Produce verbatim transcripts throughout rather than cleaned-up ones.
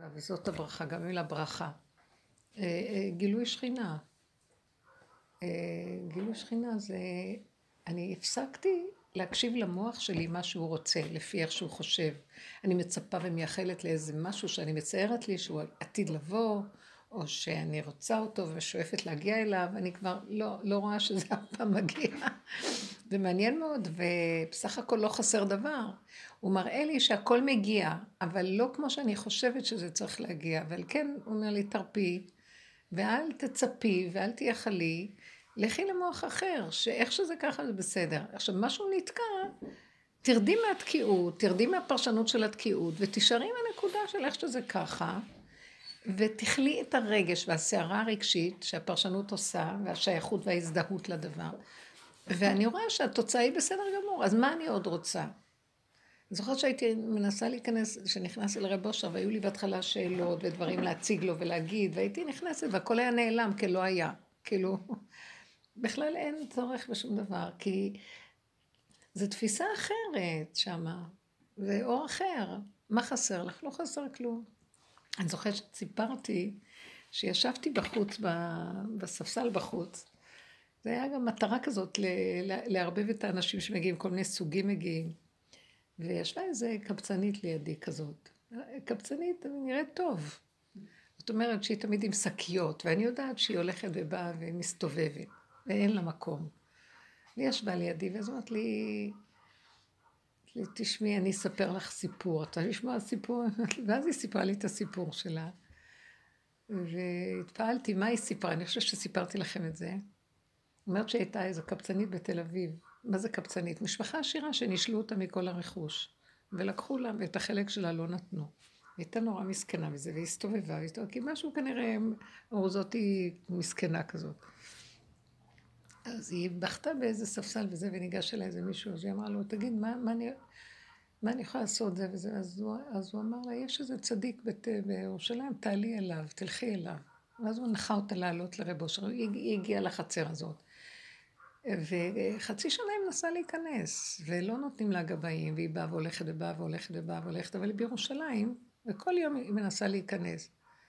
וזאת הברכה, גם אלה ברכה. גילוי שכינה. גילוי שכינה זה... אני הפסקתי להקשיב למוח שלי מה שהוא רוצה, לפי איך שהוא חושב. אני מצפה ומייחלת לאיזה משהו שאני מציירת לי, שהוא עתיד לבוא, או שאני רוצה אותו ושואפת להגיע אליו, אני כבר לא, לא רואה שזה אף פעם מגיע. זה מעניין מאוד, ובסך הכל לא חסר דבר. הוא מראה לי שהכל מגיע, אבל לא כמו שאני חושבת שזה צריך להגיע. אבל כן, הוא אומר לי, תרפי, ואל תצפי, ואל תייחלי, לכי למוח אחר, שאיך שזה ככה זה בסדר. עכשיו, משהו נתקע, תרדי מהתקיעות, תרדי מהפרשנות של התקיעות, ותשארי מהנקודה של איך שזה ככה, ותכלי את הרגש והסערה הרגשית שהפרשנות עושה, והשייכות וההזדהות לדבר. ואני רואה שהתוצאה היא בסדר גמור, אז מה אני עוד רוצה? אני זוכרת שהייתי מנסה להיכנס, שנכנסתי לרב אושר, והיו לי בהתחלה שאלות ודברים להציג לו ולהגיד, והייתי נכנסת והכל היה נעלם כלא היה. כאילו, בכלל אין צורך בשום דבר, כי זו תפיסה אחרת שמה, זה אור אחר. מה חסר לך? לא חסר כלום. אני זוכרת שסיפרתי שישבתי בחוץ, בספסל בחוץ, זה היה גם מטרה כזאת לערבב את האנשים שמגיעים, כל מיני סוגים מגיעים. וישבה איזה קבצנית לידי כזאת. קבצנית נראית טוב. זאת אומרת שהיא תמיד עם שקיות, ואני יודעת שהיא הולכת ובאה ומסתובבת, ואין לה מקום. היא ישבה לידי, ואז אמרת לי, תשמעי, אני אספר לך סיפור. אתה לשמוע סיפור? ואז היא סיפרה לי את הסיפור שלה. והתפעלתי, מה היא סיפרה? אני חושבת שסיפרתי לכם את זה. אומרת שהייתה איזו קבצנית בתל אביב. מה זה קבצנית? משפחה עשירה שנשלו אותה מכל הרכוש. ולקחו לה, ואת החלק שלה לא נתנו. הייתה נורא מסכנה מזה, והיא הסתובבה, כי משהו כנראה, או זאת היא מסכנה כזאת. אז היא בכתה באיזה ספסל וזה, וניגש אליה איזה מישהו, אז היא אמרה לו, תגיד, מה, מה, אני, מה אני יכולה לעשות זה וזה? אז הוא, אז הוא אמר לה, יש איזה צדיק בת, בירושלים, תעלי אליו, תלכי אליו. ואז הוא נחה אותה לעלות לרב אושר, היא, היא הגיעה לחצר הזאת. וחצי שנה היא מנסה להיכנס, ולא נותנים לה גבאים, והיא באה והולכת ובאה והולכת ובאה והולכת, אבל היא בירושלים, וכל יום היא מנסה להיכנס.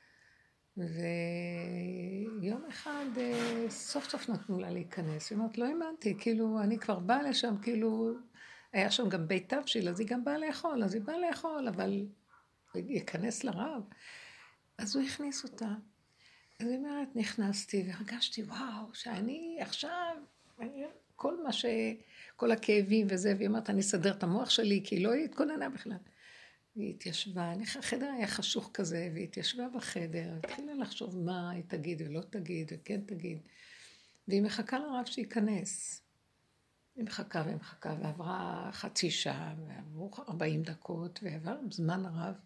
ויום אחד סוף סוף נתנו לה להיכנס, היא אומרת, לא האמנתי, כאילו אני כבר באה לשם, כאילו היה שם גם בית תבשיל, אז היא גם באה לאכול, אז היא באה לאכול, אבל ייכנס לרב. אז הוא הכניס אותה. אז היא אומרת, נכנסתי והרגשתי, וואו, שאני עכשיו, כל מה ש... כל הכאבים וזה, והיא אומרת, אני אסדר את המוח שלי, כי היא לא התכוננה בכלל. והיא התיישבה, החדר היה חשוך כזה, והיא התיישבה בחדר, התחילה לחשוב מה היא תגיד ולא תגיד, וכן תגיד. והיא מחכה לרב שיכנס. היא מחכה ומחכה, ועברה חצי שעה, ועברו ארבעים דקות, ועבר זמן רב.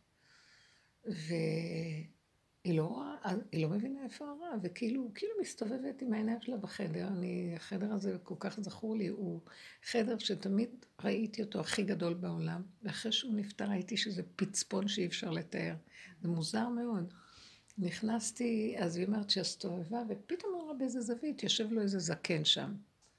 והיא לא, היא לא מבינה איפה הרב, וכאילו, כאילו מסתובבת עם העיניים שלה בחדר. אני, החדר הזה כל כך זכור לי, הוא חדר שתמיד ראיתי אותו הכי גדול בעולם, ואחרי שהוא נפטר ראיתי שזה פצפון שאי אפשר לתאר. זה מוזר מאוד. נכנסתי, אז היא אומרת שהסתובבה, ופתאום אמרה באיזה זווית, יושב לו איזה זקן שם,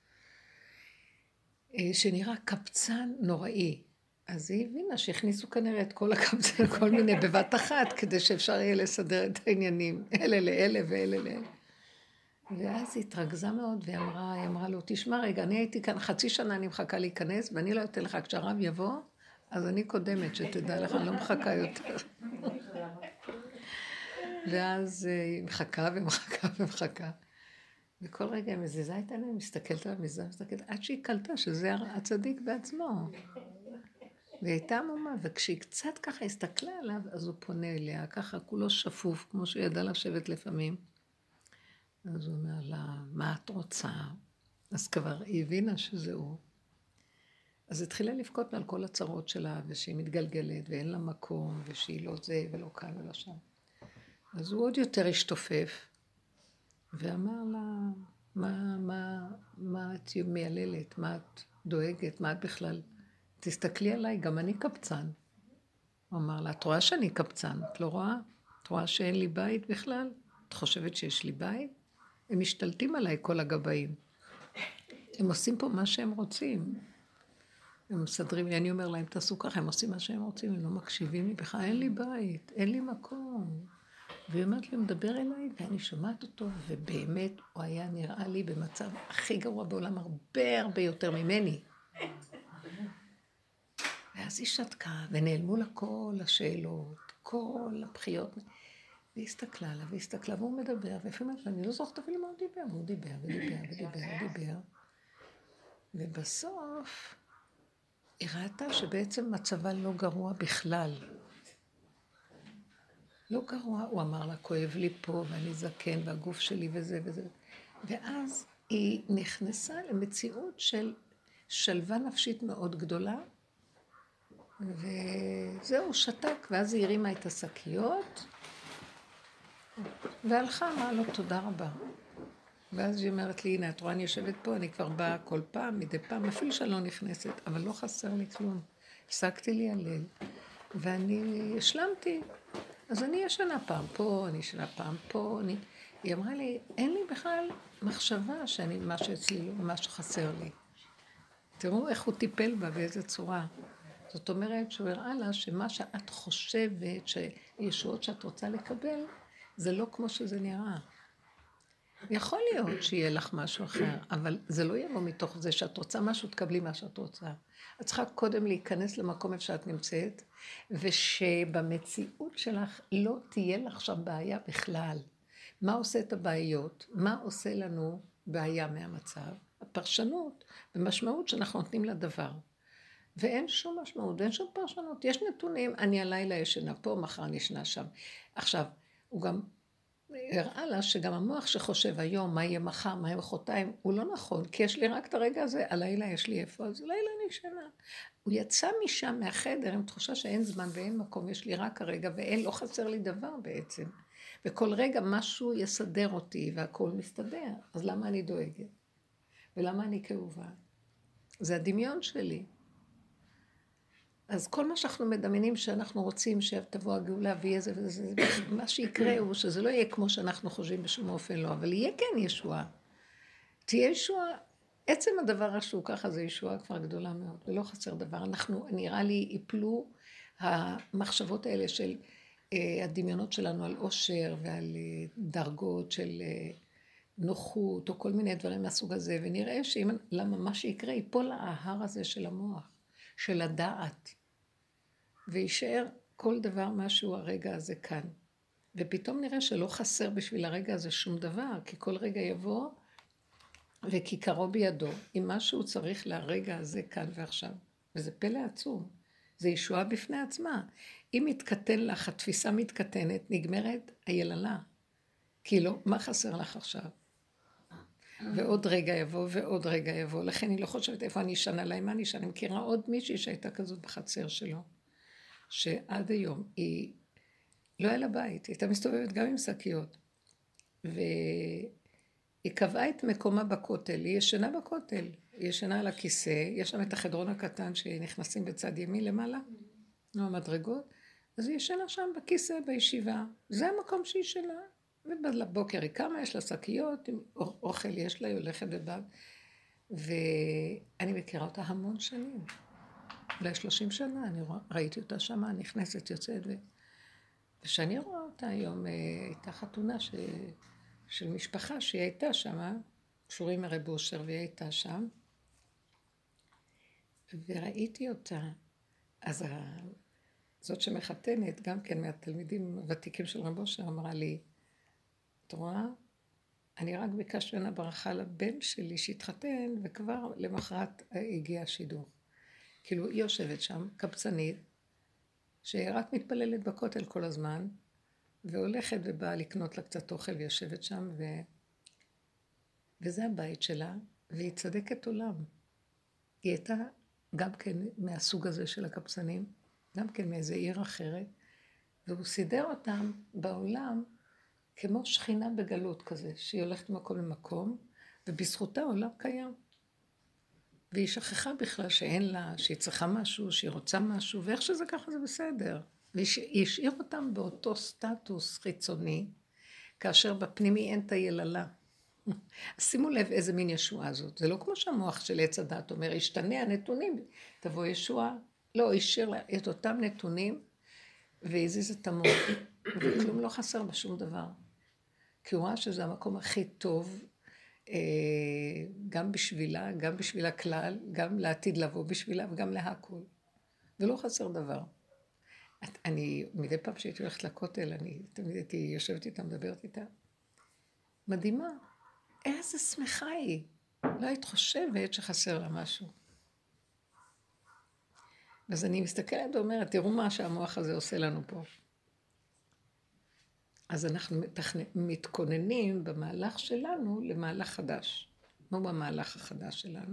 שנראה קבצן נוראי. אז היא הבינה שהכניסו כנראה את כל הקבצן, כל מיני בבת אחת, כדי שאפשר יהיה לסדר את העניינים, אלה לאלה ואלה לאלה. ואז היא התרגזה מאוד, והיא אמרה, היא אמרה לו, תשמע רגע, אני הייתי כאן חצי שנה, אני מחכה להיכנס, ואני לא אתן לך, כשהרב יבוא, אז אני קודמת, שתדע לך, אני לא מחכה יותר. ואז היא מחכה ומחכה ומחכה. וכל רגע היא מזיזה את העיניים, מסתכלת עליו, מזיזה, מסתכלת, עד שהיא קלטה שזה הצדיק בעצמו. והיא הייתה עמומה, וכשהיא קצת ככה הסתכלה עליו, אז הוא פונה אליה, ככה כולו שפוף, כמו שהוא ידע לשבת לפעמים. אז הוא אומר לה, מה את רוצה? אז כבר היא הבינה שזה הוא. אז התחילה לבכות על כל הצרות שלה, ושהיא מתגלגלת, ואין לה מקום, ושהיא לא זה, ולא כאן ולא שם. אז הוא עוד יותר השתופף, ואמר לה, מה, מה, מה את מייללת, מה את דואגת, מה את בכלל? תסתכלי עליי, גם אני קבצן. הוא אמר לה, את רואה שאני קבצן, את לא רואה? את רואה שאין לי בית בכלל? את חושבת שיש לי בית? הם משתלטים עליי כל הגבאים. הם עושים פה מה שהם רוצים. הם מסדרים לי, אני אומר להם, תעשו ככה, הם עושים מה שהם רוצים, הם לא מקשיבים לי בכלל, אין לי בית, אין לי מקום. והיא אומרת לי, הוא מדבר אליי, ואני שומעת אותו, ובאמת הוא היה נראה לי במצב הכי גרוע בעולם, הרבה הרבה יותר ממני. ואז היא שתקה, ונעלמו לה כל השאלות, כל הבחיות, והיא הסתכלה לה, והיא הסתכלה, והוא מדבר, ולפעמים אני לא זוכרת אפילו מה הוא דיבר, והוא דיבר, ודיבר, ודיבר, ודיבר. ובסוף היא ראתה שבעצם מצבה לא גרוע בכלל. לא גרוע, הוא אמר לה, כואב לי פה, ואני זקן, והגוף שלי וזה וזה. ואז היא נכנסה למציאות של שלווה נפשית מאוד גדולה, וזהו, שתק, ואז היא הרימה את השקיות, והלכה, אמרה לו, תודה רבה. ואז היא אומרת לי, הנה, את רואה, אני יושבת פה, אני כבר באה כל פעם, מדי פעם, אפילו שאני לא נכנסת, אבל לא חסר לי כלום. הפסקתי לי הליל, ואני השלמתי. אז אני ישנה פעם פה, אני ישנה פעם פה, אני... היא אמרה לי, אין לי בכלל מחשבה שאני, מה שאצלי לא, מה שחסר לי. תראו איך הוא טיפל בה, באיזה צורה. זאת אומרת, שהוא הראה לה שמה שאת חושבת, שישועות שאת רוצה לקבל, זה לא כמו שזה נראה. יכול להיות שיהיה לך משהו אחר, אבל זה לא יבוא מתוך זה שאת רוצה משהו, תקבלי מה שאת רוצה. את צריכה קודם להיכנס למקום איפה שאת נמצאת, ושבמציאות שלך לא תהיה לך שם בעיה בכלל. מה עושה את הבעיות? מה עושה לנו בעיה מהמצב? הפרשנות ומשמעות שאנחנו נותנים לדבר. ואין שום משמעות, אין שום פרשנות. יש נתונים, אני הלילה ישנה פה, מחר אני ישנה שם. עכשיו, הוא גם... הראה לה שגם המוח שחושב היום, מה יהיה מחר, מה יהיה מחרתיים, הוא לא נכון, כי יש לי רק את הרגע הזה, הלילה יש לי איפה, אז לילה אני ישנה. הוא יצא משם מהחדר עם תחושה שאין זמן ואין מקום, יש לי רק הרגע, ואין, לא חסר לי דבר בעצם. וכל רגע משהו יסדר אותי, והכל מסתדר, אז למה אני דואגת? ולמה אני כאובה? זה הדמיון שלי. אז כל מה שאנחנו מדמיינים שאנחנו רוצים שתבוא הגאולה ויהיה זה וזה, מה שיקרה הוא שזה לא יהיה כמו שאנחנו חושבים בשום אופן לא, אבל יהיה כן ישועה. תהיה ישועה, עצם הדבר שהוא ככה זה ישועה כבר גדולה מאוד, ולא חסר דבר. אנחנו, נראה לי, יפלו המחשבות האלה של הדמיונות שלנו על עושר ועל דרגות של נוחות או כל מיני דברים מהסוג הזה, ונראה שאם, למה מה שיקרה ייפול ההר הזה של המוח, של הדעת. וישאר כל דבר משהו הרגע הזה כאן. ופתאום נראה שלא חסר בשביל הרגע הזה שום דבר, כי כל רגע יבוא וכיכרו בידו, אם משהו צריך לרגע הזה כאן ועכשיו. וזה פלא עצום, זה ישועה בפני עצמה. אם מתקטן לך, התפיסה מתקטנת, נגמרת היללה. כאילו, מה חסר לך עכשיו? ועוד רגע יבוא ועוד רגע יבוא, לכן אני לא חושבת איפה אני ישנה להם, מה אני ישנה, אני מכירה עוד מישהי שהייתה כזאת בחצר שלו. שעד היום היא לא היה לה בית, היא הייתה מסתובבת גם עם שקיות, והיא קבעה את מקומה בכותל, היא ישנה בכותל, היא ישנה על הכיסא, יש שם את החדרון הקטן שנכנסים בצד ימין למעלה, no, המדרגות, אז היא ישנה שם בכיסא בישיבה, זה המקום שהיא ישנה, ובבוקר היא קמה, יש לה שקיות, אוכל יש לה, היא הולכת בבד, ואני מכירה אותה המון שנים. אולי שלושים שנה, אני ראיתי אותה שמה, נכנסת, יוצאת, ו... ושאני רואה אותה היום, הייתה חתונה ש... של משפחה שהיא הייתה שמה, קשורים הרב אושר, והיא הייתה שם, וראיתי אותה, אז ה... זאת שמחתנת, גם כן מהתלמידים הוותיקים של רב אושר, אמרה לי, את רואה? אני רק ביקשתי ממנה ברכה לבן שלי שהתחתן, וכבר למחרת הגיע השידור. כאילו היא יושבת שם, קבצנית, שרק מתפללת בכותל כל הזמן, והולכת ובאה לקנות לה קצת אוכל ויושבת שם, ו... וזה הבית שלה, והיא צדקת עולם. היא הייתה גם כן מהסוג הזה של הקבצנים, גם כן מאיזה עיר אחרת, והוא סידר אותם בעולם כמו שכינה בגלות כזה, שהיא הולכת ממקום למקום, ובזכותה העולם קיים. והיא שכחה בכלל שאין לה, שהיא צריכה משהו, שהיא רוצה משהו, ואיך שזה ככה זה בסדר. והיא השאיר אותם באותו סטטוס חיצוני, כאשר בפנימי אין את היללה. שימו לב איזה מין ישועה זאת. זה לא כמו שהמוח של עץ הדת אומר, ישתנה הנתונים, תבוא ישועה. לא, השאיר לה את אותם נתונים, והזיז את המוח. וכלום לא חסר בשום דבר. כי הוא ראה שזה המקום הכי טוב, גם בשבילה, גם בשביל הכלל, גם לעתיד לבוא בשבילה, וגם להכל. ולא חסר דבר. אני, מדי פעם שהייתי הולכת לכותל, אני תמיד הייתי יושבת איתה, מדברת איתה. מדהימה. איזה שמחה היא. לא היית חושבת שחסר לה משהו. אז אני מסתכלת ואומרת, תראו מה שהמוח הזה עושה לנו פה. אז אנחנו מתכוננים במהלך שלנו למהלך חדש. מה במהלך החדש שלנו?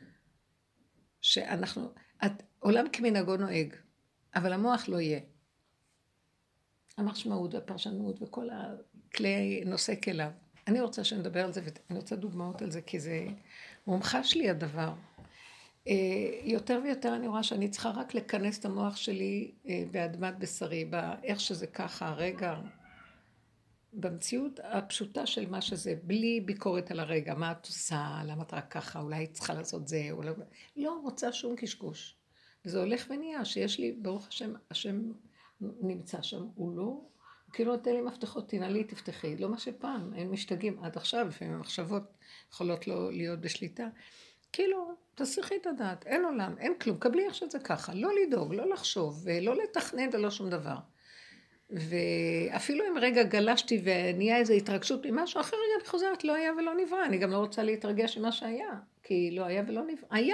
שאנחנו, עולם כמנהגו נוהג, אבל המוח לא יהיה. המשמעות והפרשנות וכל הכלי נושא כליו. אני רוצה שנדבר על זה, ואני רוצה דוגמאות על זה, כי זה מומחש לי הדבר. יותר ויותר אני רואה שאני צריכה רק לכנס את המוח שלי באדמת בשרי, באיך שזה ככה, הרגע, במציאות הפשוטה של מה שזה, בלי ביקורת על הרגע, מה את עושה, למה את רק ככה, אולי את צריכה לעשות זה, או לא, לא רוצה שום קשקוש. וזה הולך ונהיה, שיש לי, ברוך השם, השם נמצא שם, הוא לא, כאילו נותן לי מפתחות, תנעלי, תפתחי, לא מה שפעם, הם משתגעים עד עכשיו, לפעמים המחשבות יכולות לא להיות בשליטה, כאילו, תסיכי את הדעת, אין עולם, אין כלום, קבלי איך שזה ככה, לא לדאוג, לא לחשוב, ולא לתכנן ולא שום דבר. ואפילו אם רגע גלשתי ונהיה איזו התרגשות ממשהו, אחרי רגע אני חוזרת, לא היה ולא נברא, אני גם לא רוצה להתרגש ממה שהיה, כי לא היה ולא נברא, היה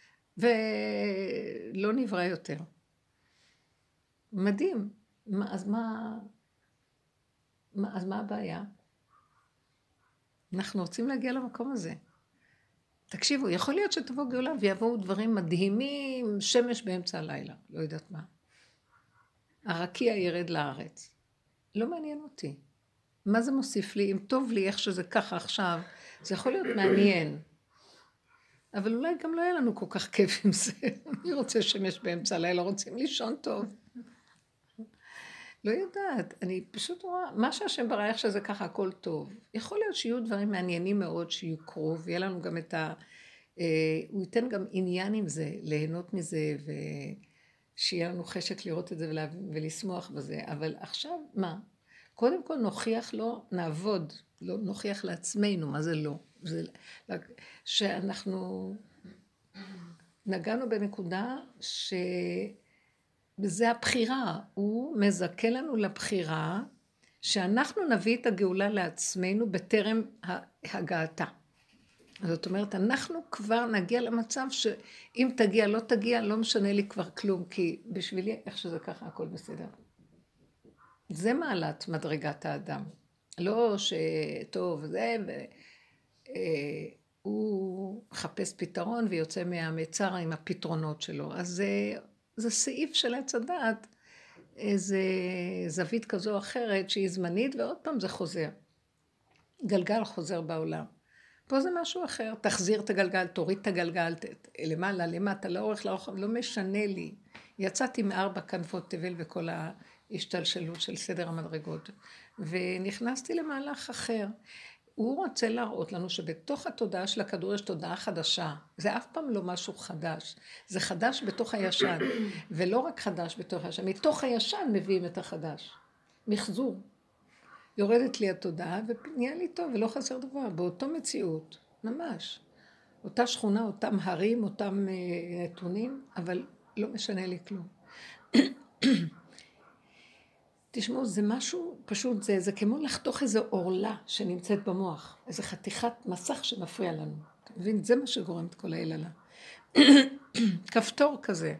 ולא נברא יותר. מדהים, אז מה, אז מה הבעיה? אנחנו רוצים להגיע למקום הזה. תקשיבו, יכול להיות שתבוא גאולה ויבואו דברים מדהימים, שמש באמצע הלילה, לא יודעת מה. הרקיע ירד לארץ. לא מעניין אותי. מה זה מוסיף לי? אם טוב לי איך שזה ככה עכשיו, זה יכול להיות מעניין. אבל אולי גם לא יהיה לנו כל כך כיף עם זה. אני רוצה שמש באמצע הלילה, רוצים לישון טוב. לא יודעת, אני פשוט רואה, מה שהשם ברא איך שזה ככה, הכל טוב. יכול להיות שיהיו דברים מעניינים מאוד שיוקרו, ויהיה לנו גם את ה... הוא ייתן גם עניין עם זה, ליהנות מזה, ושיהיה לנו חשק לראות את זה ולשמוח בזה. אבל עכשיו, מה? קודם כל נוכיח לו, נעבוד, לא, נוכיח לעצמנו, מה זה לא? זה, שאנחנו נגענו בנקודה שזה הבחירה, הוא מזכה לנו לבחירה, שאנחנו נביא את הגאולה לעצמנו בטרם הגעתה. זאת אומרת, אנחנו כבר נגיע למצב שאם תגיע, לא תגיע, לא משנה לי כבר כלום, כי בשבילי איך שזה ככה, הכל בסדר. זה מעלת מדרגת האדם. לא שטוב, זה, והוא מחפש פתרון ויוצא מהמצר עם הפתרונות שלו. אז זה, זה סעיף של עץ הדעת, איזה זווית כזו או אחרת שהיא זמנית, ועוד פעם זה חוזר. גלגל חוזר בעולם. פה זה משהו אחר, תחזיר את הגלגל, תוריד את הגלגל, למעלה, למטה, לאורך, לאורך, לא משנה לי. יצאתי מארבע כנפות תבל וכל ההשתלשלות של סדר המדרגות, ונכנסתי למהלך אחר. הוא רוצה להראות לנו שבתוך התודעה של הכדור יש תודעה חדשה. זה אף פעם לא משהו חדש. זה חדש בתוך הישן, ולא רק חדש בתוך הישן. מתוך הישן מביאים את החדש. מחזור. יורדת לי התודעה ונהיה לי טוב ולא חסר דבר. באותו מציאות, ממש. אותה שכונה, אותם הרים, אותם נתונים, אבל לא משנה לי כלום. תשמעו, זה משהו פשוט, זה, זה כמו לחתוך איזו אורלה שנמצאת במוח, איזו חתיכת מסך שמפריע לנו. אתה מבין? זה מה שגורם את כל היללה. כפתור כזה.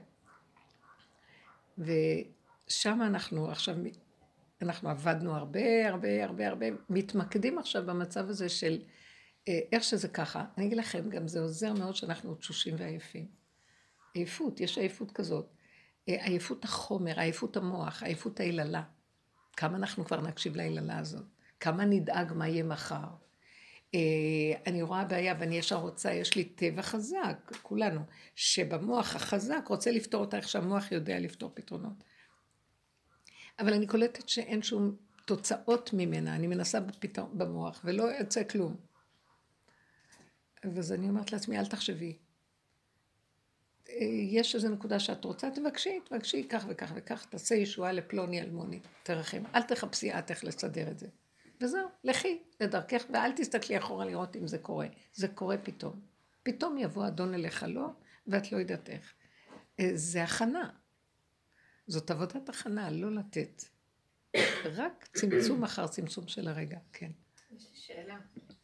ושם אנחנו עכשיו, אנחנו עבדנו הרבה, הרבה, הרבה, הרבה, מתמקדים עכשיו במצב הזה של איך שזה ככה. אני אגיד לכם, גם זה עוזר מאוד שאנחנו תשושים ועייפים. עייפות, יש עייפות כזאת. עייפות החומר, עייפות המוח, עייפות ההיללה. כמה אנחנו כבר נקשיב להיללה הזאת? כמה נדאג מה יהיה מחר? אני רואה בעיה ואני ישר רוצה, יש לי טבע חזק, כולנו, שבמוח החזק רוצה לפתור אותה איך שהמוח יודע לפתור פתרונות. אבל אני קולטת שאין שום תוצאות ממנה, אני מנסה בפתר... במוח ולא יוצא כלום. אז אני אומרת לעצמי, אל תחשבי. יש איזו נקודה שאת רוצה, תבקשי, תבקשי, כך וכך וכך, תעשה ישועה לפלוני אלמוני, תרחם. אל תחפשי את איך לסדר את זה. וזהו, לכי לדרכך, ואל תסתכלי אחורה לראות אם זה קורה. זה קורה פתאום. פתאום יבוא אדון אליך לא, ואת לא יודעת איך. זה הכנה. זאת עבודת הכנה, לא לתת. רק צמצום אחר צמצום של הרגע, כן. יש לי שאלה.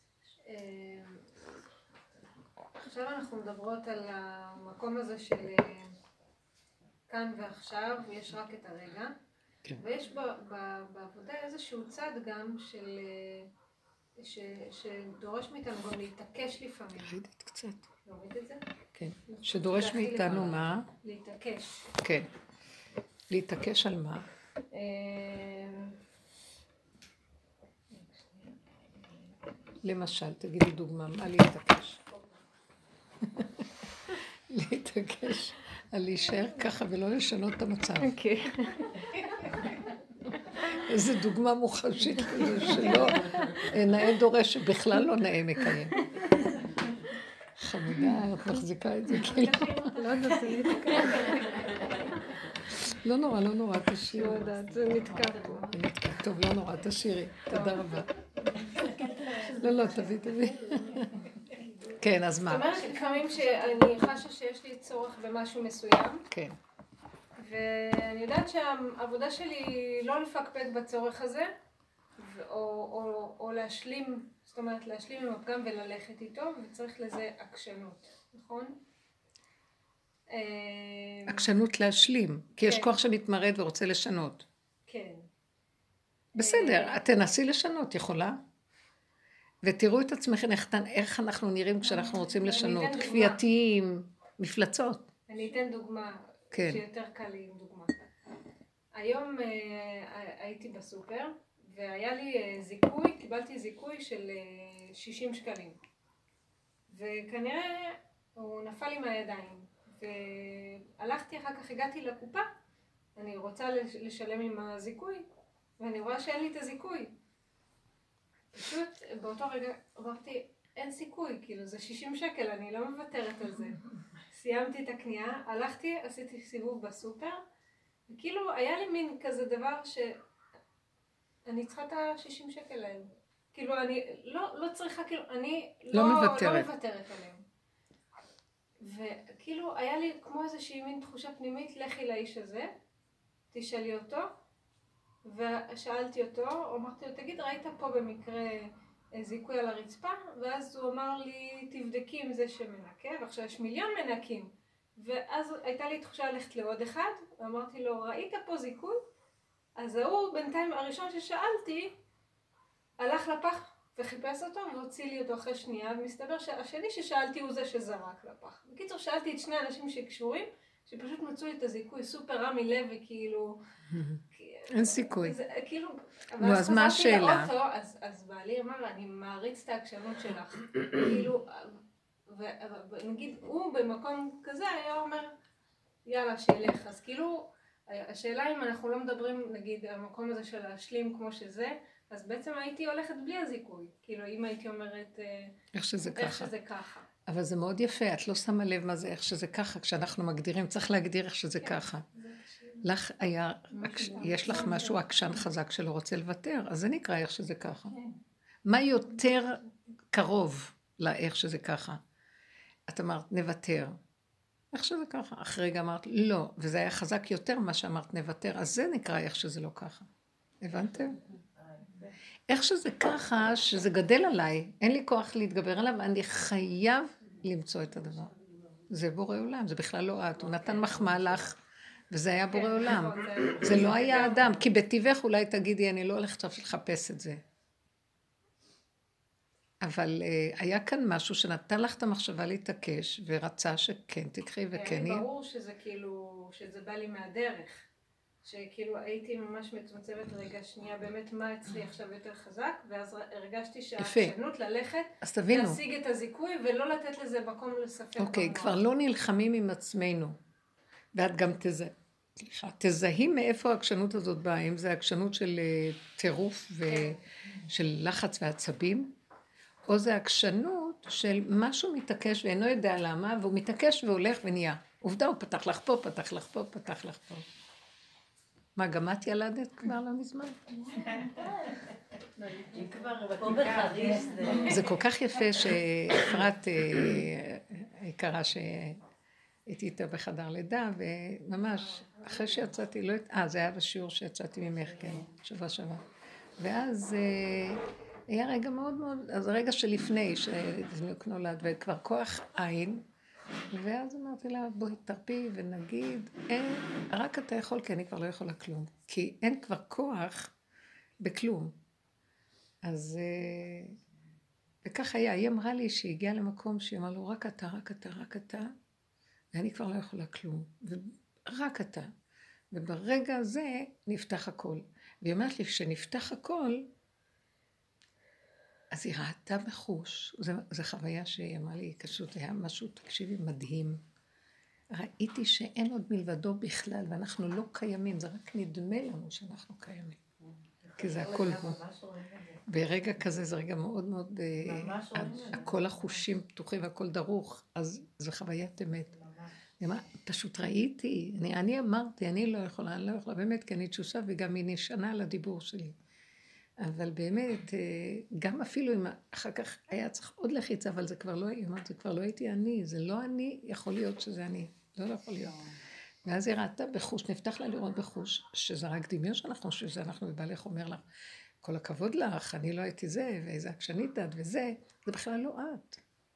עכשיו אנחנו מדברות על המקום הזה של כאן ועכשיו, ויש רק את הרגע. כן. ויש בעבודה איזשהו צד גם של, ש, שדורש מאיתנו גם להתעקש לפעמים. להוריד קצת. להוריד את זה? כן. שדורש מאיתנו מה? להתעקש. כן. להתעקש על מה? למשל, תגידי דוגמה, מה להתעקש? להתעקש על להישאר ככה ולא לשנות את המצב. אוקיי. איזו דוגמה מוחשית כזה שלא, נאה דורש שבכלל לא נאה מקיים. חמודה, את מחזיקה את זה כאילו. לא יודעת, זה נתקע. לא נורא, לא נורא, תשאירי. לא יודעת, זה נתקע פה. טוב, לא נורא, תשאירי. תודה רבה. לא, לא, תביא, תביא. כן, אז מה? זאת אומרת, לפעמים שאני חשה שיש לי צורך במשהו מסוים. כן. ואני יודעת שהעבודה שלי היא לא לפקפק בצורך הזה, או, או, או להשלים, זאת אומרת, להשלים עם הפגם וללכת איתו, וצריך לזה עקשנות, נכון? עקשנות להשלים, כי יש כוח שמתמרד ורוצה לשנות. כן. בסדר, את תנסי לשנות, יכולה? ותראו את עצמכם איך אנחנו נראים כשאנחנו רוצים לשנות, כפייתיים, מפלצות. אני אתן דוגמה, שיותר קל לי עם דוגמה. היום הייתי בסופר, והיה לי זיכוי, קיבלתי זיכוי של שישים שקלים. וכנראה הוא נפל לי מהידיים. והלכתי אחר כך, הגעתי לקופה, אני רוצה לשלם עם הזיכוי, ואני רואה שאין לי את הזיכוי. פשוט באותו רגע אמרתי, אין סיכוי, כאילו זה שישים שקל, אני לא מוותרת על זה. סיימתי את הקנייה, הלכתי, עשיתי סיבוב בסופר, וכאילו היה לי מין כזה דבר שאני צריכה את ה-שישים שקל האלה. כאילו אני לא, לא צריכה, כאילו אני לא, לא, מוותרת. לא מוותרת עליהם. וכאילו היה לי כמו איזושהי מין תחושה פנימית, לכי לאיש הזה, תשאלי אותו, ושאלתי אותו, אמרתי לו, תגיד, ראית פה במקרה זיכוי על הרצפה? ואז הוא אמר לי, תבדקי עם זה שמנקה, ועכשיו יש מיליון מנקים. ואז הייתה לי תחושה ללכת לעוד אחד, ואמרתי לו, ראית פה זיכוי? אז הוא בינתיים הראשון ששאלתי, הלך לפח וחיפש אותו, והוציא לי אותו אחרי שנייה, ומסתבר שהשני ששאלתי הוא זה שזרק לפח. בקיצור, שאלתי את שני אנשים שקשורים, שפשוט מצאו לי את הזיכוי, סופר רמי לוי, כאילו... אין סיכוי. כאילו... נו, אז מה השאלה? אז בעלי אמר, אני מעריץ את העקשנות שלך. כאילו, ונגיד, הוא במקום כזה היה אומר, יאללה, שילך. אז כאילו, השאלה אם אנחנו לא מדברים, נגיד, המקום הזה של להשלים כמו שזה, אז בעצם הייתי הולכת בלי הזיכוי. כאילו, אם הייתי אומרת... איך שזה ככה. איך שזה ככה. אבל זה מאוד יפה, את לא שמה לב מה זה איך שזה ככה, כשאנחנו מגדירים, צריך להגדיר איך שזה ככה. לך היה, יש לך משהו עקשן חזק שלא רוצה לוותר, אז זה נקרא איך שזה ככה. מה יותר קרוב לאיך שזה ככה? את אמרת, נוותר. איך שזה ככה? אחרי רגע אמרת, לא, וזה היה חזק יותר מה שאמרת, נוותר, אז זה נקרא איך שזה לא ככה. הבנתם? איך שזה ככה, שזה גדל עליי, אין לי כוח להתגבר עליו, אני חייב למצוא את הדבר. זה בורא עולם, זה בכלל לא את, הוא נתן מחמאה לך, וזה היה בורא עולם. זה לא היה אדם, כי בטבעך אולי תגידי, אני לא הולכת עכשיו לחפש את זה. אבל היה כאן משהו שנתן לך את המחשבה להתעקש, ורצה שכן תקחי וכן יהיה. ברור שזה כאילו, שזה בא לי מהדרך. שכאילו הייתי ממש מצומצמת רגע שנייה, באמת מה אצלי עכשיו יותר חזק, ואז הרגשתי שהעקשנות ללכת, להשיג את הזיכוי, ולא לתת לזה מקום לספק. אוקיי, כבר לא נלחמים עם עצמנו, ואת גם תזהי מאיפה העקשנות הזאת באה, אם זה העקשנות של טירוף ושל לחץ ועצבים, או זה עקשנות של משהו מתעקש ואינו יודע למה, והוא מתעקש והולך ונהיה. עובדה, הוא פתח לך פה, פתח לך פה, פתח לך פה. מה, גם את ילדת כבר לא מזמן? זה כל כך יפה שאפרת היקרה שהייתי איתה בחדר לידה, וממש אחרי שיצאתי, לא... אה, זה היה בשיעור שיצאתי ממך, כן, שבוע שבוע. ואז היה רגע מאוד מאוד, אז הרגע שלפני שזנוק נולד, וכבר כוח עין, ואז אמרתי לה, בואי תרפי ונגיד, אין, רק אתה יכול, כי אני כבר לא יכולה כלום. כי אין כבר כוח בכלום. אז, וכך היה, היא אמרה לי שהיא הגיעה למקום שהיא אמרה לו, רק אתה, רק אתה, רק אתה, ואני כבר לא יכולה כלום. ורק אתה. וברגע הזה נפתח הכל. והיא אומרת לי, כשנפתח הכל, אז היא ראתה בחוש, זו חוויה שהיא אמרה לי, פשוט היה משהו, תקשיבי, מדהים. ראיתי שאין עוד מלבדו בכלל, ואנחנו לא קיימים, זה רק נדמה לנו שאנחנו קיימים. כי זה הכל בו. ברגע כזה זה רגע מאוד מאוד, הכל החושים פתוחים והכל דרוך, אז זו חוויית אמת. פשוט ראיתי, אני אמרתי, אני לא יכולה, אני לא יכולה, באמת, כי אני תשושה, וגם היא נשענה על הדיבור שלי. אבל באמת, גם אפילו אם אחר כך היה צריך עוד לחיצה, אבל זה כבר לא, היא אומרת, זה כבר לא הייתי אני, זה לא אני, יכול להיות שזה אני, לא, לא יכול להיות. ואז היא ראתה בחוש, נפתח לה לראות בחוש, שזה רק דמיון שאנחנו, שזה אנחנו בבעלך אומר לך, כל הכבוד לך, אני לא הייתי זה, ואיזה עקשנית את וזה, זה בכלל לא את.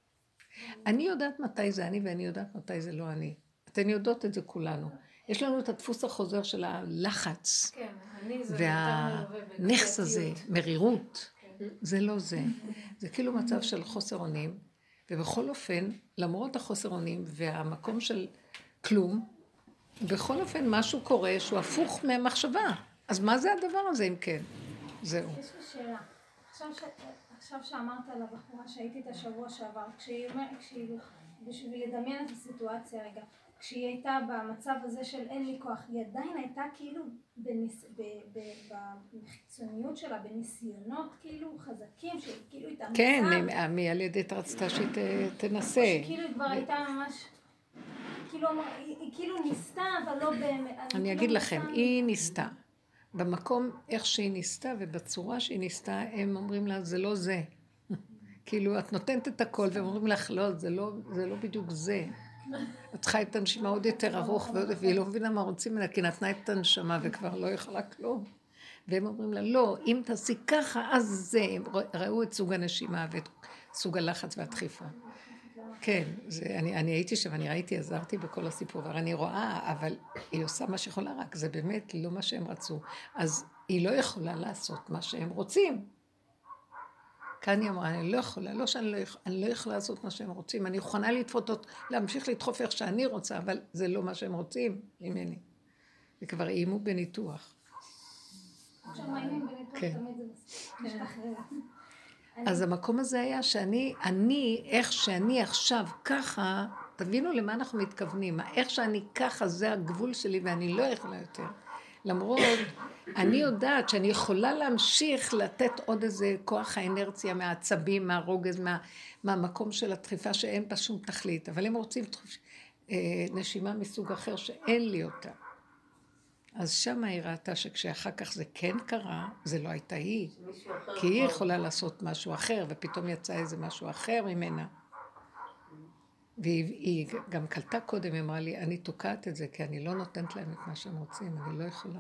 אני יודעת מתי זה אני, ואני יודעת מתי זה לא אני. אתן יודעות את זה כולנו. יש לנו את הדפוס החוזר של הלחץ. כן, אני זה והנכס הזה, מרירות, זה לא זה. זה כאילו מצב של חוסר אונים, ובכל אופן, למרות החוסר אונים והמקום של כלום, בכל אופן משהו קורה שהוא הפוך מהמחשבה. אז מה זה הדבר הזה אם כן? זהו. יש לי שאלה. עכשיו, ש... עכשיו שאמרת על הבחורה שהייתי את השבוע שעבר, כשהיא אומרת, כשהיא... בשביל לדמיין את הסיטואציה רגע, כשהיא הייתה במצב הזה של אין לי כוח, היא עדיין הייתה כאילו בניס... ב... ב... בחיצוניות שלה, בניסיונות כאילו חזקים, שהיא כאילו התאמצה. כן, המיילדת רצתה שהיא תנסה. שכאילו היא כבר הייתה ממש... כאילו, היא, היא כאילו ניסתה, אבל לא באמת. אני כאילו אגיד לכם, ניסתה... היא ניסתה. במקום איך שהיא ניסתה ובצורה שהיא ניסתה, הם אומרים לה, זה לא זה. כאילו, את נותנת את הכל, והם אומרים לך, לא, זה לא, זה לא בדיוק זה. את צריכה את הנשימה עוד יותר ארוך, והיא לא מבינה מה רוצים ממנה, כי נתנה את הנשמה וכבר לא יכולה כלום. והם אומרים לה, לא, אם תעשי ככה, אז זה, הם ראו את סוג הנשימה ואת סוג הלחץ והדחיפה. כן, זה, אני, אני הייתי שם, אני ראיתי, עזרתי בכל הסיפור, ואני רואה, אבל היא עושה מה שיכולה, רק זה באמת לא מה שהם רצו. אז היא לא יכולה לעשות מה שהם רוצים. כאן היא אמרה, אני לא יכולה, לא שאני לא, אני לא יכולה לעשות מה שהם רוצים, אני יכולה לתפות, להמשיך לדחוף איך שאני רוצה, אבל זה לא מה שהם רוצים ממני. וכבר איימו בניתוח. עכשיו מאיימים בניתוח, תמיד זה משתחרר. אז המקום הזה היה שאני, אני, איך שאני עכשיו ככה, תבינו למה אנחנו מתכוונים, איך שאני ככה זה הגבול שלי ואני לא יכולה יותר. למרות, אני יודעת שאני יכולה להמשיך לתת עוד איזה כוח האנרציה מהעצבים, מהרוגז, מה, מהמקום של הדחיפה שאין בה שום תכלית, אבל הם רוצים אה, נשימה מסוג אחר שאין לי אותה. אז שמה היא ראתה שכשאחר כך זה כן קרה, זה לא הייתה היא. כי היא יכולה לעשות משהו אחר, ופתאום יצא איזה משהו אחר ממנה. והיא גם קלטה קודם, היא אמרה לי, אני תוקעת את זה, כי אני לא נותנת להם את מה שהם רוצים, אני לא יכולה.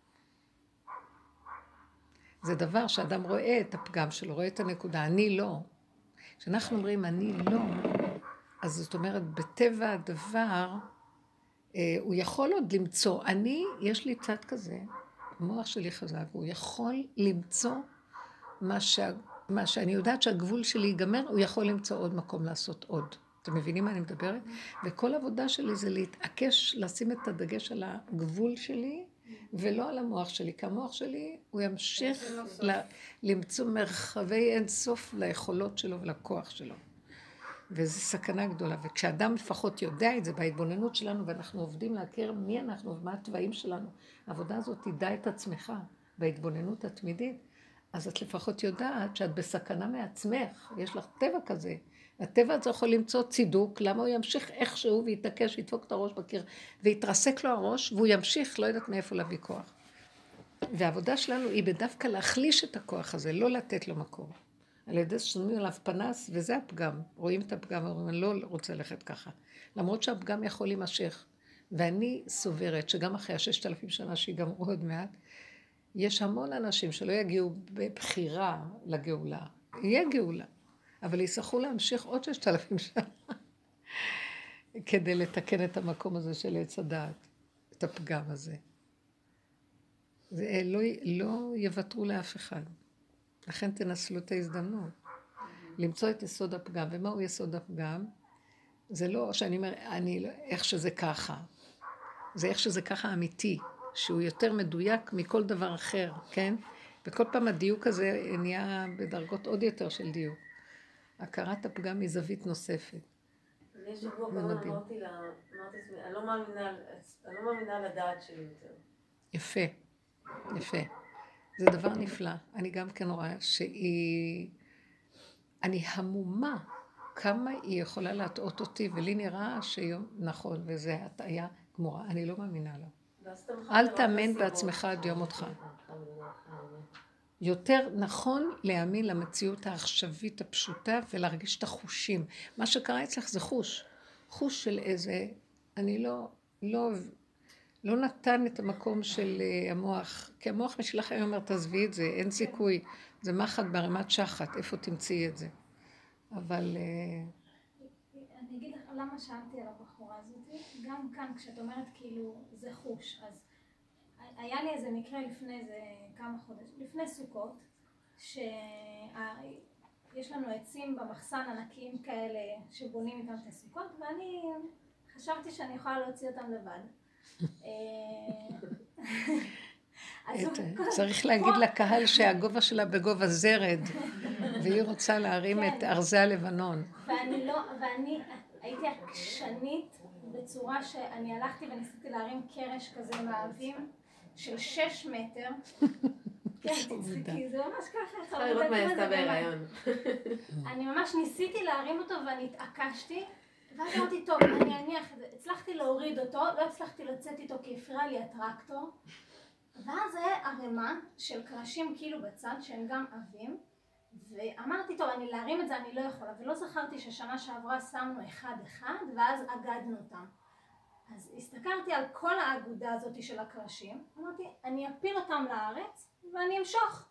זה דבר שאדם רואה את הפגם שלו, רואה את הנקודה, אני לא. כשאנחנו אומרים אני לא, אז זאת אומרת, בטבע הדבר, הוא יכול עוד למצוא, אני, יש לי צד כזה, המוח שלי חזק, הוא יכול למצוא מה, שה, מה שאני יודעת שהגבול שלי ייגמר, הוא יכול למצוא עוד מקום לעשות עוד. אתם מבינים מה אני מדברת? וכל עבודה שלי זה להתעקש, לשים את הדגש על הגבול שלי, ולא על המוח שלי, כי המוח שלי הוא ימשיך ל, למצוא מרחבי אין סוף ליכולות שלו ולכוח שלו. וזו סכנה גדולה, וכשאדם לפחות יודע את זה בהתבוננות שלנו, ואנחנו עובדים להכיר מי אנחנו ומה הטבעים שלנו, העבודה הזאת תדע את עצמך בהתבוננות התמידית, אז את לפחות יודעת שאת בסכנה מעצמך, יש לך טבע כזה. הטבע הזה יכול למצוא צידוק, למה הוא ימשיך איכשהו ויתעקש, וידפוק את הראש בקיר, ויתרסק לו הראש, והוא ימשיך, לא יודעת מאיפה להביא כוח. והעבודה שלנו היא בדווקא להחליש את הכוח הזה, לא לתת לו מקום. על ידי ששמים עליו פנס, וזה הפגם. רואים את הפגם, ואומרים, אני לא רוצה ללכת ככה. למרות שהפגם יכול להימשך. ואני סוברת שגם אחרי הששת אלפים שנה שיגמרו עוד מעט, יש המון אנשים שלא יגיעו בבחירה לגאולה. יהיה גאולה. אבל יצטרכו להמשיך עוד ששת אלפים שנה. כדי לתקן את המקום הזה של עץ הדעת. את הפגם הזה. זה לא, לא יוותרו לאף אחד. לכן תנסלו את ההזדמנות. למצוא את יסוד הפגם. ומהו יסוד הפגם? זה לא שאני אומר, אני, איך שזה ככה. זה איך שזה ככה אמיתי. שהוא יותר מדויק מכל דבר אחר, כן? וכל פעם הדיוק הזה נהיה בדרגות עוד יותר של דיוק. הכרת הפגם היא זווית נוספת. אני שבוע פעם אמרתי לה, אמרתי לעצמי, אני לא מאמינה, אני לא מאמינה לדעת שלי יותר. יפה, יפה. זה דבר נפלא. אני גם כן רואה שהיא... אני המומה כמה היא יכולה להטעות אותי, ולי נראה שיום נכון, וזה הטעיה גמורה. אני לא מאמינה לה. אל תאמן בעצמך עד יום אותך. יותר נכון להאמין למציאות העכשווית הפשוטה ולהרגיש את החושים. מה שקרה אצלך זה חוש. חוש של איזה, אני לא, לא, לא נתן את המקום של המוח. כי המוח משלך היום אומר, תעזבי את זה, אין סיכוי. זה מחט בערימת שחת, איפה תמצאי את זה. אבל... אני אגיד לך למה שאלתי על הבחורה הזאת. גם כאן כשאת אומרת כאילו זה חוש, אז היה לי איזה מקרה לפני איזה כמה חודשים, לפני סוכות, שיש לנו עצים במחסן ענקיים כאלה שבונים איתם את הסוכות, ואני חשבתי שאני יכולה להוציא אותם לבד. צריך להגיד לקהל שהגובה שלה בגובה זרד, והיא רוצה להרים את ארזי הלבנון. ואני לא, ואני הייתי עקשנית בצורה שאני הלכתי וניסיתי להרים קרש כזה מהאבים של שש מטר. כן, תצחקי, זה ממש ככה. צריכה לראות מה יעשתה בהיריון. אני ממש ניסיתי להרים אותו ואני התעקשתי, ואז אמרתי, טוב, אני אניח את זה. הצלחתי להוריד אותו, לא הצלחתי לצאת איתו כי הפריע לי הטרקטור. ואז זה ערימה של קרשים כאילו בצד שהם גם אבים. ואמרתי, טוב, אני להרים את זה אני לא יכולה, ולא זכרתי ששנה שעברה שמנו אחד אחד, ואז אגדנו אותם. אז הסתכלתי על כל האגודה הזאת של הקרשים, אמרתי, אני אפיל אותם לארץ, ואני אמשוך.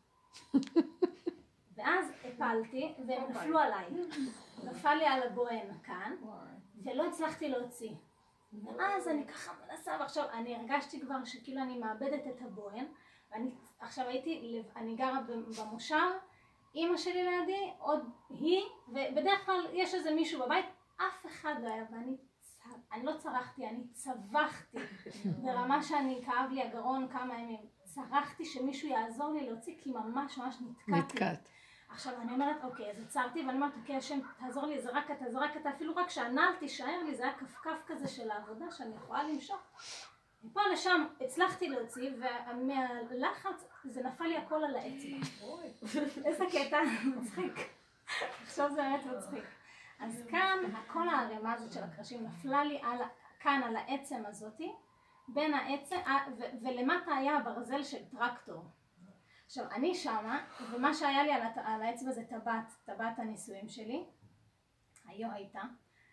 ואז הפלתי, והם נפלו עליי. נפל לי על הבוהן כאן, ולא הצלחתי להוציא. ואז אני ככה מנסה, ועכשיו אני הרגשתי כבר שכאילו אני מאבדת את הבוהן, ואני עכשיו הייתי, אני גרה במושב, אמא שלי לידי, עוד היא, ובדרך כלל יש איזה מישהו בבית, אף אחד לא היה, ואני אני לא צרחתי, אני צווחתי, ברמה שאני כאב לי הגרון כמה ימים, צרחתי שמישהו יעזור לי להוציא, כי ממש ממש נתקעתי. נתקעת. עכשיו אני אומרת, אוקיי, אז עצרתי, ואני אומרת, אוקיי, השם, תעזור לי, זה רק אתה, זה רק אתה, אפילו רק שהנעל תישאר לי, זה היה כפכף כזה של העבודה שאני יכולה למשוך. מפה לשם הצלחתי להוציא, ומהלחץ זה נפל לי הכל על האצבע. איזה קטע, מצחיק. עכשיו זה באמת מצחיק. אז כאן, כל הערימה הזאת של הקרשים נפלה לי על, כאן על העצם הזאתי, בין העצם, ולמטה היה הברזל של טרקטור. עכשיו, אני שמה, ומה שהיה לי על, על האצבע זה טבעת, טבעת הנישואים שלי, היו הייתה,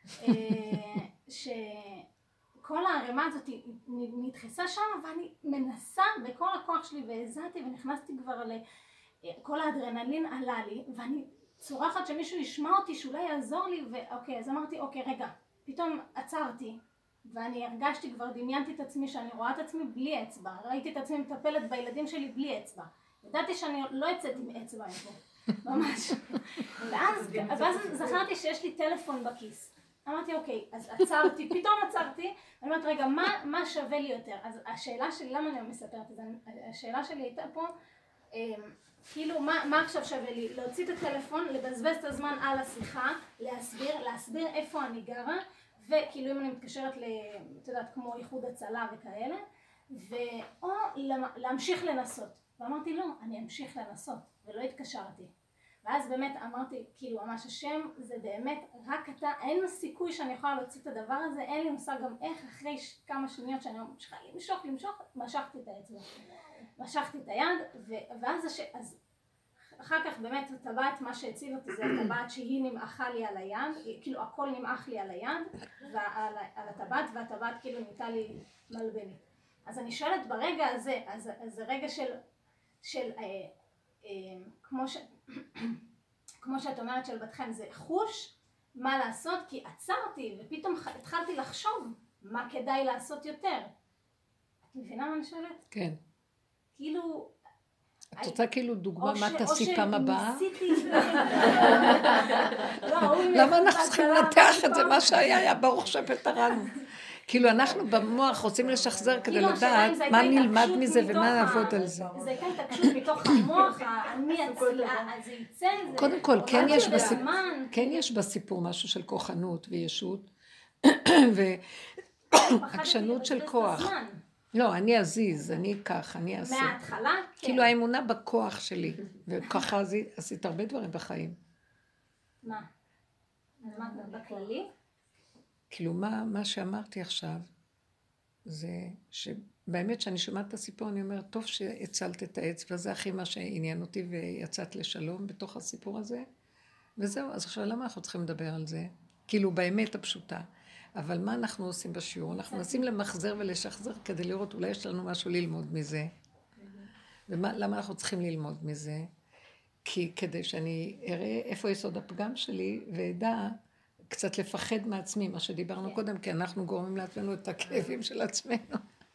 שכל הערימה הזאת נדחסה שם, ואני מנסה בכל הכוח שלי, והזעתי ונכנסתי כבר לכל האדרנלין עלה לי, ואני צורחת שמישהו ישמע אותי, שאולי יעזור לי, ואוקיי, אז אמרתי, אוקיי, רגע, פתאום עצרתי, ואני הרגשתי, כבר דמיינתי את עצמי, שאני רואה את עצמי בלי אצבע, ראיתי את עצמי מטפלת בילדים שלי בלי אצבע, ידעתי שאני לא יצאתי עם אצבע איפה, ממש. ואז, ואז זכרתי שיש לי טלפון בכיס. אמרתי, אוקיי, אז עצרתי, פתאום עצרתי, אני אומרת, רגע, מה, מה שווה לי יותר? אז השאלה שלי, למה אני מספרת את זה? השאלה שלי הייתה פה, כאילו, מה, מה עכשיו שווה לי? להוציא את הטלפון, לבזבז את הזמן על השיחה, להסביר, להסביר איפה אני גרה, וכאילו אם אני מתקשרת ל, את יודעת, כמו איחוד הצלה וכאלה, ואו להמשיך לנסות. ואמרתי לא, אני אמשיך לנסות, ולא התקשרתי. ואז באמת אמרתי, כאילו ממש השם זה באמת רק אתה, אין סיכוי שאני יכולה להוציא את הדבר הזה, אין לי מושג גם איך אחרי ש... כמה שניות שאני ממשיכה למשוך, למשוך, משכתי את האצבע, משכתי את היד, ו... ואז הש... אז אחר כך באמת הטבעת, מה שהציב אותי זה הטבעת שהיא נמעכה לי על היד, כאילו הכל נמעך לי על היד, ועל על הטבעת, והטבעת כאילו נהייתה לי מלבנית. אז אני שואלת ברגע הזה, אז זה רגע של, של אה, אה, כמו ש... כמו שאת אומרת של בת חן, זה חוש מה לעשות, כי עצרתי ופתאום התחלתי לחשוב מה כדאי לעשות יותר. את מבינה מה אני שואלת? כן. כאילו... את רוצה כאילו דוגמה מה תעשי פעם הבאה? או שניסיתי... למה אנחנו צריכים לנתח את זה? מה שהיה היה ברוך שפטרנו. כאילו אנחנו במוח רוצים לשחזר כדי לדעת מה נלמד מזה ומה נעבוד על זה. זה הייתה התעקשות מתוך המוח, אני אצליח, אז זה יצא, זה... קודם כל, כן יש בסיפור משהו של כוחנות וישות ועקשנות של כוח. לא, אני אזיז, אני אקח, אני אעשה. מההתחלה? כאילו האמונה בכוח שלי, וככה עשית הרבה דברים בחיים. מה? מה בכללי? כאילו מה, מה שאמרתי עכשיו, זה שבאמת שאני שומעת את הסיפור, אני אומרת, טוב שהצלת את העץ, וזה הכי מה שעניין אותי, ויצאת לשלום בתוך הסיפור הזה, וזהו, אז עכשיו למה אנחנו צריכים לדבר על זה? כאילו באמת הפשוטה. אבל מה אנחנו עושים בשיעור? אנחנו מנסים למחזר ולשחזר כדי לראות, אולי יש לנו משהו ללמוד מזה. ולמה אנחנו צריכים ללמוד מזה? כי כדי שאני אראה איפה יסוד הפגם שלי, ואדע קצת לפחד מעצמי, מה שדיברנו קודם, כי אנחנו גורמים לעצמנו את הכאבים של עצמנו.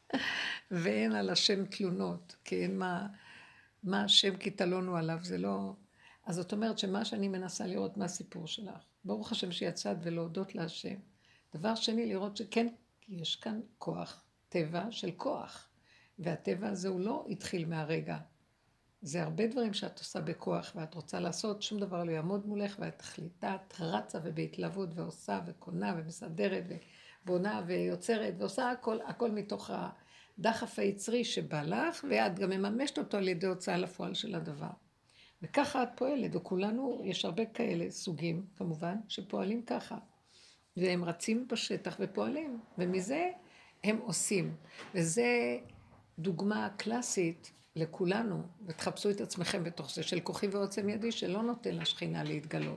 ואין על השם תלונות, כי אין מה, מה השם כי תלונו עליו, זה לא... אז זאת אומרת שמה שאני מנסה לראות מהסיפור שלך, ברוך השם שיצאת ולהודות להשם. דבר שני, לראות שכן, יש כאן כוח, טבע של כוח. והטבע הזה הוא לא התחיל מהרגע. זה הרבה דברים שאת עושה בכוח, ואת רוצה לעשות, שום דבר לא יעמוד מולך, ואת תחליטה, את רצה ובהתלוות, ועושה וקונה ומסדרת, ובונה ויוצרת, ועושה הכל, הכל מתוך הדחף היצרי שבא לך, ואת גם מממשת אותו על ידי הוצאה לפועל של הדבר. וככה את פועלת, וכולנו, יש הרבה כאלה סוגים, כמובן, שפועלים ככה. והם רצים בשטח ופועלים, ומזה הם עושים. וזה דוגמה קלאסית לכולנו, ותחפשו את עצמכם בתוך זה, של כוחי ועוצם ידי, שלא נותן לשכינה להתגלות.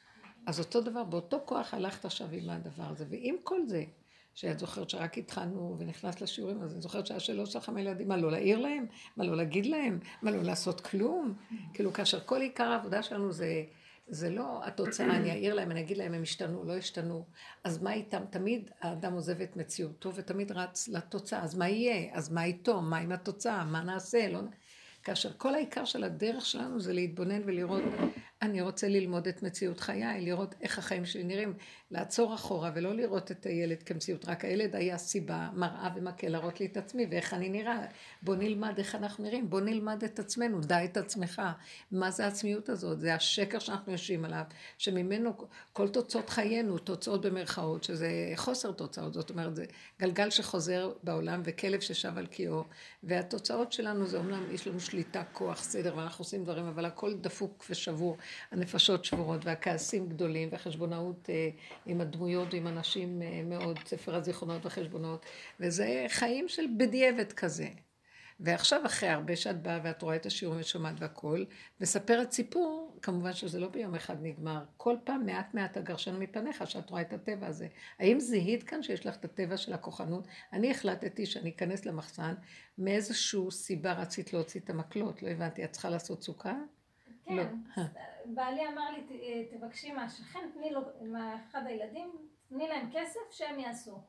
אז אותו דבר, באותו כוח הלכת עכשיו עם הדבר הזה, ועם כל זה, שאת זוכרת שרק התחלנו ונכנס לשיעורים, אז אני זוכרת שהשאלות שלכם הילדים, מה לא להעיר להם? מה לא להגיד להם? מה לא לעשות כלום? כאילו כאשר כל עיקר העבודה שלנו זה... זה לא התוצאה, אני אעיר להם, אני אגיד להם, הם השתנו, לא השתנו. אז מה איתם? תמיד האדם עוזב את מציאותו, ותמיד רץ לתוצאה. אז מה יהיה? אז מה איתו? מה עם התוצאה? מה נעשה? לא... כאשר כל העיקר של הדרך שלנו זה להתבונן ולראות, אני רוצה ללמוד את מציאות חיי, לראות איך החיים שלי נראים, לעצור אחורה ולא לראות את הילד כמציאות, רק הילד היה סיבה, מראה ומקל להראות לי את עצמי ואיך אני נראה, בוא נלמד איך אנחנו נראים, בוא נלמד את עצמנו, דע את עצמך, מה זה העצמיות הזאת, זה השקר שאנחנו יושבים עליו, שממנו כל תוצאות חיינו, תוצאות במרכאות, שזה חוסר תוצאות, זאת אומרת, זה גלגל שחוזר בעולם וכלב ששב על קיאו, והתוצאות שלנו זה אומנם, יש לנו שליטה, כוח, סדר, ואנחנו עושים דברים, אבל הכל דפוק ושבור, הנפשות שבורות והכעסים גדולים, והחשבונאות אה, עם הדמויות ועם אנשים אה, מאוד, ספר הזיכרונות והחשבונות, וזה חיים של בדיעבד כזה. ועכשיו אחרי הרבה שאת באה ואת רואה את השיעורים ושומעת והכל, מספרת סיפור, כמובן שזה לא ביום אחד נגמר, כל פעם מעט מעט הגרשנו מפניך שאת רואה את הטבע הזה. האם זיהית כאן שיש לך את הטבע של הכוחנות? אני החלטתי שאני אכנס למחסן, מאיזשהו סיבה רצית להוציא את המקלות, לא הבנתי, את צריכה לעשות סוכה? כן, לא. בעלי אמר לי, תבקשי מהשכן, תני לו, מאחד הילדים, תני להם כסף שהם יעשו.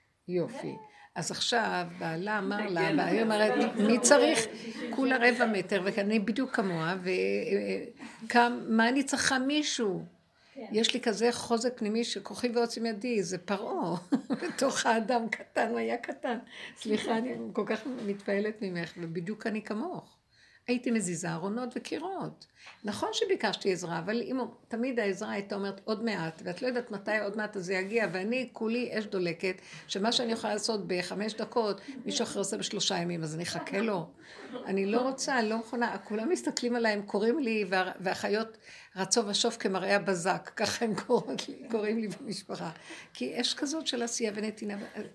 יופי. אז עכשיו בעלה אמר לה, והיא אומרת, מי צריך? כולה רבע מטר, ואני בדיוק כמוה, ומה אני צריכה מישהו? יש לי כזה חוזק פנימי שכוחי ועוצם ידי, זה פרעה, בתוך האדם קטן, הוא היה קטן. סליחה, אני כל כך מתפעלת ממך, ובדיוק אני כמוך. הייתי מזיזה ארונות וקירות. נכון שביקשתי עזרה, אבל אם תמיד העזרה הייתה אומרת עוד מעט, ואת לא יודעת מתי עוד מעט זה יגיע, ואני כולי אש דולקת, שמה שאני יכולה לעשות בחמש דקות, מישהו אחר עושה בשלושה ימים, אז אני אחכה לו. אני לא רוצה, אני לא מוכנה, כולם מסתכלים עליי, הם קוראים לי, והחיות רצו ושוף כמראה הבזק, ככה הם קוראים לי במשפחה. כי אש כזאת של עשייה ונתינה,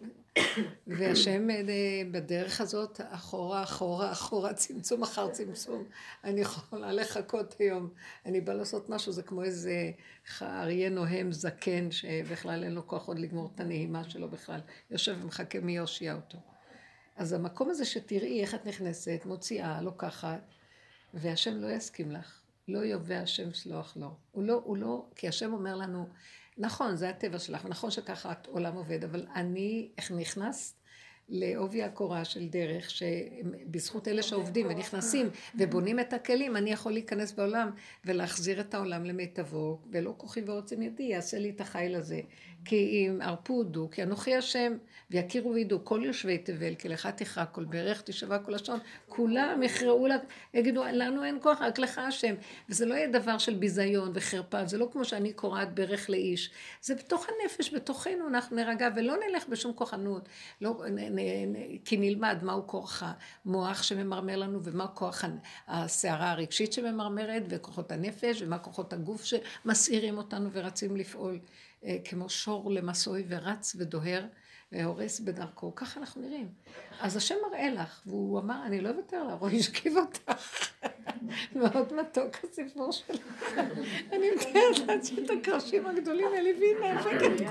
והשם בדרך הזאת, אחורה, אחורה, אחורה, צמצום אחר צמצום, אני יכולה לחכות היום, אני באה לעשות משהו, זה כמו איזה אריה נוהם זקן, שבכלל אין לו כוח עוד לגמור את הנעימה שלו בכלל, יושב ומחכה מי יושיע אותו. אז המקום הזה שתראי איך את נכנסת, מוציאה, לוקחת, והשם לא יסכים לך, לא יובע השם סלוח לו, הוא לא, הוא לא, כי השם אומר לנו, נכון, זה הטבע שלך, ונכון שככה את עולם עובד, אבל אני, איך נכנסת לעובי הקורה של דרך, שבזכות אלה שעובדים ונכנסים ובונים את הכלים, אני יכול להיכנס בעולם ולהחזיר את העולם למיטבו, ולא כוחי ורוצם ידי, יעשה לי את החיל הזה. כי אם ערפו הודו, כי אנוכי השם, ויכירו וידעו, כל יושבי תבל, כי לך תכרע כל ברך, תשבע כל לשון, כולם יכרעו, יגידו, לנו אין כוח, רק לך השם. וזה לא יהיה דבר של ביזיון וחרפה, זה לא כמו שאני קוראת ברך לאיש. זה בתוך הנפש, בתוכנו אנחנו נרגע, ולא נלך בשום כוחנות, לא, נ, נ, נ, כי נלמד מהו כוח המוח שממרמר לנו, ומה כוח השערה הרגשית שממרמרת, וכוחות הנפש, ומה כוחות הגוף שמסעירים אותנו ורצים לפעול. כמו שור למסוי ורץ ודוהר והורס בדרכו, ככה אנחנו נראים. אז השם מראה לך, והוא אמר, אני לא אוותר לה, רואי השכיב אותך. מאוד מתוק הסיפור שלך. אני מתארת לעצמי את הקרשים הגדולים האלה, והיא נאבקת.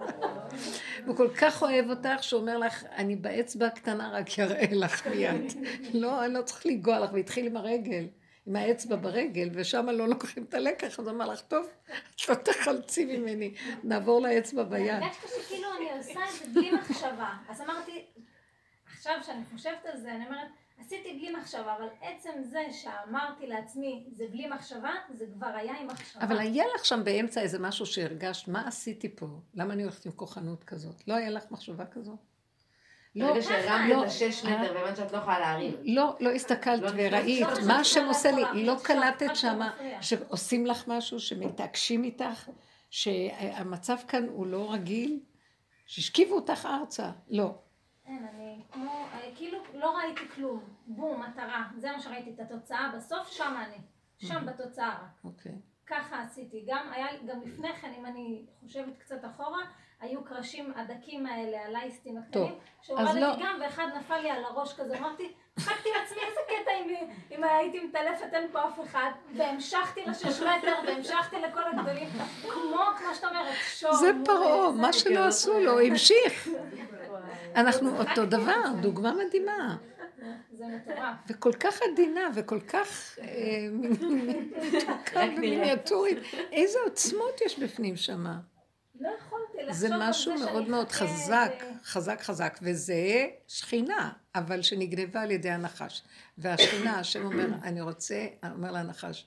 הוא כל כך אוהב אותך, שהוא אומר לך, אני באצבע הקטנה רק יראה לך מיד. לא, אני לא צריך לגוע לך, והתחיל עם הרגל. עם האצבע ברגל, ושם לא לוקחים את הלקח, אז אמר לך, טוב, את לא תחלצי ממני, נעבור לאצבע ביד. הרגשתי שכאילו אני עושה את זה בלי מחשבה, אז אמרתי, עכשיו שאני חושבת על זה, אני אומרת, עשיתי בלי מחשבה, אבל עצם זה שאמרתי לעצמי, זה בלי מחשבה, זה כבר היה עם מחשבה. אבל היה לך שם באמצע איזה משהו שהרגשת, מה עשיתי פה? למה אני הולכת עם כוחנות כזאת? לא היה לך מחשבה כזאת? ברגע שהרמת את השש מטר, באמת שאת לא יכולה להרים. לא, לא הסתכלת וראית, מה השם עושה לי, לא קלטת שמה, שעושים לך משהו, שמתעקשים איתך, שהמצב כאן הוא לא רגיל, שהשכיבו אותך ארצה, לא. אין, אני כמו, כאילו לא ראיתי כלום, בום, מטרה, זה מה שראיתי, את התוצאה, בסוף שם אני, שם בתוצאה רק. אוקיי. ככה עשיתי, גם היה, גם לפני כן, אם אני חושבת קצת אחורה, היו קרשים הדקים האלה, הלייסטים הקטנים, שהורדתי לא... גם, ואחד נפל לי על הראש כזה, אמרתי, צחקתי לעצמי, איזה קטע אם, אם הייתי מטלפת, אין פה אף אחד, והמשכתי לשש מטר, והמשכתי לכל הגדולים, כמו, כמו שאתה אומרת, שור. זה פרעה, מה שלא עשו לו, המשיך. אנחנו אותו דבר, דוגמה מדהימה. זה מטורף. וכל כך עדינה, וכל כך מתוקה ומיניאטורית, איזה עוצמות יש בפנים שמה. לא יכולתי לחשוב זה משהו מאוד מאוד חזק, חזק חזק, וזה שכינה, אבל שנגנבה על ידי הנחש. והשכינה, השם אומר, אני רוצה, אומר לנחש,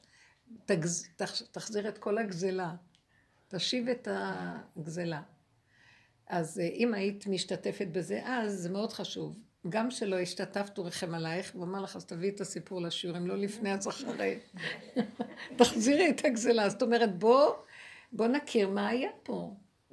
תחזיר את כל הגזלה, תשיב את הגזלה. אז אם היית משתתפת בזה, אז זה מאוד חשוב. גם שלא השתתפת ורחם עלייך, הוא אמר לך, אז תביאי את הסיפור לשיעורים, לא לפני אז אחרי. תחזירי את הגזלה. זאת אומרת, בוא, בוא נכיר מה היה פה,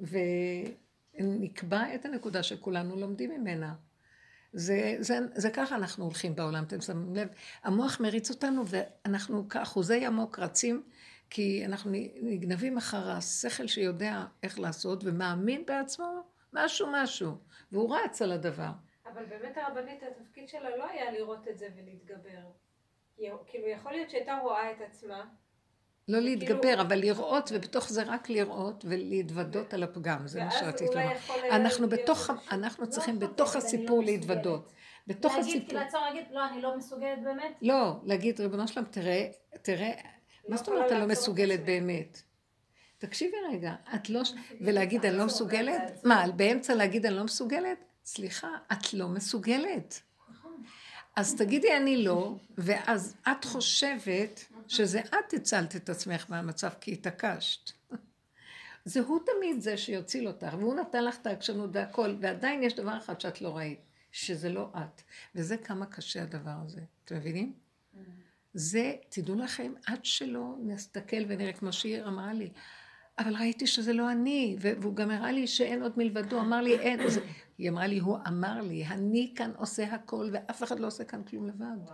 ונקבע את הנקודה שכולנו לומדים ממנה. זה, זה, זה ככה אנחנו הולכים בעולם, אתם שמים לב. המוח מריץ אותנו, ואנחנו כאחוזי עמוק רצים, כי אנחנו נגנבים אחר השכל שיודע איך לעשות, ומאמין בעצמו משהו משהו, והוא רץ על הדבר. אבל באמת הרבנית, התפקיד שלה לא היה לראות את זה ולהתגבר. כאילו, יכול להיות שהייתה רואה את עצמה. לא להתגבר, אבל לראות, ובתוך זה רק לראות ולהתוודות על הפגם, זה מה שרציתי לומר. אנחנו בתוך, אנחנו צריכים בתוך הסיפור להתוודות. בתוך הסיפור. להגיד, לעצור, להגיד, לא, אני לא מסוגלת באמת? לא, להגיד, ריבונו שלם, תראה, תראה, מה זאת אומרת, אני לא מסוגלת באמת? תקשיבי רגע, את לא, ולהגיד, אני לא מסוגלת? מה, באמצע להגיד, אני לא מסוגלת? סליחה, את לא מסוגלת. אז תגידי אני לא, ואז את חושבת שזה את הצלת את עצמך מהמצב כי התעקשת. זה הוא תמיד זה שיוציל אותך, והוא נתן לך את העקשנות והכל, ועדיין יש דבר אחד שאת לא ראית, שזה לא את. וזה כמה קשה הדבר הזה. אתם מבינים? זה, תדעו לכם, עד שלא נסתכל ונראה כמו שהיא אמרה לי, אבל ראיתי שזה לא אני, והוא גם הראה לי שאין עוד מלבדו, אמר לי אין, אז היא אמרה לי, הוא אמר לי, אני כאן עושה הכל, ואף אחד לא עושה כאן כלום לבד.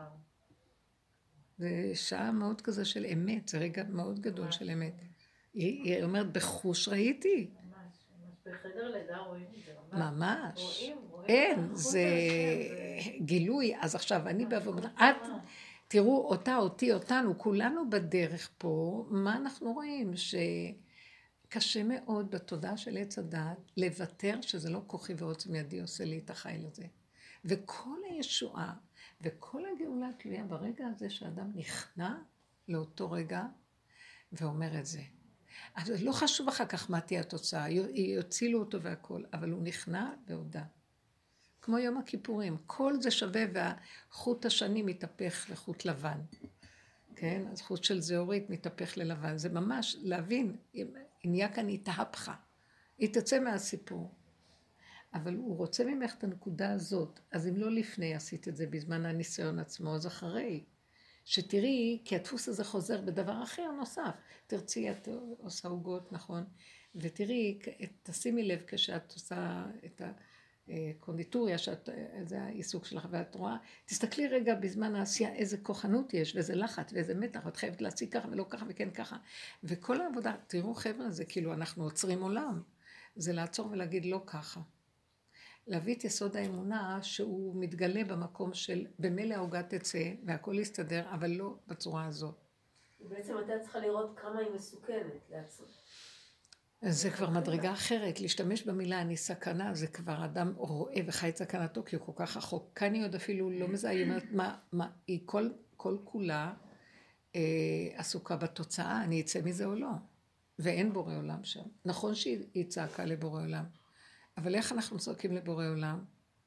זה שעה מאוד כזה של אמת, זה רגע מאוד גדול של אמת. היא, היא אומרת, בחוש ראיתי. בחדר לידה רואים את זה. ממש. רואים, רואים. אין, זה גילוי. אז עכשיו, אני בעבודה, את, תראו, אותה, אותי, אותנו, כולנו בדרך פה, מה אנחנו רואים? שקשה מאוד בתודעה של עץ הדעת, לוותר שזה לא כוחי ועוצם ידי עושה לי את החיל הזה. וכל הישועה, וכל הגאולה תלויה ברגע הזה שאדם נכנע לאותו רגע, ואומר את זה. אז לא חשוב אחר כך מה תהיה התוצאה, יוצילו אותו והכל, אבל הוא נכנע והודע. כמו יום הכיפורים, כל זה שווה והחוט השני מתהפך לחוט לבן. כן? אז חוט של זהורית מתהפך ללבן. זה ממש להבין, אם נהיה כאן התהפכה, היא תצא מהסיפור. אבל הוא רוצה ממך את הנקודה הזאת, אז אם לא לפני עשית את זה בזמן הניסיון עצמו, אז אחרי. שתראי, כי הדפוס הזה חוזר בדבר אחר נוסף. תרצי, את עושה עוגות, נכון? ותראי, תשימי לב כשאת עושה את הקונדיטוריה, שאת, זה העיסוק שלך, ואת רואה, תסתכלי רגע בזמן העשייה איזה כוחנות יש, ואיזה לחץ, ואיזה מתח, ואת חייבת להציג ככה ולא ככה וכן ככה. וכל העבודה, תראו חבר'ה, זה כאילו אנחנו עוצרים עולם. זה לעצור ולהגיד לא ככה. להביא את יסוד האמונה שהוא מתגלה במקום של במילא העוגה תצא והכל יסתדר, אבל לא בצורה הזאת. בעצם אתה צריכה לראות כמה היא מסוכנת לעצמה. זה כבר מדרגה אחרת, להשתמש במילה אני סכנה, זה כבר אדם רואה וחי את סכנתו, כי הוא כל כך רחוק. כאן היא עוד אפילו לא מזהה, היא אומרת, מה, מה, היא כל, כל כולה אה, עסוקה בתוצאה, אני אצא מזה או לא. ואין בורא עולם שם. נכון שהיא צעקה לבורא עולם. אבל איך אנחנו צועקים לבורא עולם?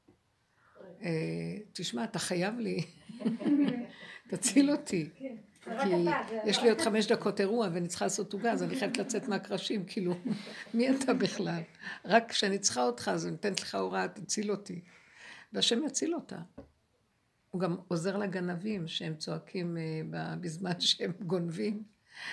תשמע, אתה חייב לי, תציל אותי. כי יש לי עוד חמש דקות אירוע ואני צריכה לעשות עוגה, אז אני חייבת לצאת מהקרשים, כאילו, מי אתה בכלל? רק כשאני צריכה אותך, אז אני נותנת לך הוראה, תציל אותי. והשם יציל אותה. הוא גם עוזר לגנבים שהם צועקים בזמן שהם גונבים.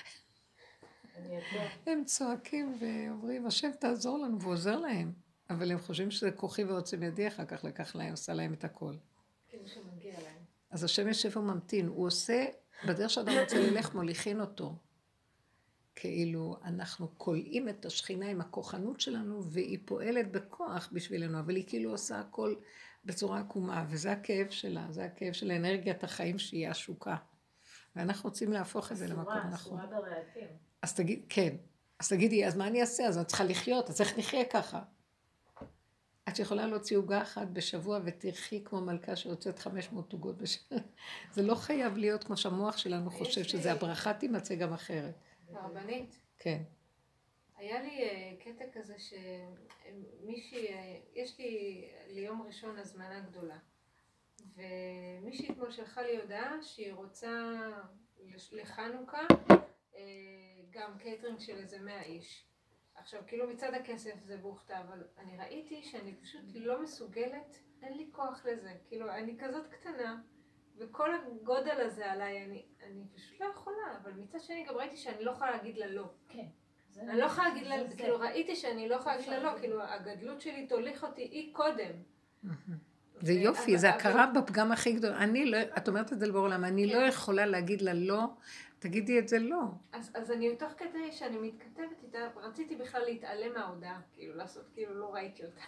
הם צועקים ואומרים, השם תעזור לנו, והוא עוזר להם. אבל הם חושבים שזה כוחי ועוצם ידי, אחר כך לקח להם, עושה להם את הכל. כאילו שמגיע להם. אז השם יושב וממתין, הוא עושה, בדרך שאדם רוצה ללך, מוליכין אותו. כאילו אנחנו קולעים את השכינה עם הכוחנות שלנו, והיא פועלת בכוח בשבילנו, אבל היא כאילו עושה הכל בצורה עקומה, וזה הכאב שלה, זה הכאב של אנרגיית החיים שהיא השוקה. ואנחנו רוצים להפוך את זה למקום נכון. אסורה ברעתים. אז תגיד, כן. אז תגידי, אז מה אני אעשה? אז אני צריכה לחיות, אז איך נחיה ככה? את יכולה להוציא עוגה אחת בשבוע ותרחי כמו מלכה שיוצאת חמש מאות עוגות בשבוע. זה לא חייב להיות כמו שהמוח שלנו חושב שזה הברכה תימצא גם אחרת. הרבנית. כן. היה לי קטע כזה שמישהי, יש לי ליום ראשון הזמנה גדולה. ומישהי אתמול שלחה לי הודעה שהיא רוצה לחנוכה גם קייטרינג של איזה מאה איש. עכשיו, כאילו מצד הכסף זה בוכתה, אבל אני ראיתי שאני פשוט לא מסוגלת, אין לי כוח לזה. כאילו, אני כזאת קטנה, וכל הגודל הזה עליי, אני, אני פשוט לא יכולה, אבל מצד שני גם ראיתי שאני לא יכולה להגיד לה לא. כן. אני לא יכולה להגיד לה, כאילו ראיתי שאני לא יכולה להגיד לה לא, כאילו הגדלות שלי תוליך אותי היא קודם. זה יופי, זה הכרה בפגם הכי גדול. אני לא, את אומרת את זה לבורא עולם, אני לא יכולה להגיד לה לא, תגידי את זה לא. אז, אז אני תוך כדי שאני מתכתבת איתה, רציתי בכלל להתעלם מההודעה, כאילו לעשות, כאילו לא ראיתי אותה.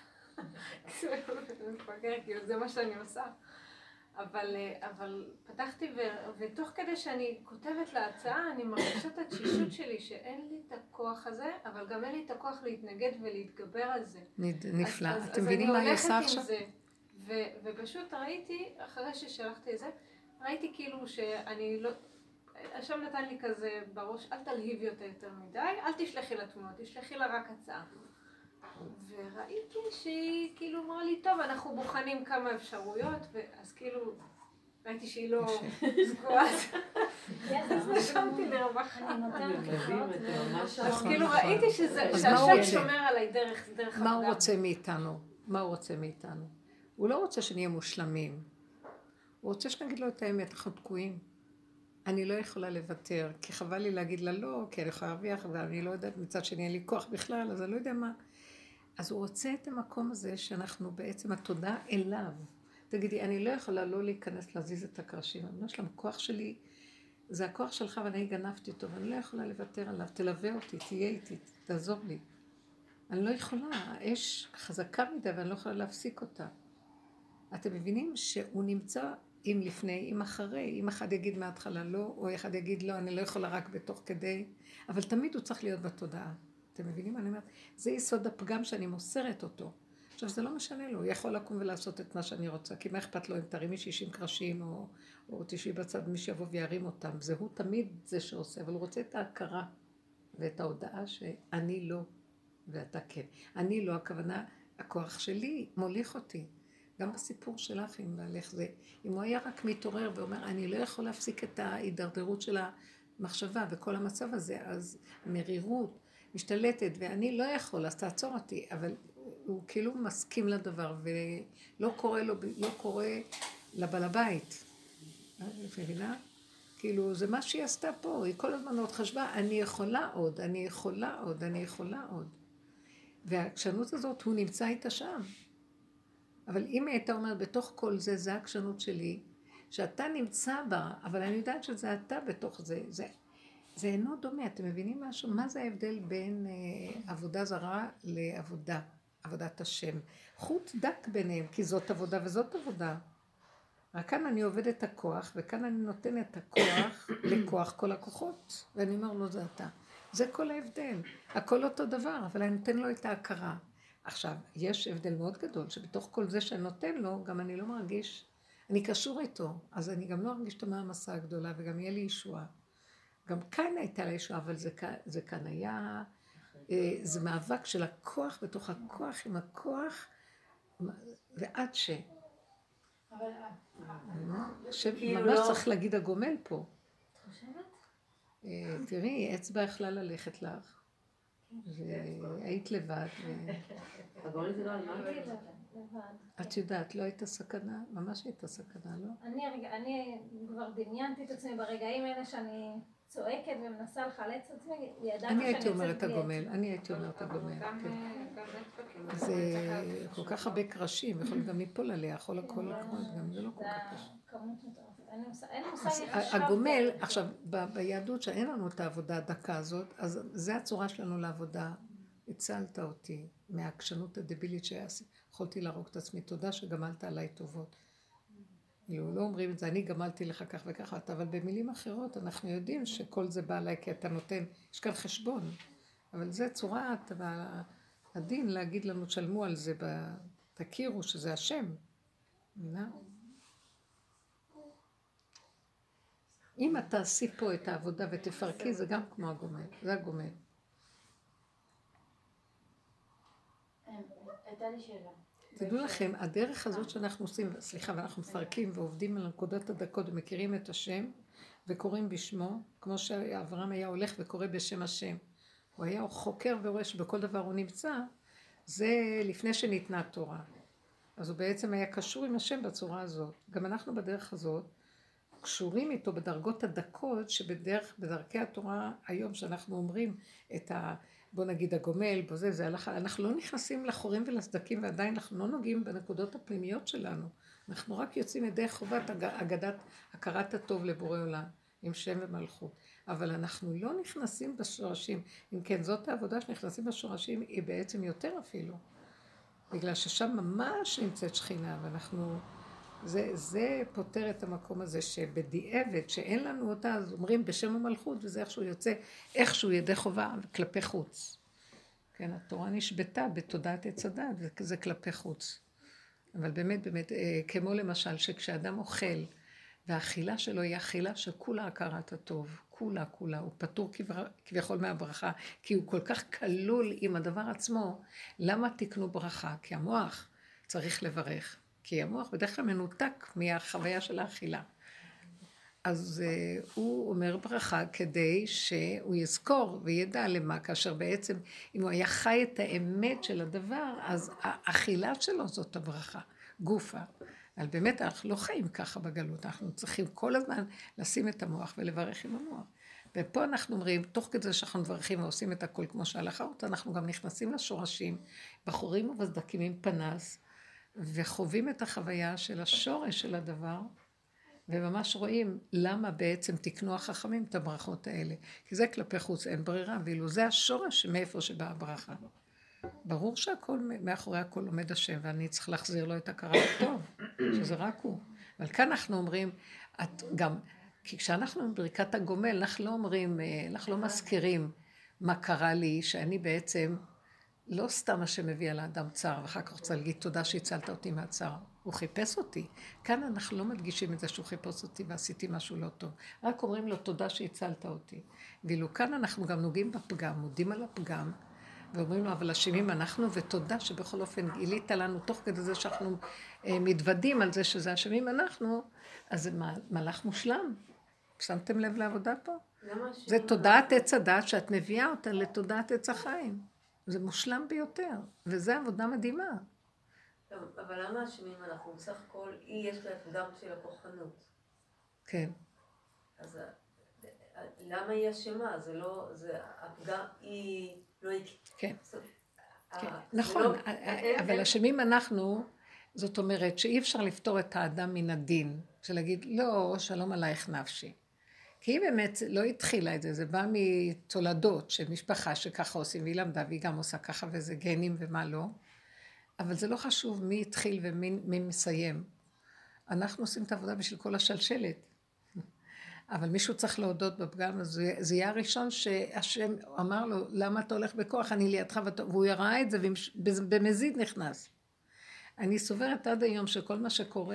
כאילו זה מה שאני עושה. אבל, אבל פתחתי ו, ותוך כדי שאני כותבת להצעה, אני מרגישה את התשישות שלי שאין לי את הכוח הזה, אבל גם אין לי את הכוח להתנגד ולהתגבר על זה. נפלא. אז, אתם אז מבינים מה היא עושה עכשיו? ו- ופשוט ראיתי, אחרי ששלחתי את זה, ראיתי כאילו שאני לא, השם נתן לי כזה בראש, אל תלהיבי אותה יותר מדי, אל תשלחי לה תמונות, תשלחי לה רק הצעה. וראיתי שהיא כאילו אמרה לי, טוב, אנחנו בוחנים כמה אפשרויות, ואז כאילו ראיתי שהיא לא סגורה, אז נשמתי לרווחה. אז כאילו ראיתי שהשם שומר עליי דרך אדם. מה הוא רוצה מאיתנו? מה הוא רוצה מאיתנו? הוא לא רוצה שנהיה מושלמים. הוא רוצה שנגיד לו את האמת, אנחנו תקועים. אני לא יכולה לוותר, כי חבל לי להגיד לה לא, כי אני יכולה להרוויח, ואני לא יודעת, מצד שני אין לי כוח בכלל, אז אני לא יודע מה. אז הוא רוצה את המקום הזה שאנחנו בעצם התודעה אליו. תגידי, אני לא יכולה לא להיכנס להזיז את הקרשים, אני לא שלם, הכוח שלי, זה הכוח שלך ואני גנבתי אותו, ואני לא יכולה לוותר עליו, תלווה אותי, תהיה איתי, תעזור לי. אני לא יכולה, האש חזקה מדי ואני לא יכולה להפסיק אותה. אתם מבינים שהוא נמצא אם לפני, אם אחרי, אם אחד יגיד מההתחלה לא, או אחד יגיד לא, אני לא יכולה רק בתוך כדי, אבל תמיד הוא צריך להיות בתודעה. אתם מבינים? אני אומרת, זה יסוד הפגם שאני מוסרת אותו. עכשיו, זה לא משנה לו, הוא יכול לקום ולעשות את מה שאני רוצה, כי מה אכפת לו אם תרימי שישים קרשים, או, או תשבי בצד, מי שיבוא וירים אותם. זה הוא תמיד זה שעושה, אבל הוא רוצה את ההכרה ואת ההודעה שאני לא, ואתה כן. אני לא, הכוונה, הכוח שלי מוליך אותי. גם בסיפור שלך עם בעלך זה, אם הוא היה רק מתעורר ואומר, אני לא יכול להפסיק את ההידרדרות של המחשבה וכל המצב הזה, אז המרירות משתלטת ואני לא יכול, אז תעצור אותי, אבל הוא כאילו מסכים לדבר ולא קורא לו, לא קורא לבעל הבית. את מבינה? כאילו זה מה שהיא עשתה פה, היא כל הזמן עוד חשבה, אני יכולה עוד, אני יכולה עוד, אני יכולה עוד. והעקשנות הזאת, הוא נמצא איתה שם. אבל אם היא הייתה אומרת, בתוך כל זה, זה העקשנות שלי, שאתה נמצא בה, אבל אני יודעת שזה אתה בתוך זה, זה, זה אינו דומה, אתם מבינים משהו? מה זה ההבדל בין אה, עבודה זרה לעבודה, עבודת השם? חוט דק ביניהם, כי זאת עבודה וזאת עבודה. רק כאן אני עובד את הכוח, וכאן אני נותן את הכוח לכוח כל הכוחות, ואני אומר לו, זה אתה. זה כל ההבדל. הכל אותו דבר, אבל אני נותן לו את ההכרה. עכשיו, יש הבדל מאוד גדול, שבתוך כל זה שאני נותן לו, גם אני לא מרגיש, אני קשור איתו, אז אני גם לא ארגיש את המעמסה הגדולה, וגם יהיה לי ישועה. גם כאן הייתה לה ישועה, אבל זה, זה כאן היה, זה מאבק של הכוח בתוך הכוח עם הכוח, ועד ש... שממש צריך להגיד הגומל פה. את חושבת? תראי, אצבע יכלה ללכת לך. והיית לבד. הגומל זה לא על מה? את יודעת, לא הייתה סכנה? ממש הייתה סכנה, לא? אני כבר דמיינתי את עצמי ברגעים האלה שאני צועקת ומנסה לחלץ את עצמי, ידעתי אני הייתי אומרת הגומל, אני הייתי אומרת הגומל. זה כל כך הרבה קרשים, יכול גם ליפול עליה, יכול הכל לקרות, גם זה לא כל כך קשה. הגומל, עכשיו, ביהדות שאין לנו את העבודה הדקה הזאת, אז זה הצורה שלנו לעבודה. הצלת אותי מהעקשנות הדבילית שיכולתי להרוג את עצמי. תודה שגמלת עליי טובות. לא אומרים את זה, אני גמלתי לך כך וכך, אבל במילים אחרות אנחנו יודעים שכל זה בא עליי כי אתה נותן, יש כאן חשבון, אבל זה צורת הדין להגיד לנו, תשלמו על זה, תכירו שזה השם. אם את תעשי פה את העבודה ותפרקי, זה גם כמו הגומל, זה הגומל. הייתה לי שאלה. תדעו לכם, הדרך הזאת שאנחנו עושים, סליחה, ואנחנו מפרקים ועובדים על נקודת הדקות ומכירים את השם וקוראים בשמו, כמו שאברהם היה הולך וקורא בשם השם. הוא היה חוקר ורואה שבכל דבר הוא נמצא, זה לפני שניתנה התורה. אז הוא בעצם היה קשור עם השם בצורה הזאת. גם אנחנו בדרך הזאת קשורים איתו בדרגות הדקות שבדרך, בדרכי התורה היום שאנחנו אומרים את ה... בוא נגיד הגומל, בו זה, זה הלכה, אנחנו לא נכנסים לחורים ולסדקים ועדיין אנחנו לא נוגעים בנקודות הפנימיות שלנו. אנחנו רק יוצאים ידי חובת אגדת הכרת הטוב לבורא עולם, עם שם ומלכות. אבל אנחנו לא נכנסים בשורשים. אם כן, זאת העבודה שנכנסים בשורשים, היא בעצם יותר אפילו. בגלל ששם ממש נמצאת שכינה, ואנחנו... זה, זה פותר את המקום הזה שבדיעבד, שאין לנו אותה, אז אומרים בשם המלכות, וזה איכשהו יוצא, איכשהו ידי חובה כלפי חוץ. כן, התורה נשבתה בתודעת עץ הדת, וזה כלפי חוץ. אבל באמת, באמת, כמו למשל, שכשאדם אוכל, והאכילה שלו היא אכילה שכולה הכרת הטוב, כולה, כולה, הוא פטור כביכול מהברכה, כי הוא כל כך כלול עם הדבר עצמו. למה תקנו ברכה? כי המוח צריך לברך. כי המוח בדרך כלל מנותק מהחוויה של האכילה. אז uh, הוא אומר ברכה כדי שהוא יזכור וידע למה, כאשר בעצם אם הוא היה חי את האמת של הדבר, אז האכילה שלו זאת הברכה, גופה. אבל באמת אנחנו לא חיים ככה בגלות, אנחנו צריכים כל הזמן לשים את המוח ולברך עם המוח. ופה אנחנו אומרים, תוך כדי שאנחנו מברכים ועושים את הכל כמו שהלכה אותה, אנחנו גם נכנסים לשורשים, בחורים ובסדקים עם פנס, וחווים את החוויה של השורש של הדבר, וממש רואים למה בעצם תקנו החכמים את הברכות האלה. כי זה כלפי חוץ, אין ברירה, ואילו זה השורש מאיפה שבאה הברכה. ברור שהכל, מאחורי הכל עומד השם, ואני צריך להחזיר לו את הכרת הטוב, שזה רק הוא. אבל כאן אנחנו אומרים, את גם, כי כשאנחנו בברכת הגומל, אנחנו לא אומרים, אנחנו לא מזכירים מה קרה לי, שאני בעצם, לא סתם השם מביא על האדם צער, ואחר כך רוצה להגיד תודה שהצלת אותי מהצער. הוא חיפש אותי. כאן אנחנו לא מדגישים את זה שהוא חיפש אותי ועשיתי משהו לא טוב. רק אומרים לו תודה שהצלת אותי. ואילו כאן אנחנו גם נוגעים בפגם, מודים על הפגם, ואומרים לו, אבל אשמים אנחנו, ותודה שבכל אופן גילית לנו, תוך כדי זה שאנחנו אה, מתוודים על זה שזה אשמים אנחנו, אז זה מלאך מושלם. שמתם לב לעבודה פה? זה תודעת עץ הדת שאת מביאה אותה לתודעת עץ החיים. זה מושלם ביותר, וזה עבודה מדהימה. אבל למה אשמים אנחנו? בסך הכל, היא יש לה את הדם של הכוחנות. כן. אז למה היא אשמה? זה לא, זה הפגם, היא לא... כן, נכון, אבל אשמים אנחנו, זאת אומרת שאי אפשר לפתור את האדם מן הדין, שלהגיד, לא, שלום עלייך נפשי. כי היא באמת לא התחילה את זה, זה בא מתולדות של משפחה שככה עושים, והיא למדה, והיא גם עושה ככה, וזה גנים ומה לא. אבל זה לא חשוב מי התחיל ומי מסיים. אנחנו עושים את העבודה בשביל כל השלשלת. אבל מישהו צריך להודות בפגם, אז זה יהיה הראשון שהשם אמר לו, למה אתה הולך בכוח, אני לידך, והוא יראה את זה, ובמזיד נכנס. אני סוברת עד היום שכל מה שקורה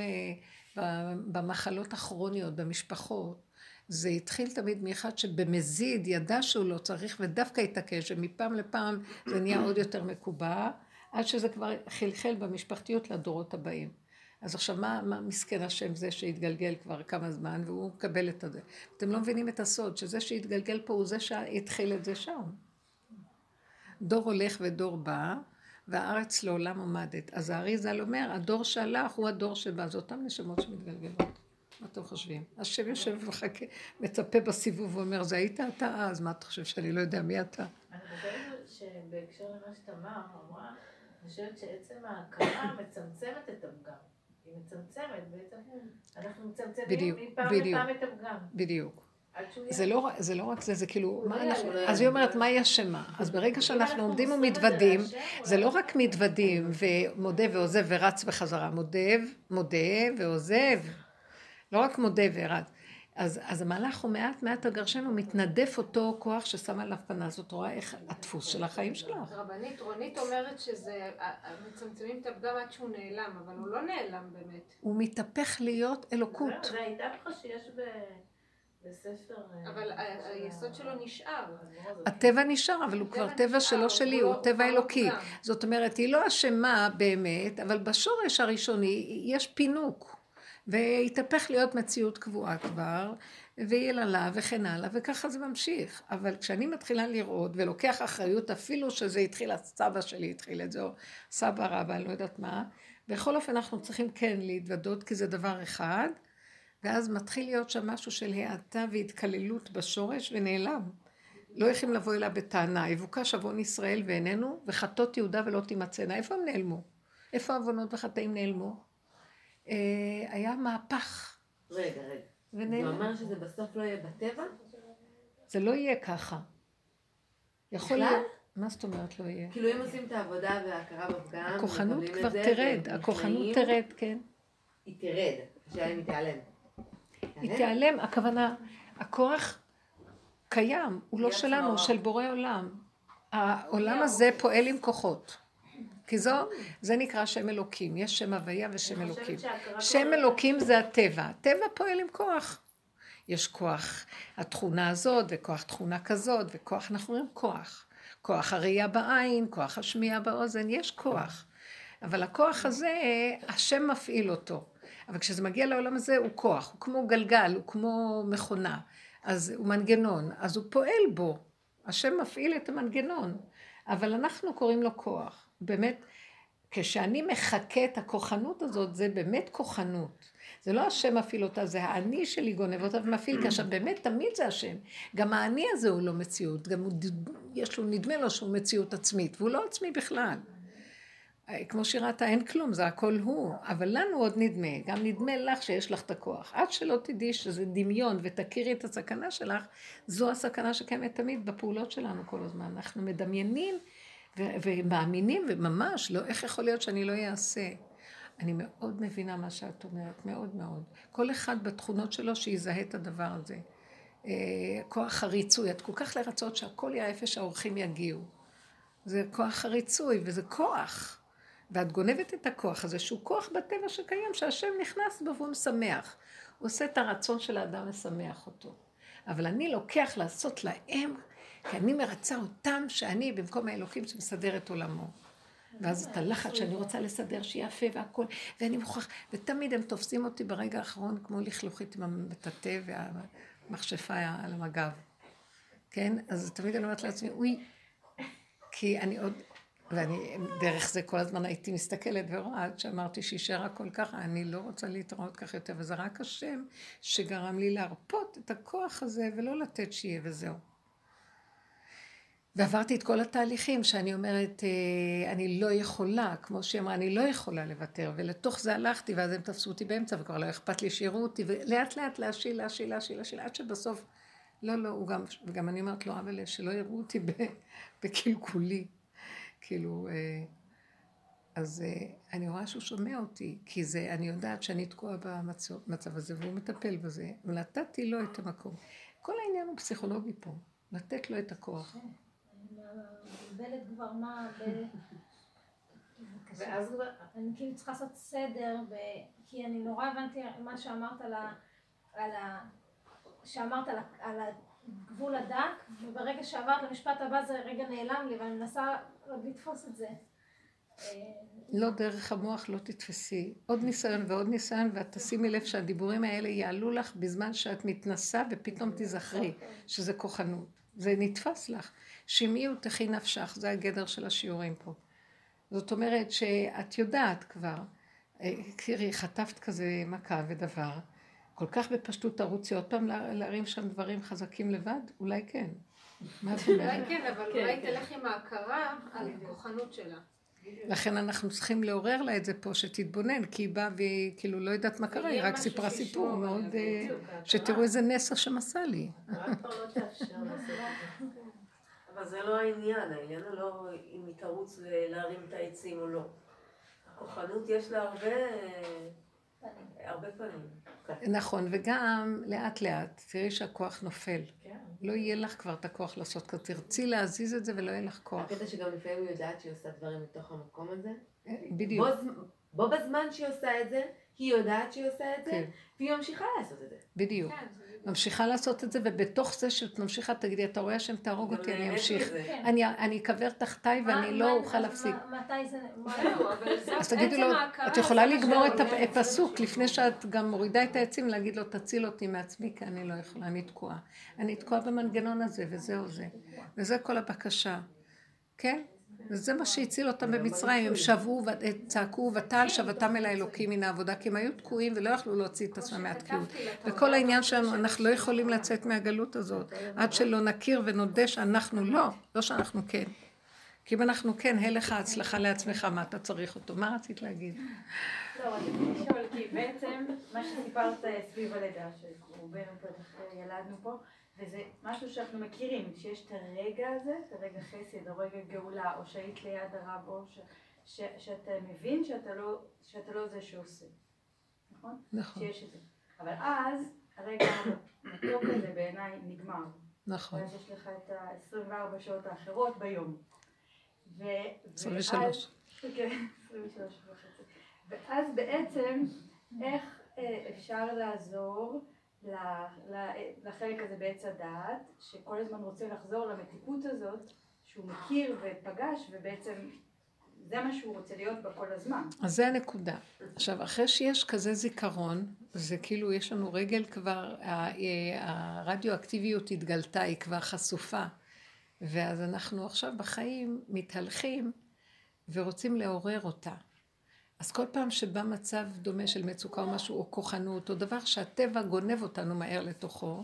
במחלות הכרוניות, במשפחות, זה התחיל תמיד מאחד שבמזיד ידע שהוא לא צריך, ודווקא התעקש, ומפעם לפעם זה נהיה עוד יותר מקובע, עד שזה כבר חלחל במשפחתיות לדורות הבאים. אז עכשיו, מה, מה מסכן השם זה שהתגלגל כבר כמה זמן, והוא מקבל את זה. אתם לא מבינים את הסוד, שזה שהתגלגל פה הוא זה שהתחיל את זה שם. דור הולך ודור בא, והארץ לעולם עומדת. אז האריז"ל אומר, הדור שהלך הוא הדור שבא, זה אותם נשמות שמתגלגלות. מה אתם חושבים? השם יושב וחכה, מצפה בסיבוב ואומר, זה היית אתה? אז מה אתה חושב שאני לא יודע מי אתה? אני חושבת שבהקשר למה שתמר אמרה, אני חושבת שעצם ההכרה מצמצמת את הפגם. היא מצמצמת, בעצם אנחנו מצמצמים מפעם לפעם את הפגם. בדיוק. זה לא, זה לא רק זה, זה כאילו, מה אנחנו, אז היא אומרת, מה היא אשמה? אז ברגע שאנחנו עומדים ומתוודים, זה לא רק מתוודים ומודה ועוזב ורץ בחזרה, מודה, מודה ועוזב, לא רק מודה ורץ. אז, אז המהלך הוא מעט מעט הגרשנו, מתנדף אותו כוח ששם עליו פנה, זאת רואה איך הדפוס של החיים שלך. רבנית, רונית אומרת שזה, מצמצמים את הפגם עד שהוא נעלם, אבל הוא לא נעלם באמת. הוא מתהפך להיות אלוקות. זה הידע שיש בספר... אבל היסוד שלו נשאר. הטבע נשאר, אבל הוא כבר טבע שלו שלי, הוא טבע אלוקי. זאת אומרת, היא לא אשמה באמת, אבל בשורש הראשוני יש פינוק. והתהפך להיות מציאות קבועה כבר, ויללה וכן הלאה, וככה זה ממשיך. אבל כשאני מתחילה לראות ולוקח אחריות, אפילו שזה התחיל, הסבא שלי התחיל את זה, או סבא רבא, אני לא יודעת מה, בכל אופן אנחנו צריכים כן להתוודות, כי זה דבר אחד, ואז מתחיל להיות שם משהו של העתה והתקללות בשורש, ונעלם. לא יכולים לבוא אליה בטענה, יבוקש עוון ישראל ואיננו, וחטות יהודה ולא תימצאנה. איפה הם נעלמו? איפה העוונות וחטאים נעלמו? היה מהפך. רגע, רגע. זה אומר שזה בסוף לא יהיה בטבע? זה לא יהיה ככה. יכול להיות... מה זאת אומרת לא יהיה? כאילו אם עושים את העבודה וההכרה בפגם... הכוחנות כבר תרד, הכוחנות תרד, כן. היא תרד, השאלה אם היא תיעלם. היא תיעלם, הכוונה, הכוח קיים, הוא לא שלנו, הוא של בורא עולם. העולם הזה פועל עם כוחות. כי זו, זה נקרא שם אלוקים, יש שם הוויה ושם אלוקים. שם אלוקים זה הטבע, הטבע פועל עם כוח. יש כוח התכונה הזאת וכוח תכונה כזאת וכוח, אנחנו רואים כוח. כוח הראייה בעין, כוח השמיעה באוזן, יש כוח. אבל הכוח הזה, השם מפעיל אותו. אבל כשזה מגיע לעולם הזה הוא כוח, הוא כמו גלגל, הוא כמו מכונה. אז הוא מנגנון, אז הוא פועל בו. השם מפעיל את המנגנון. אבל אנחנו קוראים לו כוח. באמת, כשאני מחכה את הכוחנות הזאת, זה באמת כוחנות. זה לא השם מפעיל אותה, זה האני שלי גונב אותה ומפעיל, כאשר באמת תמיד זה השם. גם האני הזה הוא לא מציאות, גם הוא, יש לו, נדמה לו שהוא מציאות עצמית, והוא לא עצמי בכלל. כמו שראית, אין כלום, זה הכל הוא, אבל לנו עוד נדמה, גם נדמה לך שיש לך את הכוח. עד שלא תדעי שזה דמיון ותכירי את הסכנה שלך, זו הסכנה שקיימת תמיד בפעולות שלנו כל הזמן. אנחנו מדמיינים ו- ומאמינים, וממש, לא, איך יכול להיות שאני לא אעשה? אני מאוד מבינה מה שאת אומרת, מאוד מאוד. כל אחד בתכונות שלו שיזהה את הדבר הזה. כוח הריצוי, את כל כך לרצות שהכל יהיה איפה שהאורחים יגיעו. זה כוח הריצוי, וזה כוח. ואת גונבת את הכוח הזה, שהוא כוח בטבע שקיים, שהשם נכנס בו והוא משמח. הוא עושה את הרצון של האדם לשמח אותו. אבל אני לוקח לעשות להם, כי אני מרצה אותם שאני במקום האלוקים שמסדר את עולמו. ואז את הלחץ שאני רוצה לסדר שיפה והכל, ואני מוכרח, ותמיד הם תופסים אותי ברגע האחרון כמו לכלוכית עם המטאטא והמכשפה על המגב. כן? אז תמיד אני אומרת לעצמי, אוי, כי אני עוד, ואני דרך זה כל הזמן הייתי מסתכלת ורואה, עד שאמרתי שישאר הכל ככה, אני לא רוצה להתראות כך יותר, וזה רק השם שגרם לי להרפות את הכוח הזה ולא לתת שיהיה וזהו. ועברתי את כל התהליכים שאני אומרת, אני לא יכולה, כמו שהיא אמרה, אני לא יכולה לוותר, ולתוך זה הלכתי, ואז הם תפסו אותי באמצע, וכבר לא אכפת לי שיראו אותי, ולאט לאט להשיל, להשיל, להשיל, להשיל, עד שבסוף, לא, לא, הוא גם, וגם אני אומרת לו, אבל שלא יראו אותי בקלקולי, כאילו, אז אני רואה שהוא שומע אותי, כי זה, אני יודעת שאני תקועה במצב הזה, והוא מטפל בזה, ולתתי לו את המקום. כל העניין הוא פסיכולוגי פה, לתת לו את הכוח. מבלת כבר מה, ואז אני כאילו צריכה לעשות סדר, כי אני נורא הבנתי מה שאמרת על ה... שאמרת על הגבול הדק, וברגע שעברת למשפט הבא זה רגע נעלם לי, ואני מנסה עוד לתפוס את זה. לא דרך המוח, לא תתפסי. עוד ניסיון ועוד ניסיון, ואת תשימי לב שהדיבורים האלה יעלו לך בזמן שאת מתנסה, ופתאום תזכרי שזה כוחנות. זה נתפס לך. שמעי ותחי נפשך, זה הגדר של השיעורים פה. זאת אומרת שאת יודעת כבר, קרי, חטפת כזה מכה ודבר, כל כך בפשטות תרוצי עוד פעם להרים שם דברים חזקים לבד? אולי כן. מה את אומרת? אולי כן, אבל אולי תלך עם ההכרה על כוחנות שלה. לכן אנחנו צריכים לעורר לה את זה פה, שתתבונן, כי היא באה והיא כאילו לא יודעת מה קרה, היא רק סיפרה סיפור מאוד, שתראו איזה נס השם עשה לי. אבל זה לא העניין, העניין הוא לא אם היא תרוץ להרים את העצים או לא. הכוחנות יש לה הרבה, הרבה פנים. נכון, וגם לאט לאט, תראי שהכוח נופל. לא יהיה לך כבר את הכוח לעשות כזה, תרצי להזיז את זה ולא יהיה לך כוח. הקטע שגם לפעמים היא יודעת שהיא עושה דברים מתוך המקום הזה. בדיוק. בו בזמן שהיא עושה את זה, היא יודעת שהיא עושה את זה, והיא ממשיכה לעשות את זה. בדיוק. ממשיכה לעשות את זה, ובתוך זה שאת ממשיכה, תגידי, אתה רואה השם תהרוג אותי, אני אמשיך. אני אקבר תחתיי ואני לא אוכל להפסיק. מתי זה... אז תגידו לו, את יכולה לגמור את הפסוק, לפני שאת גם מורידה את העצים, להגיד לו, תציל אותי מעצמי, כי אני לא יכולה, אני תקועה. אני תקועה במנגנון הזה, וזהו זה. וזה כל הבקשה. כן? וזה מה שהציל אותם במצרים, הם שבו וצעקו ותעל שבתם אל האלוקים מן העבודה, כי הם היו תקועים ולא יכלו להוציא את עצמם מהתקיעות. וכל העניין שלנו, אנחנו לא יכולים לצאת מהגלות הזאת, עד שלא נכיר ונודה שאנחנו לא, לא שאנחנו כן. כי אם אנחנו כן, הלך ההצלחה לעצמך, מה אתה צריך אותו? מה רצית להגיד? לא, רציתי לשאול, כי בעצם מה שסיפרת סביב הלידה, שרובנו פה ילדנו פה, וזה משהו שאנחנו מכירים, שיש את הרגע הזה, את הרגע חסד, או רגע גאולה, או שהיית ליד הרב, או ש, ש, שאתה מבין שאתה לא, שאתה לא זה שעושה. נכון? נכון. שיש את זה. אבל אז, הרגע המתוק הזה בעיניי נגמר. נכון. ואז יש לך את ה-עשרים וארבע שעות האחרות ביום. ו, עשרים ושלוש. כן, עשרים ושלוש וחצי. ואז בעצם, איך אפשר לעזור לחלק הזה בעץ הדעת, שכל הזמן רוצה לחזור למתיקות הזאת, שהוא מכיר ופגש, ובעצם זה מה שהוא רוצה להיות בה כל הזמן. אז זה הנקודה. עכשיו, אחרי שיש כזה זיכרון, זה כאילו יש לנו רגל כבר, הרדיואקטיביות התגלתה, היא כבר חשופה, ואז אנחנו עכשיו בחיים מתהלכים ורוצים לעורר אותה. אז כל פעם שבא מצב דומה של מצוקה או משהו, או כוחנות, או דבר שהטבע גונב אותנו מהר לתוכו,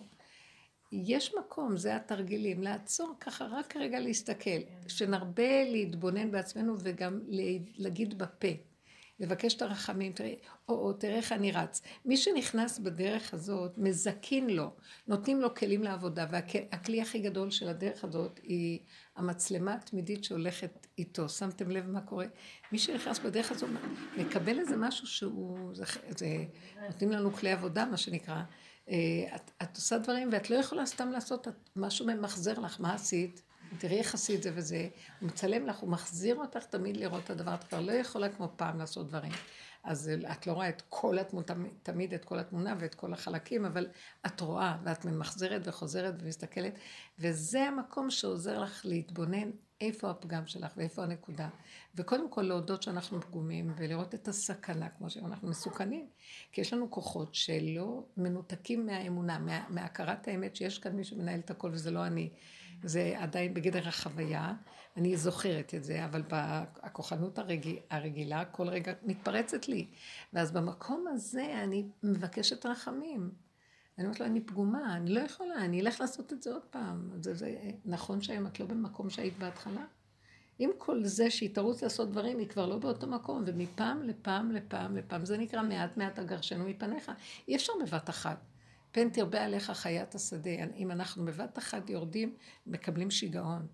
יש מקום, זה התרגילים, לעצור ככה, רק רגע להסתכל, שנרבה להתבונן בעצמנו וגם להגיד בפה, לבקש את הרחמים, תראה, או, או תראה איך אני רץ. מי שנכנס בדרך הזאת, מזקין לו, נותנים לו כלים לעבודה, והכלי הכי גדול של הדרך הזאת היא המצלמה התמידית שהולכת איתו. שמתם לב מה קורה? מי שנכנס בדרך הזאת, מקבל איזה משהו שהוא, זה, זה, נותנים לנו כלי עבודה, מה שנקרא, את, את עושה דברים ואת לא יכולה סתם לעשות, משהו ממחזר לך, מה עשית? תראי איך עשית זה וזה, הוא מצלם לך, הוא מחזיר אותך תמיד לראות את הדבר, את כבר לא יכולה כמו פעם לעשות דברים. אז את לא רואה את כל התמונה, תמיד את כל התמונה ואת כל החלקים, אבל את רואה ואת ממחזרת וחוזרת ומסתכלת, וזה המקום שעוזר לך להתבונן איפה הפגם שלך ואיפה הנקודה. וקודם כל להודות שאנחנו פגומים ולראות את הסכנה, כמו שאנחנו מסוכנים, כי יש לנו כוחות שלא מנותקים מהאמונה, מה, מהכרת האמת שיש כאן מי שמנהל את הכל וזה לא אני. זה עדיין בגדר החוויה, אני זוכרת את זה, אבל בכוחנות הרגיל, הרגילה כל רגע מתפרצת לי. ואז במקום הזה אני מבקשת רחמים. אני אומרת לו, אני פגומה, אני לא יכולה, אני אלך לעשות את זה עוד פעם. זה, זה נכון שהיום את לא במקום שהיית בהתחלה? עם כל זה שהיא תרוץ לעשות דברים, היא כבר לא באותו מקום, ומפעם לפעם לפעם לפעם, זה נקרא מעט מעט אגרשנו מפניך. אי אפשר בבת אחת. פן תרבה עליך חיית השדה. אם אנחנו בבת אחת יורדים, מקבלים שיגעון.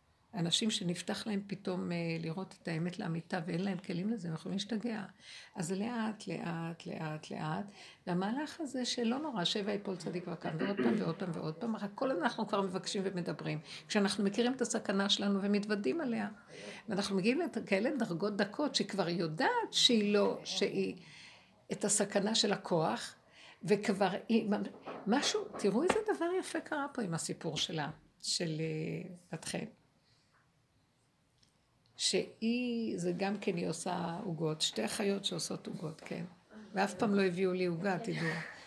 אנשים שנפתח להם פתאום לראות את האמת לאמיתה, ואין להם כלים לזה, הם יכולים להשתגע. אז לאט, לאט, לאט, לאט, והמהלך הזה שלא נורא, שבע יפול צדיק וקם, ועוד פעם ועוד פעם ועוד פעם, הכל אנחנו כבר מבקשים ומדברים. כשאנחנו מכירים את הסכנה שלנו ומתוודים עליה, ואנחנו מגיעים לכאלה דרגות דקות, שכבר יודעת שהיא לא, שהיא את הסכנה של הכוח, וכבר משהו, תראו איזה דבר יפה קרה פה עם הסיפור שלה, של בת חן. שהיא, זה גם כן היא עושה עוגות, שתי אחיות שעושות עוגות, כן. ואף פעם לא הביאו לי עוגה, תדעו.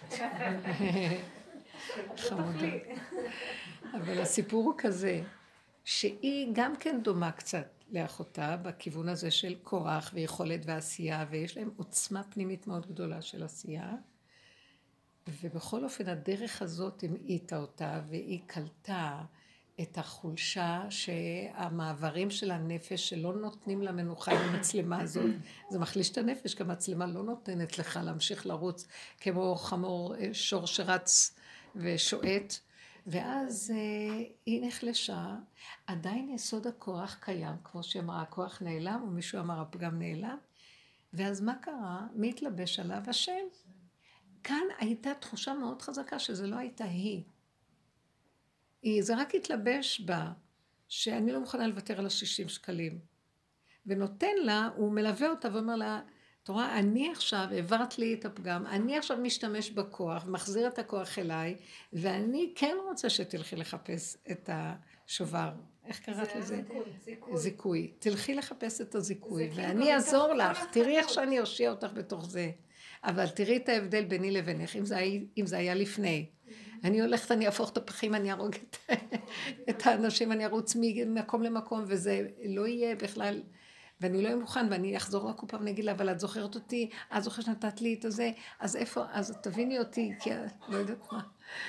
חמודה. אבל הסיפור הוא כזה, שהיא גם כן דומה קצת לאחותה, בכיוון הזה של כוח ויכולת ועשייה, ויש להם עוצמה פנימית מאוד גדולה של עשייה, ובכל אופן הדרך הזאת המעיטה אותה, והיא קלטה את החולשה שהמעברים של הנפש שלא נותנים למנוחה עם המצלמה הזאת. זה מחליש את הנפש, כי המצלמה לא נותנת לך להמשיך לרוץ כמו חמור שור שרץ ושועט. ואז היא נחלשה, עדיין יסוד הכוח קיים, כמו שאמרה, הכוח נעלם, או מישהו אמר הפגם נעלם. ואז מה קרה? מי התלבש עליו? השם. כאן הייתה תחושה מאוד חזקה שזה לא הייתה היא. זה רק התלבש בה, שאני לא מוכנה לוותר על השישים שקלים. ונותן לה, הוא מלווה אותה ואומר לה, תורה, אני עכשיו העברת לי את הפגם, אני עכשיו משתמש בכוח, מחזיר את הכוח אליי, ואני כן רוצה שתלכי לחפש את השובר. איך קראת לזה? זיכוי. זיכוי. תלכי לחפש את הזיכוי, ואני אעזור לך, תראי איך שאני אושיע אותך בתוך זה. אבל תראי את ההבדל ביני לבינך, אם זה היה, אם זה היה לפני. אני הולכת, אני אהפוך את הפחים, אני ארוג את, את האנשים, אני ארוץ ממקום למקום, וזה לא יהיה בכלל, ואני לא מוכן, ואני אחזור לקופה ונגיד לה, אבל את זוכרת אותי, את זוכרת שנתת לי את הזה, אז איפה, אז תביני אותי, כי לא יודעת מה.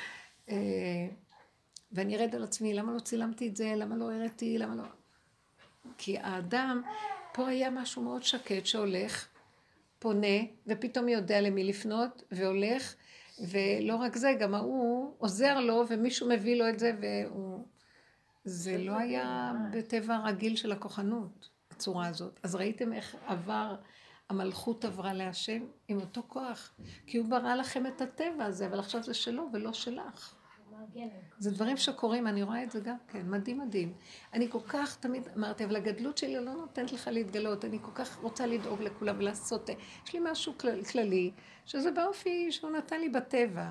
ואני ארד על עצמי, למה לא צילמתי את זה, למה לא הראיתי, למה לא... כי האדם, פה היה משהו מאוד שקט שהולך, פונה, ופתאום יודע למי לפנות, והולך, ולא רק זה, גם הוא עוזר לו, ומישהו מביא לו את זה, והוא... זה לא היה בטבע הרגיל של הכוחנות, הצורה הזאת. אז ראיתם איך עבר, המלכות עברה להשם עם אותו כוח, כי הוא ברא לכם את הטבע הזה, אבל עכשיו זה שלו ולא שלך. זה דברים שקורים, אני רואה את זה גם כן, מדהים מדהים. אני כל כך תמיד אמרתי, אבל הגדלות שלי לא נותנת לך להתגלות, אני כל כך רוצה לדאוג לכולם ולעשות, יש לי משהו כל, כללי, שזה באופי שהוא נתן לי בטבע,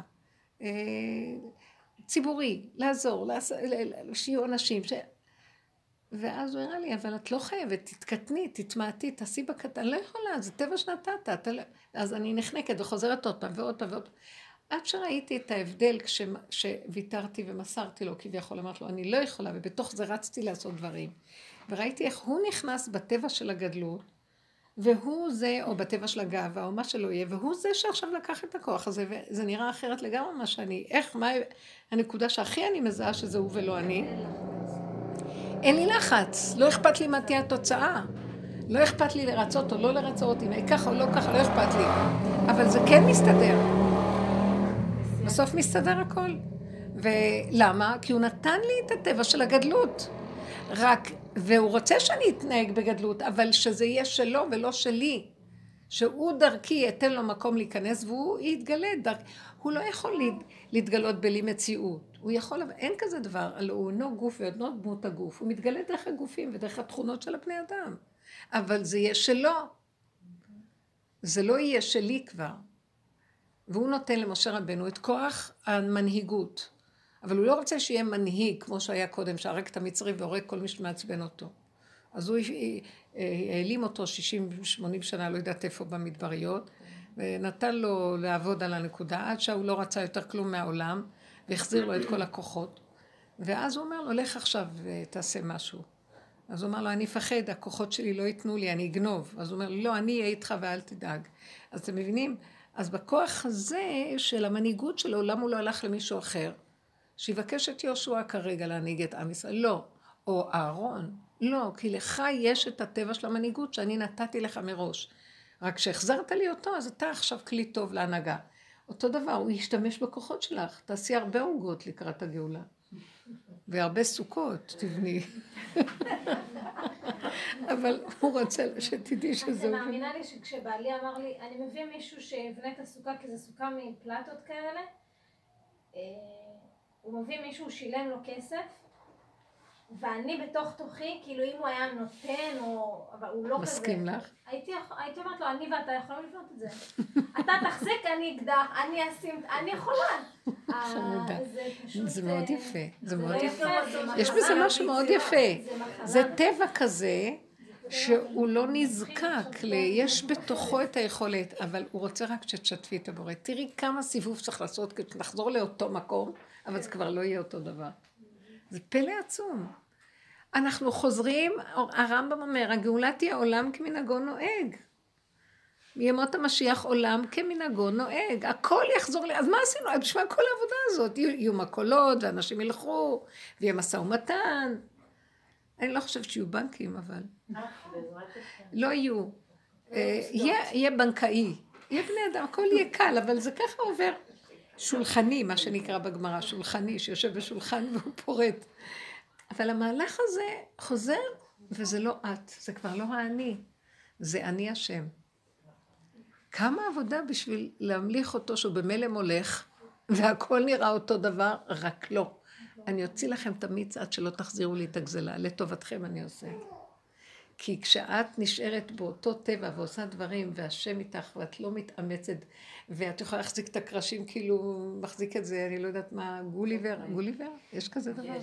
ציבורי, לעזור, שיהיו אנשים, ש... ואז הוא הראה לי, אבל את לא חייבת, תתקטני, תתמעטי, תעשי בקטן, אני לא יכולה, זה טבע שנתת, לא... אז אני נחנקת וחוזרת עוד פעם ועוד פעם ועוד פעם. עד שראיתי את ההבדל כשוויתרתי ומסרתי לו, כביכול אמרתי לו, אני לא יכולה, ובתוך זה רצתי לעשות דברים. וראיתי איך הוא נכנס בטבע של הגדלות, והוא זה, או בטבע של הגאווה, או מה שלא יהיה, והוא זה שעכשיו לקח את הכוח הזה, וזה נראה אחרת לגמרי מה שאני, איך, מה הנקודה שהכי אני מזהה שזה הוא ולא אני. אין לי לחץ, לא אכפת לי מה תהיה התוצאה. לא אכפת לי לרצות או לא לרצות, אם ככה או לא ככה, לא אכפת לי. אבל זה כן מסתדר. בסוף מסתדר הכל. ולמה? כי הוא נתן לי את הטבע של הגדלות. רק, והוא רוצה שאני אתנהג בגדלות, אבל שזה יהיה שלו ולא שלי. שהוא דרכי יתן לו מקום להיכנס, והוא יתגלה דרכ... הוא לא יכול להתגלות בלי מציאות. הוא יכול, אבל אין כזה דבר. הלוא הוא אינו גוף ואינו דמות הגוף. הוא מתגלה דרך הגופים ודרך התכונות של הבני אדם. אבל זה יהיה שלו. זה לא יהיה שלי כבר. והוא נותן למשה רבנו את כוח המנהיגות. אבל הוא לא רוצה שיהיה מנהיג, כמו שהיה קודם, שהרג את המצרי והורג כל מי שמעצבן אותו. אז הוא העלים אותו שישים שמונים שנה, לא יודעת איפה במדבריות, ונתן לו לעבוד על הנקודה, עד שהוא לא רצה יותר כלום מהעולם, והחזיר לו את כל הכוחות. ואז הוא אומר לו, לך עכשיו ותעשה משהו. אז הוא אומר לו, אני אפחד, הכוחות שלי לא ייתנו לי, אני אגנוב. אז הוא אומר, לא, אני אהיה איתך ואל תדאג. אז אתם מבינים? אז בכוח הזה של המנהיגות שלו, למה הוא לא הלך למישהו אחר? שיבקש את יהושע כרגע להנהיג את עם ישראל. לא. או אהרון. לא, כי לך יש את הטבע של המנהיגות שאני נתתי לך מראש. רק שהחזרת לי אותו, אז אתה עכשיו כלי טוב להנהגה. אותו דבר, הוא ישתמש בכוחות שלך. תעשי הרבה עוגות לקראת הגאולה. והרבה סוכות, תבני. אבל הוא רוצה שתדעי שזה... אני מאמינה לי שכשבעלי אמר לי, אני מביא מישהו שיבנה את הסוכה, כי זו סוכה מפלטות כאלה, הוא מביא מישהו, שילם לו כסף, ואני בתוך תוכי, כאילו אם הוא היה נותן, או... אבל הוא לא כזה... מסכים לך? הייתי, הייתי אומרת לו, אני ואתה יכולים לבנות את זה. אתה תחזיק, אני אקדח, אני אשים, אני יכולה. זה פשוט... זה מאוד יפה, זה מאוד לא יפה. יפה, יש בזה משהו מאוד יפה. זה טבע כזה, שהוא לא נזקק, יש בתוכו את היכולת, אבל הוא רוצה רק שתשתפי את הבורא. תראי כמה סיבוב צריך לעשות כדי לחזור לאותו מקום, אבל זה כבר לא יהיה אותו דבר. זה פלא עצום. אנחנו חוזרים, הרמב"ם אומר, הגאולה תהיה עולם כמנהגו נוהג. ימות המשיח עולם כמנהגו נוהג. הכל יחזור לי. אז מה עשינו? בשביל כל העבודה הזאת. יהיו מקולות, ואנשים ילכו, ויהיה משא ומתן. אני לא חושבת שיהיו בנקים, אבל... לא יהיו. יהיה בנקאי. יהיה בני אדם, הכל יהיה קל, אבל זה ככה עובר. שולחני, מה שנקרא בגמרא, שולחני, שיושב בשולחן והוא פורט. אבל המהלך הזה חוזר, וזה לא את, זה כבר לא האני, זה אני השם. כמה עבודה בשביל להמליך אותו שהוא במלא מולך, והכל נראה אותו דבר, רק לא. אני אוציא לכם את המיץ עד שלא תחזירו לי את הגזלה, לטובתכם אני עושה את זה. כי כשאת נשארת באותו טבע ועושה דברים, והשם איתך ואת לא מתאמצת, ואת יכולה להחזיק את הקרשים כאילו מחזיק את זה, אני לא יודעת מה, גוליבר, גוליבר? יש כזה דבר?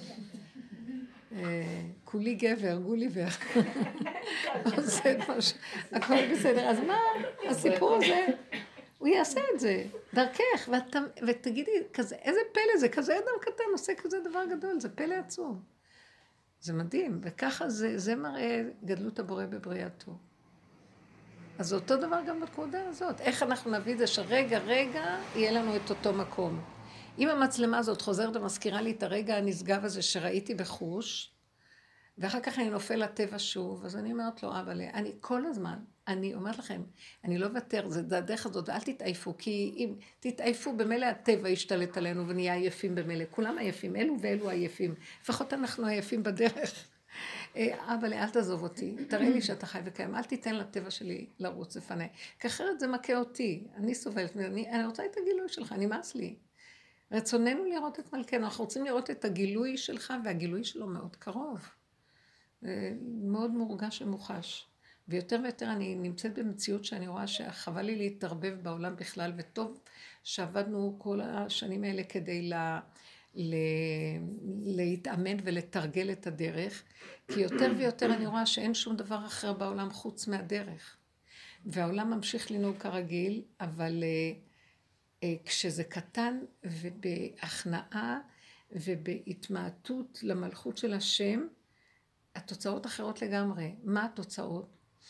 כולי גבר, גוליבר. עושה את משהו, הכל בסדר. אז מה הסיפור הזה? הוא יעשה את זה, דרכך, ותגידי, איזה פלא זה, כזה אדם קטן עושה כזה דבר גדול, זה פלא עצום. זה מדהים, וככה זה, זה מראה גדלות הבורא בבריאתו. אז זה אותו דבר גם בקודה הזאת. איך אנחנו נביא את זה שרגע, רגע, יהיה לנו את אותו מקום. אם המצלמה הזאת חוזרת ומזכירה לי את הרגע הנשגב הזה שראיתי בחוש, ואחר כך אני נופל לטבע שוב, אז אני אומרת לו, אבל אני כל הזמן, אני אומרת לכם, אני לא וותר, זה הדרך הזאת, ואל תתעייפו, כי אם תתעייפו, במילא הטבע ישתלט עלינו ונהיה עייפים במילא. כולם עייפים, אלו ואלו עייפים. לפחות אנחנו עייפים בדרך. אבל אל תעזוב אותי, תראה לי שאתה חי וקיים, אל תיתן לטבע שלי לרוץ לפני. כי אחרת זה מכה אותי, אני סובלת, אני, אני רוצה את הגילוי שלך, אני מאס לי. רצוננו לראות את מלכנו, אנחנו רוצים לראות את הגילוי שלך, והגילוי שלו מאוד קרוב. מאוד מורגש ומוחש. ויותר ויותר אני נמצאת במציאות שאני רואה שחבל לי להתערבב בעולם בכלל, וטוב שעבדנו כל השנים האלה כדי לה, לה, להתאמן ולתרגל את הדרך, כי יותר ויותר אני רואה שאין שום דבר אחר בעולם חוץ מהדרך. והעולם ממשיך לנהוג כרגיל, אבל כשזה קטן ובהכנעה ובהתמעטות למלכות של השם, התוצאות אחרות לגמרי. מה התוצאות?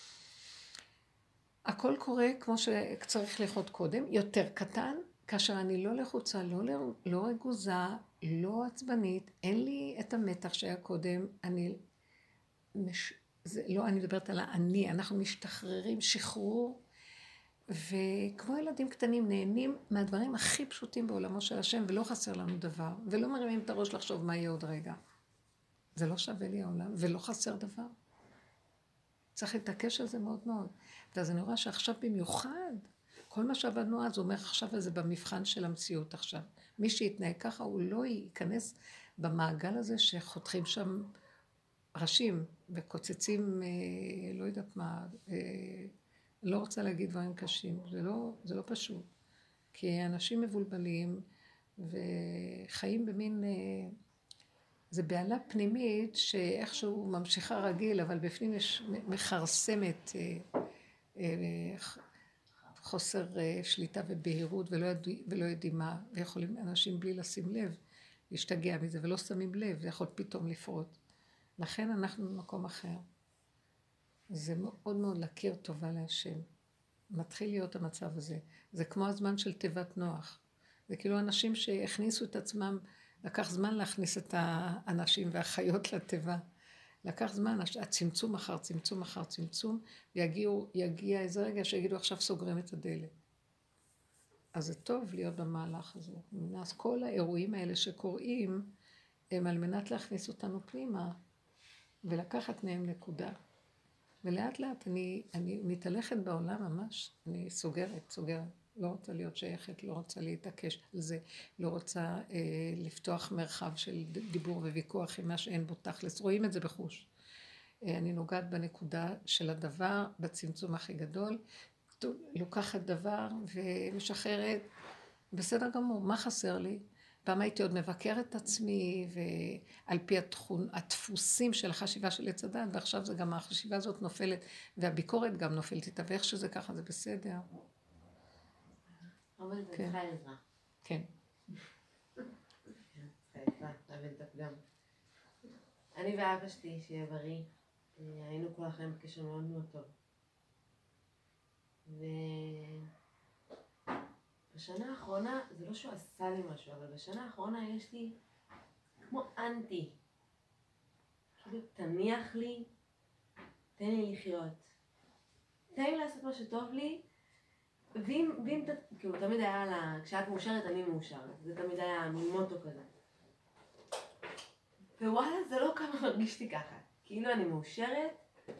הכל קורה כמו שצריך לחיות קודם, יותר קטן, כאשר אני לא לחוצה, לא, לא רגוזה, לא עצבנית, אין לי את המתח שהיה קודם, אני, מש, זה, לא, אני מדברת על האני, אנחנו משתחררים, שחרור, וכמו ילדים קטנים נהנים מהדברים הכי פשוטים בעולמו של השם, ולא חסר לנו דבר, ולא מרימים את הראש לחשוב מה יהיה עוד רגע. זה לא שווה לי העולם, ולא חסר דבר. צריך להתעקש על זה מאוד מאוד. ואז אני רואה שעכשיו במיוחד, כל מה שעבדנו אז, הוא אומר עכשיו זה במבחן של המציאות עכשיו. מי שיתנהג ככה, הוא לא ייכנס במעגל הזה שחותכים שם ראשים וקוצצים, אה, לא יודעת מה, אה, לא רוצה להגיד דברים קשים. זה לא, זה לא פשוט. כי אנשים מבולבלים וחיים במין... אה, זה בעלה פנימית שאיכשהו ממשיכה רגיל, אבל בפנים יש מחרסמת אה, אה, חוסר אה, שליטה ובהירות ולא, יודע, ולא יודעים מה, ויכולים אנשים בלי לשים לב להשתגע מזה ולא שמים לב, זה יכול פתאום לפרוט. לכן אנחנו במקום אחר. זה מאוד מאוד להכיר טובה להשם. מתחיל להיות המצב הזה. זה כמו הזמן של תיבת נוח. זה כאילו אנשים שהכניסו את עצמם, לקח זמן להכניס את האנשים והחיות לתיבה. לקח זמן, הצמצום אחר צמצום אחר צמצום, ויגיעו, יגיע איזה רגע שיגידו עכשיו סוגרים את הדלת. אז זה טוב להיות במהלך הזה. אז כל האירועים האלה שקוראים, הם על מנת להכניס אותנו פנימה, ולקחת מהם נקודה. ולאט לאט אני, אני מתהלכת בעולם ממש, אני סוגרת, סוגרת. לא רוצה להיות שייכת, לא רוצה להתעקש על זה, לא רוצה אה, לפתוח מרחב של דיבור וויכוח עם מה שאין בו תכלס. רואים את זה בחוש. אה, אני נוגעת בנקודה של הדבר, בצמצום הכי גדול, לוקחת דבר ומשחררת, בסדר גמור, מה חסר לי? פעם הייתי עוד מבקרת את עצמי, ועל פי התכון, הדפוסים של החשיבה של עץ הדת, ועכשיו זה גם החשיבה הזאת נופלת, והביקורת גם נופלת איתה, ואיך שזה ככה זה בסדר. אבל זה צריכה עזרה. כן. צריכה עזרה, להבין את הפגם. אני ואבא שלי, שיהיה בריא, היינו כל החיים בקשר מאוד מאוד טוב. ובשנה האחרונה, זה לא שהוא עשה לי משהו, אבל בשנה האחרונה יש לי כמו אנטי. כאילו, תניח לי, תן לי לחיות. תן לי לעשות מה שטוב לי, ואם, ואם, כאילו, תמיד היה לה, כשאת מאושרת, אני מאושרת. זה תמיד היה מין מוטו כזה. ווואלה, זה לא כמה מרגיש לי ככה. כאילו אני מאושרת,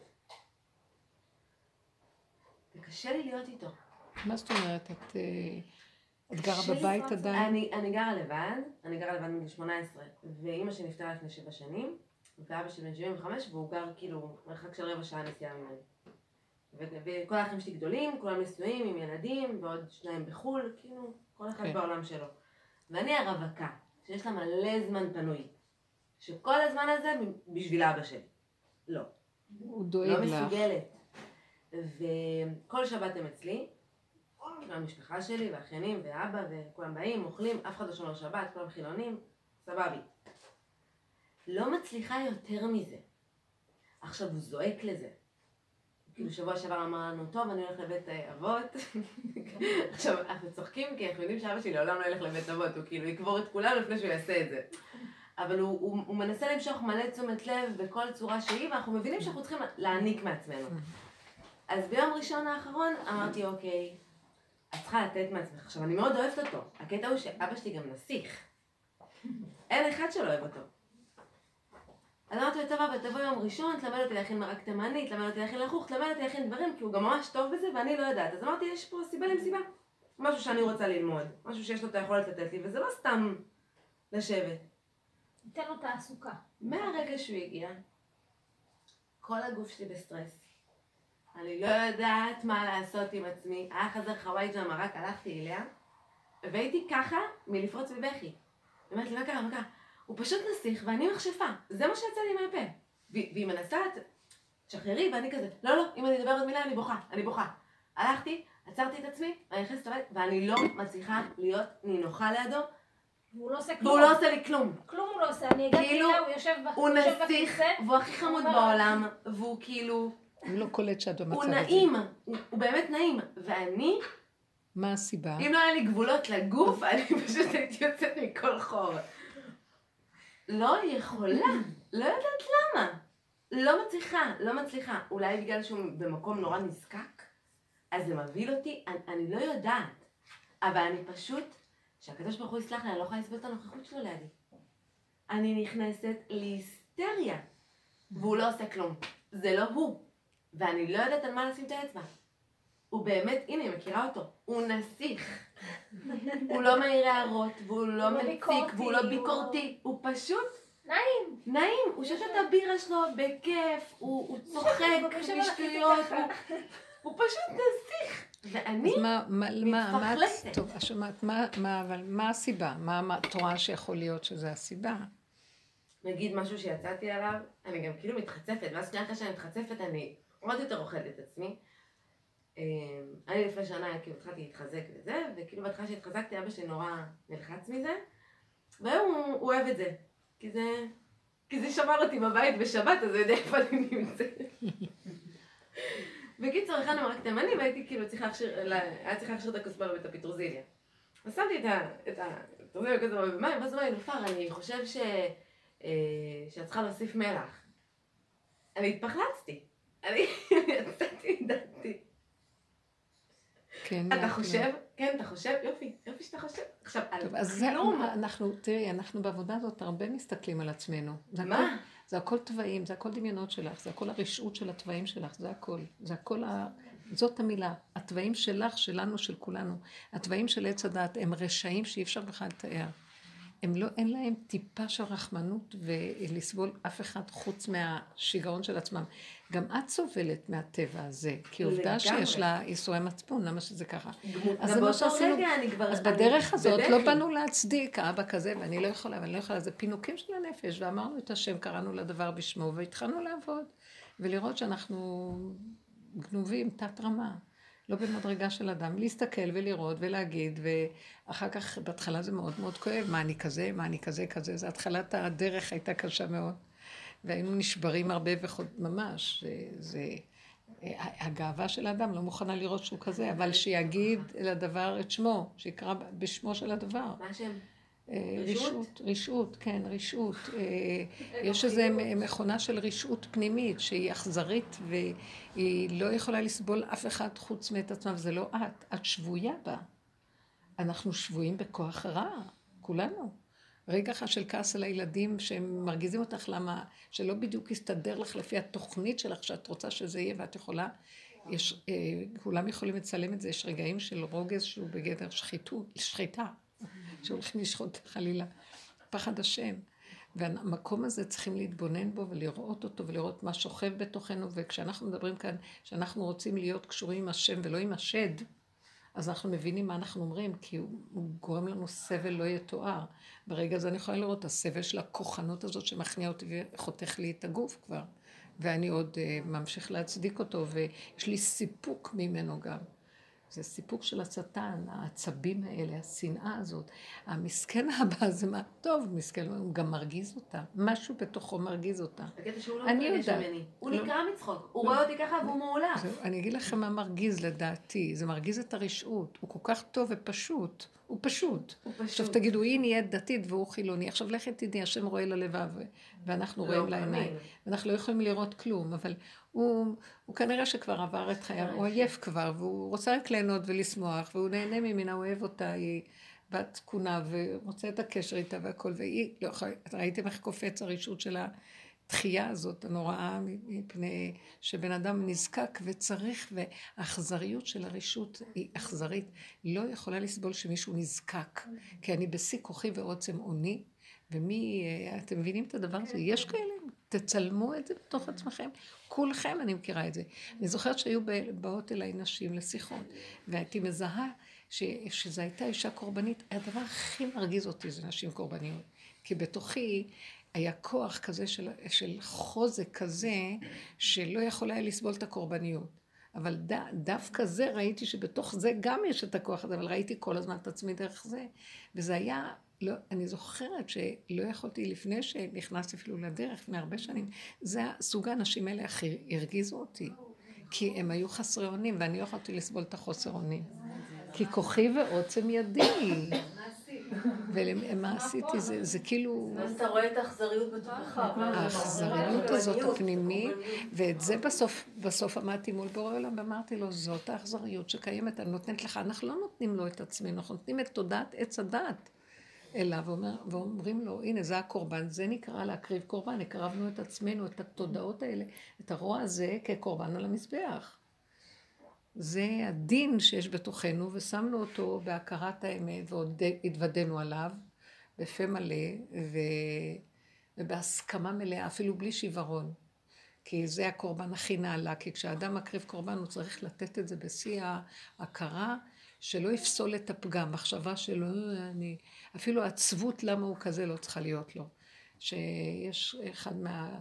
וקשה לי להיות איתו. מה זאת אומרת? את, את גרה בבית עדיין? אני, אני גרה לבד, אני גרה לבד מגיל שמונה עשרה, ואימא שלי נפטרה לפני שבע שנים, ואבא שלי בן שבעים וחמש, והוא גר כאילו מרחק של רבע שעה נסיעה ממני. וכל האחים שלי גדולים, כולם נשואים עם ילדים, ועוד שניים בחול, כאילו, כל אחד okay. בעולם שלו. ואני הרווקה, שיש לה מלא זמן פנוי, שכל הזמן הזה בשביל אבא שלי. לא. הוא דואג לך. לא מסוגלת. וכל שבת הם אצלי, המשפחה שלי והאחיינים ואבא וכולם באים, אוכלים, אף אחד לא שומר שבת, כולם חילונים, סבבי. לא מצליחה יותר מזה. עכשיו הוא זועק לזה. כאילו שבוע שעבר אמר לנו, טוב, אני הולך לבית אבות. עכשיו, אנחנו צוחקים כי אנחנו יודעים שאבא שלי לעולם לא ילך לבית אבות, הוא כאילו יקבור את כולם לפני שהוא יעשה את זה. אבל הוא, הוא, הוא מנסה למשוך מלא תשומת לב בכל צורה שהיא, ואנחנו מבינים שאנחנו צריכים להעניק מעצמנו. אז ביום ראשון האחרון אמרתי, אוקיי, את צריכה לתת מעצמך. עכשיו, אני מאוד אוהבת אותו. הקטע הוא שאבא שלי גם נסיך. אין אחד שלא אוהב אותו. אז אמרתי לו, טוב, אבל תבוא יום ראשון, תלמד אותי להכין מרק תימנית, תלמד אותי להכין לחוך, תלמד אותי להכין דברים, כי הוא גם ממש טוב בזה ואני לא יודעת. אז אמרתי, יש פה סיבה למסיבה. משהו שאני רוצה ללמוד, משהו שיש לו את היכולת לתת לי, וזה לא סתם לשבת. ניתן לו תעסוקה. מהרגע שהוא הגיע, כל הגוף שלי בסטרס. אני לא יודעת מה לעשות עם עצמי. היה חזר חווייג'ה מרק, הלכתי אליה, והייתי ככה מלפרוץ בבכי. אמרתי לי, מה קרה, מה קרה? הוא פשוט נסיך ואני מכשפה, זה מה שיצא לי מהפה. והיא מנסה, תשחררי, ואני כזה, לא, לא, אם אני אדבר עוד מילה אני בוכה, אני בוכה. הלכתי, עצרתי את עצמי, אני נכנסת לבית, ואני לא מצליחה להיות נינוחה לידו, והוא לא עושה כלום. והוא לא עושה לי כלום. כלום הוא לא עושה, אני הגעתי כאילו, לה, הוא יושב הוא בכיסא. נסיך, והוא הכי חמוד בעולם, והוא כאילו... הוא לא קולט שאת במצב הוא הזה. נעים, הוא, הוא באמת נעים, ואני, מה הסיבה? אם לא היה לי גבולות לגוף, אני פשוט הייתי יוצאת מכל חור. לא יכולה, לא יודעת למה. לא מצליחה, לא מצליחה. אולי בגלל שהוא במקום נורא נזקק, אז זה מבהיל אותי, אני, אני לא יודעת. אבל אני פשוט, שהקדוש ברוך הוא יסלח לי, אני לא יכולה לסבול את הנוכחות שלו לידי. אני נכנסת להיסטריה, והוא לא עושה כלום. זה לא הוא. ואני לא יודעת על מה לשים את האצבע. הוא באמת, הנה, אני מכירה אותו. הוא נסיך. הוא לא מעיר הערות, והוא לא מציק, והוא לא ביקורתי. הוא פשוט... נעים. נעים. הוא שותה את הבירה שלו בכיף, הוא צוחק משטויות, הוא פשוט נסיך. ואני מתפחלטת. טוב, השמעת, אבל מה הסיבה? מה את רואה שיכול להיות שזה הסיבה? נגיד משהו שיצאתי עליו, אני גם כאילו מתחצפת, ואז שנייה אחרי שאני מתחצפת, אני עוד יותר אוכלת את עצמי. אני לפני שנה כאילו התחלתי להתחזק וזה, וכאילו בהתחלה שהתחזקתי, אבא שלי נורא נלחץ מזה, והוא הוא אוהב את זה, כי זה, כי זה שמר אותי בבית בשבת, אז הוא יודע איפה אני נמצאת. בקיצור, הכנו מרק תימני, והייתי כאילו צריכה להכשיר, היה צריכה להכשיר את הכוסברה ואת הפטרוזיליה. אז שמתי את הפטרוזיליה וכוסברה במים, ואז אמר לי, נופר, אני חושב ש... שאת צריכה להוסיף מלח. אני התפחלצתי. אני יצאתי דעתי. כן. אתה חושב? כן, אתה חושב? יופי, יופי שאתה חושב. עכשיו, טוב, אז זה, אנחנו, תראי, אנחנו בעבודה הזאת הרבה מסתכלים על עצמנו. מה? זה הכל טבעים, זה הכל דמיונות שלך, זה הכל הרשעות של הטבעים שלך, זה הכל. זה הכל, זאת המילה. הטבעים שלך, שלנו, של כולנו. הטבעים של עץ הדת הם רשעים שאי אפשר בכלל לתאר. הם לא, אין להם טיפה של רחמנות ולסבול אף אחד חוץ מהשיגעון של עצמם. גם את סובלת מהטבע הזה, כי עובדה שיש לה איסורי מצפון, למה שזה ככה. אז זה מה שעשינו, אז בדרך הזאת לא באנו להצדיק, האבא כזה, ואני לא יכולה, ואני לא יכולה, זה פינוקים של הנפש, ואמרנו את השם, קראנו לדבר בשמו, והתחלנו לעבוד, ולראות שאנחנו גנובים, תת רמה. לא במדרגה של אדם, להסתכל ולראות ולהגיד, ואחר כך בהתחלה זה מאוד מאוד כואב, מה אני כזה, מה אני כזה, כזה, זה התחלת הדרך הייתה קשה מאוד, והיינו נשברים הרבה וחוד, ממש, זה, זה, הגאווה של האדם לא מוכנה לראות שהוא כזה, אבל שיגיד לדבר את שמו, שיקרא בשמו של הדבר. מה השם? רשעות, רשעות, כן, רשעות. יש איזו מכונה של רשעות פנימית שהיא אכזרית והיא לא יכולה לסבול אף אחד חוץ מאת עצמה, וזה לא את, את שבויה בה. אנחנו שבויים בכוח רע, כולנו. רגע אחד של כעס על הילדים שהם מרגיזים אותך למה, שלא בדיוק יסתדר לך לפי התוכנית שלך שאת רוצה שזה יהיה ואת יכולה, יש, כולם יכולים לצלם את זה, יש רגעים של רוגז שהוא בגדר שחיתות, שחיטה. שהולכים לשחוט חלילה, פחד השם. והמקום הזה צריכים להתבונן בו ולראות אותו ולראות מה שוכב בתוכנו, וכשאנחנו מדברים כאן שאנחנו רוצים להיות קשורים עם השם ולא עם השד, אז אנחנו מבינים מה אנחנו אומרים, כי הוא, הוא גורם לנו סבל לא יתואר. ברגע הזה אני יכולה לראות את הסבל של הכוחנות הזאת שמכניע אותי וחותך לי את הגוף כבר, ואני עוד uh, ממשיך להצדיק אותו, ויש לי סיפוק ממנו גם. זה סיפוק של השטן, העצבים האלה, השנאה הזאת. המסכן הבא זה מה טוב, מסכן, הוא גם מרגיז אותה. משהו בתוכו מרגיז אותה. הקטע שהוא לא מתרגש ממני. הוא נקרא מצחוק. הוא רואה אותי ככה והוא מעולף. אני אגיד לכם מה מרגיז לדעתי. זה מרגיז את הרשעות. הוא כל כך טוב ופשוט. הוא פשוט. עכשיו תגידו, היא נהיית דתית והוא חילוני. עכשיו לכת תדעי, השם רואה ללבב ואנחנו רואים לעיניים. ואנחנו לא יכולים לראות כלום, אבל הוא, הוא כנראה שכבר עבר את חייו, הוא עייף כבר, והוא רוצה רק ליהנות ולשמוח, והוא נהנה ממנה, הוא אוהב אותה, היא בת תקונה, ורוצה את הקשר איתה והכל, והיא, לא, ראיתם איך קופץ הרשות של התחייה הזאת, הנוראה, מפני שבן אדם נזקק וצריך, והאכזריות של הרשות היא אכזרית, לא יכולה לסבול שמישהו נזקק, כי אני בשיא כוחי ועוצם עוני, ומי, אתם מבינים את הדבר הזה? יש כאלה? תצלמו את זה בתוך עצמכם. כולכם אני מכירה את זה. אני זוכרת שהיו באות אליי נשים לשיחות, והייתי מזהה שזו הייתה אישה קורבנית. הדבר הכי מרגיז אותי זה נשים קורבניות. כי בתוכי היה כוח כזה של, של חוזק כזה, שלא יכול היה לסבול את הקורבניות. אבל ד, דווקא זה ראיתי שבתוך זה גם יש את הכוח הזה, אבל ראיתי כל הזמן את עצמי דרך זה. וזה היה, לא, אני זוכרת שלא יכולתי לפני שנכנסתי אפילו לדרך, לפני הרבה שנים, זה סוג האנשים האלה הכי הרגיזו אותי. כי הם היו חסרי אונים, ואני לא יכולתי לסבול את החוסר אונים. כי כוחי ועוצם ידי. ומה עשיתי? זה, זה כאילו... אז אתה רואה את האכזריות בתוכך. האכזריות הזאת הפנימית, ואת זה בסוף, בסוף עמדתי מול בורא עולם, ואמרתי לו, זאת האכזריות שקיימת, אני נותנת לך, אנחנו לא נותנים לו את עצמנו, אנחנו נותנים את תודעת עץ הדעת אליו, ואומרים לו, הנה זה הקורבן, זה נקרא להקריב קורבן, הקרבנו את עצמנו, את התודעות האלה, את הרוע הזה כקורבן על המזבח. זה הדין שיש בתוכנו, ושמנו אותו בהכרת האמת, ועוד התוודענו עליו, בפה מלא, ו... ובהסכמה מלאה, אפילו בלי שיוורון. כי זה הקורבן הכי נעלה, כי כשאדם מקריב קורבן, הוא צריך לתת את זה בשיא ההכרה, שלא יפסול את הפגם, מחשבה שלו, אני... אפילו העצבות למה הוא כזה לא צריכה להיות לו. שיש אחד מה...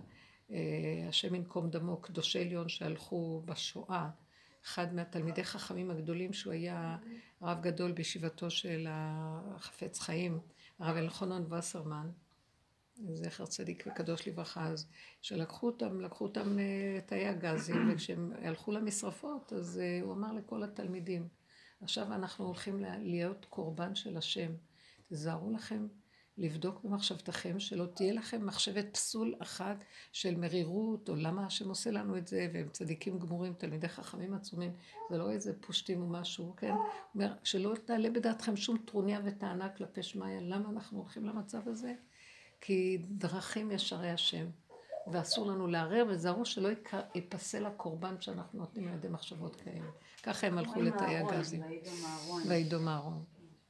השם ינקום דמו, קדושי עליון שהלכו בשואה, אחד מהתלמידי חכמים הגדולים, שהוא היה רב גדול בישיבתו של החפץ חיים, הרב אלחנן וסרמן, זכר צדיק וקדוש לברכה, אז שלקחו אותם, לקחו אותם תאי הגזים, וכשהם הלכו למשרפות, אז הוא אמר לכל התלמידים, עכשיו אנחנו הולכים להיות קורבן של השם, תזהרו לכם לבדוק במחשבתכם, שלא תהיה לכם מחשבת פסול אחת של מרירות, או למה השם עושה לנו את זה, והם צדיקים גמורים, תלמידי חכמים עצומים, זה לא איזה פושטים או משהו, כן? אומר, שלא תעלה בדעתכם שום טרוניה וטענה כלפי שמיה, למה אנחנו הולכים למצב הזה? כי דרכים ישרי השם, ואסור לנו לערער, וזהרו שלא ייפסל הקורבן שאנחנו נותנים על ידי מחשבות כאלה. ככה הם הלכו לתאי הגזים. וידום אהרון.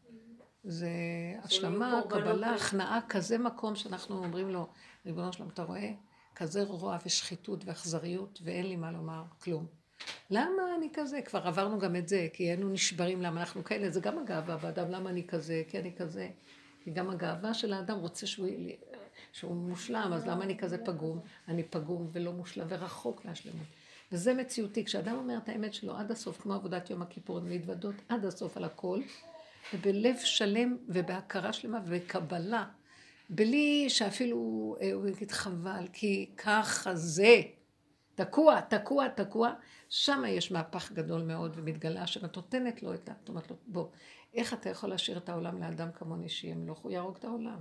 זה השלמה, קבלה, הכנעה, כזה מקום שאנחנו אומרים לו, ריבונו שלום, אתה רואה? כזה רוע ושחיתות ואכזריות, ואין לי מה לומר, כלום. למה אני כזה? כבר עברנו גם את זה, כי היינו נשברים למה אנחנו כאלה, זה גם הגאווה באדם, למה אני כזה, כי אני כזה. כי גם הגאווה של האדם רוצה שהוא, שהוא מושלם, אז למה אני כזה פגום? אני פגום ולא מושלם ורחוק מהשלמות. וזה מציאותי, כשאדם אומר את האמת שלו עד הסוף, כמו עבודת יום הכיפורים, להתוודות עד הסוף על הכל, ובלב שלם ובהכרה שלמה ובקבלה, בלי שאפילו הוא יגיד חבל, כי ככה זה, תקוע, תקוע, תקוע, שם יש מהפך גדול מאוד ומתגלה שאת נותנת לו את ה... זאת אומרת לו, בוא, איך אתה יכול להשאיר את העולם לאדם כמוני שימלוך, הוא יהרוג את העולם.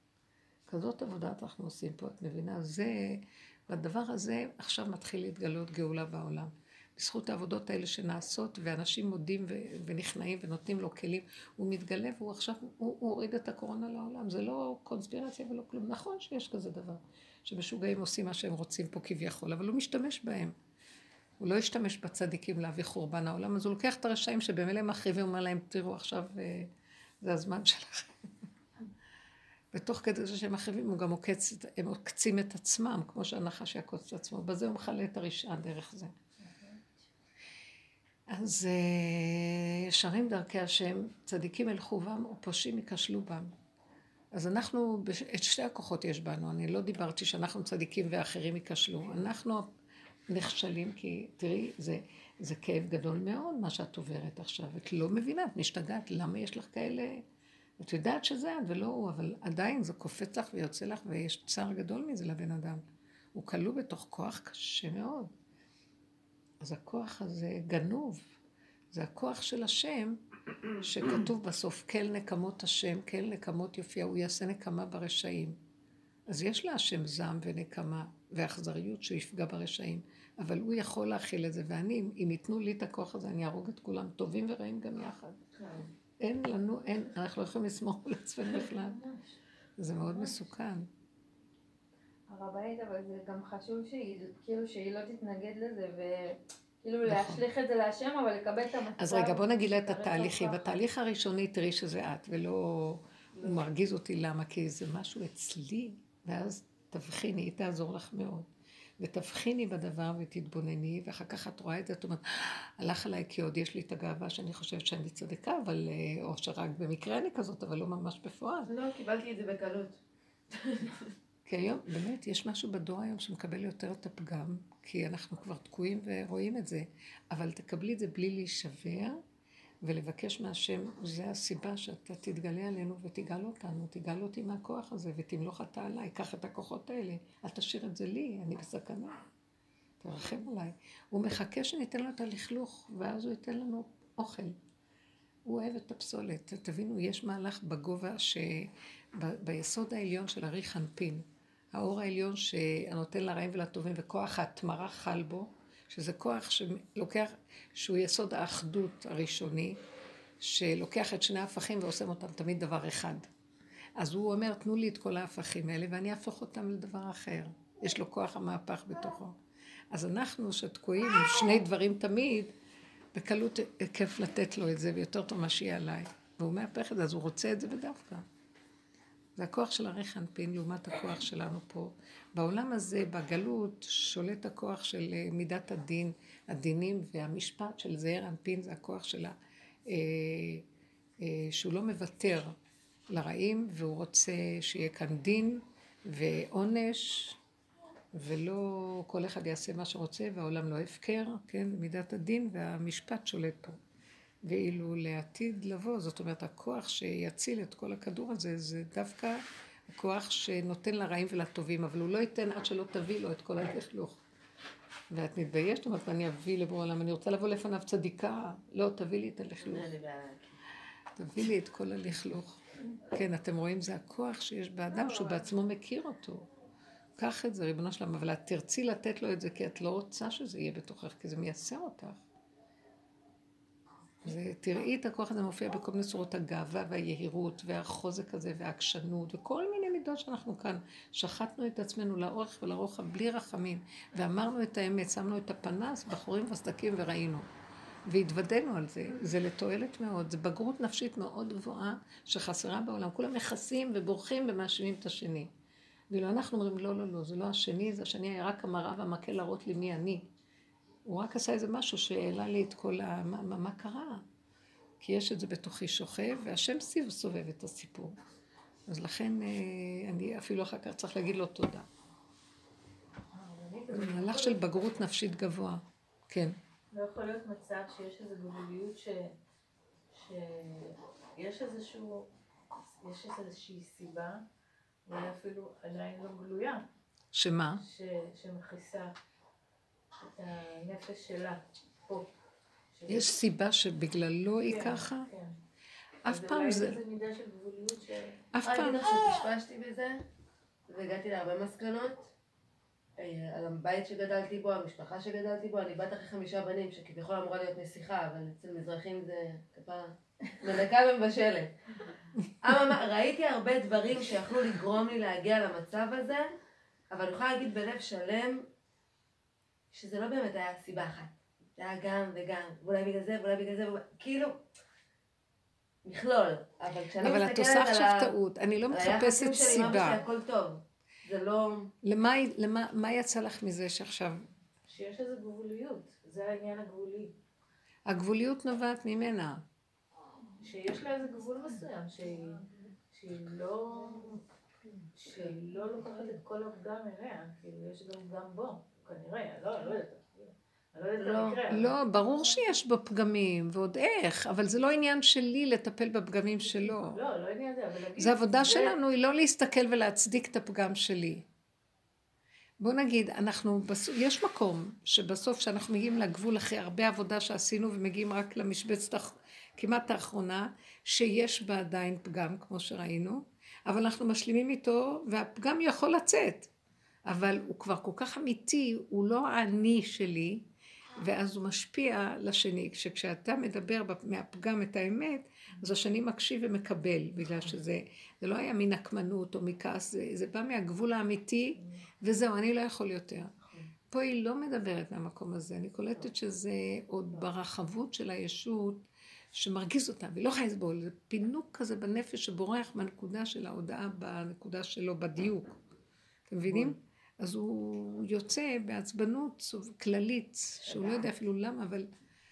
כזאת עבודה אנחנו עושים פה, את מבינה? זה, והדבר הזה עכשיו מתחיל להתגלות גאולה בעולם. בזכות העבודות האלה שנעשות, ואנשים מודים ו- ונכנעים ונותנים לו כלים, הוא מתגלה והוא עכשיו, הוא, הוא הוריד את הקורונה לעולם. זה לא קונספירציה ולא כלום. נכון שיש כזה דבר, שמשוגעים עושים מה שהם רוצים פה כביכול, אבל הוא משתמש בהם. הוא לא ישתמש בצדיקים להביא חורבן העולם, אז הוא לוקח את הרשעים שבמילא מחריבים, הוא אומר להם, תראו עכשיו, זה הזמן שלכם. בתוך כדי זה שהם מחריבים, הוא גם עוקץ, הם עוקצים את עצמם, כמו שהנחש יעקוץ את עצמו. בזה הוא מחלה את הרשעה דרך זה. אז ישרים דרכי השם, צדיקים ילכו בם, ופושעים ייכשלו בם. אז אנחנו, את שתי הכוחות יש בנו, אני לא דיברתי שאנחנו צדיקים ואחרים ייכשלו. אנחנו נכשלים, כי תראי, זה, זה כאב גדול מאוד מה שאת עוברת עכשיו. את לא מבינה, את משתגעת, למה יש לך כאלה... את יודעת שזה את ולא הוא, אבל עדיין זה קופץ לך ויוצא לך, ויש צער גדול מזה לבן אדם. הוא כלוא בתוך כוח קשה מאוד. אז הכוח הזה גנוב, זה הכוח של השם, שכתוב בסוף, כל נקמות השם, כל נקמות יופיע, הוא יעשה נקמה ברשעים. אז יש לה השם זעם ונקמה ואכזריות שהוא יפגע ברשעים, אבל הוא יכול להכיל את זה, ואני, אם ייתנו לי את הכוח הזה, אני ארוג את כולם, טובים ורעים גם יחד. אין לנו, אין, אנחנו לא יכולים לסמוך על עצמנו בכלל. זה מאוד מסוכן. הרבנית, אבל זה גם חשוב שהיא, כאילו שהיא לא תתנגד לזה, וכאילו להשליך את זה להשם, אבל לקבל את המצב. אז רגע, בוא נגיד לה את התהליכים. בתהליך הראשוני תראי שזה את, ולא, הוא מרגיז אותי למה, כי זה משהו אצלי, ואז תבחיני, היא תעזור לך מאוד. ותבחיני בדבר ותתבונני, ואחר כך את רואה את זה, את אומרת, הלך עליי כי עוד יש לי את הגאווה שאני חושבת שאני צדקה, אבל, או שרק במקרה אני כזאת, אבל לא ממש בפועל. לא, קיבלתי את זה בקלות. כי היום, באמת, יש משהו בדור היום שמקבל יותר את הפגם, כי אנחנו כבר תקועים ורואים את זה, אבל תקבלי את זה בלי להישבר, ולבקש מהשם, זה הסיבה שאתה תתגלה עלינו ותגאל אותנו, תגאל אותי מהכוח הזה ותמלוך אתה עליי, קח את הכוחות האלה, אל תשאיר את זה לי, אני בסכנה, תרחם עליי. הוא מחכה שניתן לו את הלכלוך, ואז הוא ייתן לנו אוכל. הוא אוהב את הפסולת. תבינו, יש מהלך בגובה שביסוד העליון של הרי חנפין, האור העליון שנותן לרעים ולטובים, וכוח ההתמרה חל בו, שזה כוח שלוקח, שהוא יסוד האחדות הראשוני, שלוקח את שני ההפכים ועושה אותם תמיד דבר אחד. אז הוא אומר, תנו לי את כל ההפכים האלה, ואני אהפוך אותם לדבר אחר. יש לו כוח המהפך בתוכו. אז אנחנו שתקועים עם שני דברים תמיד, בקלות כיף לתת לו את זה, ויותר טוב מה שיהיה עליי. והוא מהפך את זה, אז הוא רוצה את זה בדווקא. זה הכוח של הרי חנפין, לעומת הכוח שלנו פה. בעולם הזה, בגלות, שולט הכוח של מידת הדין, הדינים והמשפט של זעיר אנפין, זה הכוח שלה, אה, אה, שהוא לא מוותר לרעים, והוא רוצה שיהיה כאן דין ועונש, ולא כל אחד יעשה מה שרוצה, והעולם לא הפקר, כן? מידת הדין והמשפט שולט פה. ואילו לעתיד לבוא, זאת אומרת, הכוח שיציל את כל הכדור הזה, זה דווקא הכוח שנותן לרעים ולטובים, אבל הוא לא ייתן עד שלא תביא לו את כל הלכלוך. ואת מתביישת, זאת אומרת, אני אביא לבוא עולם, אני רוצה לבוא לפניו צדיקה, לא, תביא לי את הלכלוך. תביא לי את כל הלכלוך. כן, אתם רואים, זה הכוח שיש באדם, שהוא בעצמו מכיר אותו. קח את זה, ריבונו שלם, אבל את תרצי לתת לו את זה, כי את לא רוצה שזה יהיה בתוכך, כי זה מייסר אותך. זה, תראי את הכוח הזה מופיע בכל מיני צורות הגאווה והיהירות והחוזק הזה והעקשנות וכל מיני מידות שאנחנו כאן שחטנו את עצמנו לאורך ולרוחב בלי רחמים ואמרנו את האמת, שמנו את הפנס בחורים וסדקים וראינו והתוודנו על זה. זה לתועלת מאוד, זה בגרות נפשית מאוד גבוהה שחסרה בעולם. כולם מכסים ובורחים ומאשימים את השני, ואילו אנחנו אומרים לא לא לא, זה לא השני, זה השני היה רק המראה והמקל להראות לי מי אני. הוא רק עשה איזה משהו שהעלה לי את כל ה... מה, מה, מה קרה? כי יש את זה בתוכי שוכב, והשם סיב סובב את הסיפור. אז לכן אני אפילו אחר כך צריך להגיד לו תודה. זה מהלך של בגרות נפשית גבוה. כן. לא יכול להיות מצב שיש איזו גבוליות ש... שיש איזשהו... יש איזושהי סיבה, ואולי אפילו עדיין לא גלויה. שמה? ש... שמכיסה. את הנפש שלה, פה. יש סיבה שבגללו היא ככה? כן. אף פעם זה... אז אולי איזו מידה של גבוליות ש... אף פעם שפשפשתי בזה, והגעתי להרבה מסקנות, על הבית שגדלתי בו, המשפחה שגדלתי בו, אני בת אחרי חמישה בנים, שכביכול אמורה להיות נסיכה, אבל אצל מזרחים זה כפה מנקה ומבשלת. ראיתי הרבה דברים שיכלו לגרום לי להגיע למצב הזה, אבל אני יכולה להגיד בלב שלם, שזה לא באמת היה סיבה אחת. זה היה גם וגם, ואולי בגלל זה, ואולי בגלל זה, כאילו, מכלול. אבל כשאני אבל את עושה עכשיו טעות, אני לא מחפשת סיבה. שלי, הכל טוב. זה לא... למה, למה, מה יצא לך מזה שעכשיו? שיש איזו גבוליות, זה העניין הגבולי. הגבוליות נובעת ממנה. שיש לה איזה גבול מסוים, שהיא, שהיא לא... שהיא לא לוקחת את כל הפגם אליה, כאילו יש גם פגם בו. כנראה, לא, לא יודעת. לא, לא, ברור שיש בו פגמים, ועוד איך, אבל זה לא עניין שלי לטפל בפגמים שלו. לא, לא עניין זה, אבל להגיד... זה עבודה שלנו, היא לא להסתכל ולהצדיק את הפגם שלי. בוא נגיד, אנחנו, יש מקום שבסוף שאנחנו מגיעים לגבול אחרי הרבה עבודה שעשינו, ומגיעים רק למשבצת כמעט האחרונה, שיש בה עדיין פגם, כמו שראינו, אבל אנחנו משלימים איתו, והפגם יכול לצאת. אבל הוא כבר כל כך אמיתי, הוא לא העני שלי, ואז הוא משפיע לשני. כשאתה מדבר מהפגם את האמת, אז השני מקשיב ומקבל, בגלל שזה זה לא היה מנקמנות או מכעס, זה, זה בא מהגבול האמיתי, וזהו, אני לא יכול יותר. פה היא לא מדברת מהמקום הזה, אני קולטת שזה עוד ברחבות של הישות, שמרגיז אותה, והיא לא יכולה לסבול, זה פינוק כזה בנפש שבורח מהנקודה של ההודעה, בנקודה שלו, בדיוק. אתם מבינים? אז הוא יוצא בעצבנות כללית, שהוא לא יודע אפילו למה, אבל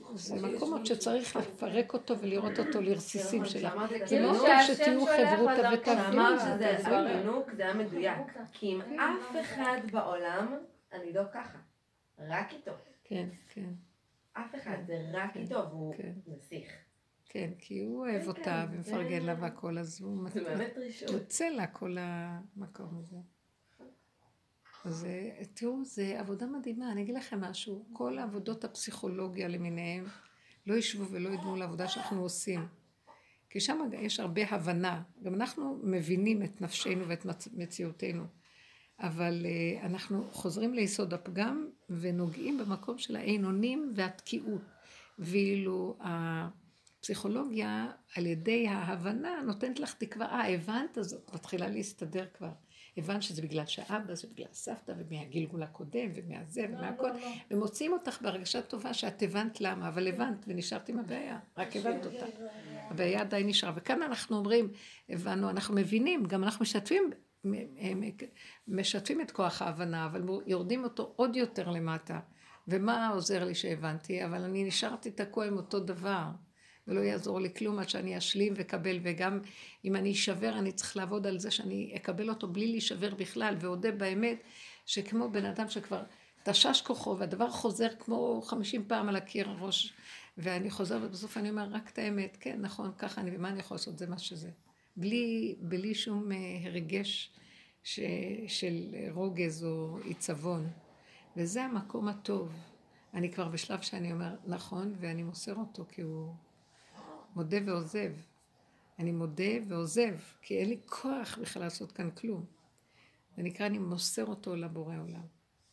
זה מקום עוד שצריך לפרק אותו ולראות אותו לרסיסים שלה. כי כאילו מאוד שהשם שתהיו שולח חברותא לדרכו. ותבינו. אמרת שזה עשוי בינוק, זה היה מדויק. כי עם אף אחד בעולם, אני לא ככה. רק איתו. כן, כן. אף אחד, זה רק איתו, והוא נסיך. כן, כי הוא אוהב אותה ומפרגן לה והכל, אז הוא יוצא לה כל המקום הזה. אז תראו, זה עבודה מדהימה. אני אגיד לכם משהו, כל העבודות הפסיכולוגיה למיניהם לא ישבו ולא ידמו לעבודה שאנחנו עושים. כי שם יש הרבה הבנה. גם אנחנו מבינים את נפשנו ואת מציאותנו. אבל אנחנו חוזרים ליסוד הפגם ונוגעים במקום של האין אונים והתקיעות. ואילו הפסיכולוגיה על ידי ההבנה נותנת לך תקווה, אה, הבנת, אז את מתחילה להסתדר כבר. הבנת שזה בגלל שאבא, זה בגלל סבתא, ומהגלגול הקודם, ומהזה, ומהכל, ומוצאים אותך בהרגשה טובה שאת הבנת למה, אבל הבנת ונשארת עם הבעיה, רק הבנת אותה. הבעיה עדיין נשארה, וכאן אנחנו אומרים, הבנו, אנחנו מבינים, גם אנחנו משתפים, משתפים את כוח ההבנה, אבל יורדים אותו עוד יותר למטה, ומה עוזר לי שהבנתי, אבל אני נשארתי תקוע עם אותו דבר, ולא יעזור לי כלום עד שאני אשלים וקבל, וגם אם אני אשבר אני צריך לעבוד על זה שאני אקבל אותו בלי להישבר בכלל, ועודה באמת שכמו בן אדם שכבר תשש כוחו והדבר חוזר כמו חמישים פעם על הקיר הראש, ואני חוזר ובסוף אני אומר רק את האמת, כן נכון ככה אני, ומה אני יכול לעשות, זה מה שזה, בלי, בלי שום הרגש ש, של רוגז או עיצבון, וזה המקום הטוב. אני כבר בשלב שאני אומר נכון ואני מוסר אותו כי הוא מודה ועוזב. אני מודה ועוזב, כי אין לי כוח בכלל לעשות כאן כלום. זה נקרא, אני מוסר אותו לבורא עולם.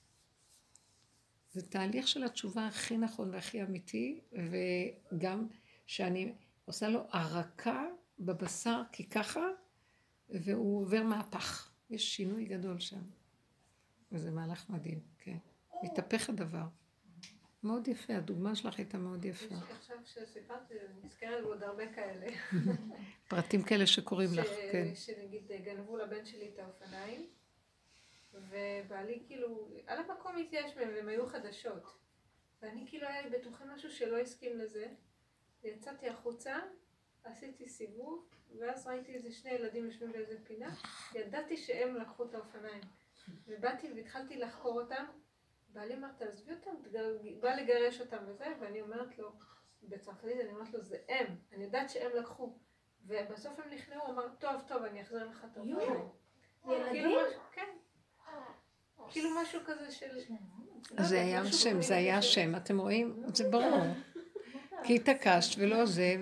זה תהליך של התשובה הכי נכון והכי אמיתי, וגם שאני עושה לו הרקה בבשר, כי ככה, והוא עובר מהפך. יש שינוי גדול שם. וזה מהלך מדהים, כן. מתהפך הדבר. מאוד יפה, הדוגמה שלך הייתה מאוד יפה. עכשיו שסיפרתי, אני נזכרת בעוד הרבה כאלה. פרטים כאלה שקוראים לך, כן. שנגיד גנבו לבן שלי את האופניים, ובעלי כאילו, על המקום התייאש מהם, והם היו חדשות. ואני כאילו היה לי בטוחה משהו שלא הסכים לזה. יצאתי החוצה, עשיתי סיבוב, ואז ראיתי איזה שני ילדים יושבים באיזה פינה, ידעתי שהם לקחו את האופניים. ובאתי והתחלתי לחקור אותם, בעלי אמר, תעזבי אותם, בא לגרש אותם וזה, ואני אומרת לו, בצרפתית אני אומרת לו, זה הם, אני יודעת שהם לקחו. ובסוף הם נכנעו, הוא אמר, טוב, טוב, אני אחזיר לך את האופניים. ילדים? כן. כאילו משהו כזה של... זה היה השם, זה היה השם, אתם רואים? זה ברור. כי התעקשת ולא זה,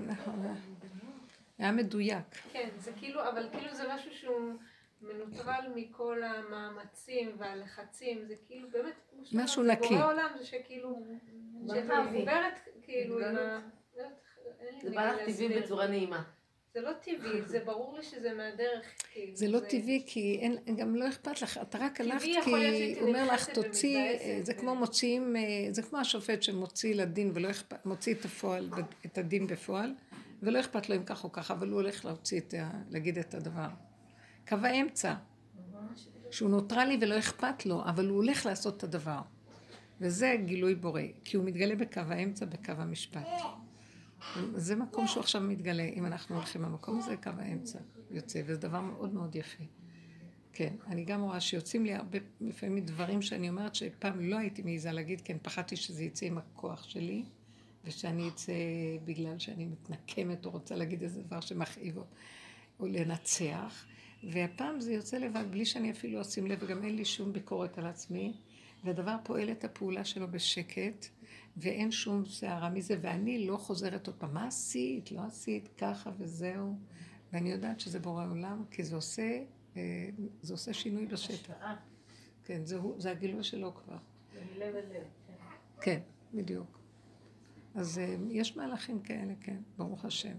היה מדויק. כן, זה כאילו, אבל כאילו זה משהו שהוא... מנוטרל מכל המאמצים והלחצים, זה כאילו באמת, משהו נקי. בורא עולם זה שכאילו, שאת מחוברת כאילו עם ה... זה בא לך טבעי בצורה נעימה. זה לא טבעי, זה ברור לי שזה מהדרך. זה לא טבעי כי גם לא אכפת לך, אתה רק הלכת כי הוא אומר לך תוציא, זה כמו מוציאים, זה כמו השופט שמוציא לדין ולא אכפת, מוציא את הדין בפועל, ולא אכפת לו אם כך או ככה, אבל הוא הולך להוציא, להגיד את הדבר. קו האמצע, שהוא נוטרלי ולא אכפת לו, אבל הוא הולך לעשות את הדבר. וזה גילוי בורא, כי הוא מתגלה בקו האמצע, בקו המשפט. זה מקום שהוא עכשיו מתגלה, אם אנחנו הולכים במקום הזה, קו האמצע יוצא, וזה דבר מאוד מאוד יפה. כן, אני גם רואה שיוצאים לי הרבה לפעמים דברים שאני אומרת שפעם לא הייתי מעיזה להגיד, כן, פחדתי שזה יצא עם הכוח שלי, ושאני אצא בגלל שאני מתנקמת או רוצה להגיד איזה דבר שמכאיב או, או לנצח. והפעם זה יוצא לבד בלי שאני אפילו אשים לב, וגם אין לי שום ביקורת על עצמי, והדבר פועל את הפעולה שלו בשקט, ואין שום שערה מזה, ואני לא חוזרת עוד פעם, מה עשית? לא עשית ככה וזהו, ואני יודעת שזה בורא עולם, כי זה עושה, זה עושה שינוי בשטח. כן, זה, זה הגילוי שלו כבר. מלב אל לב. כן, בדיוק. אז יש מהלכים כאלה, כן, ברוך השם.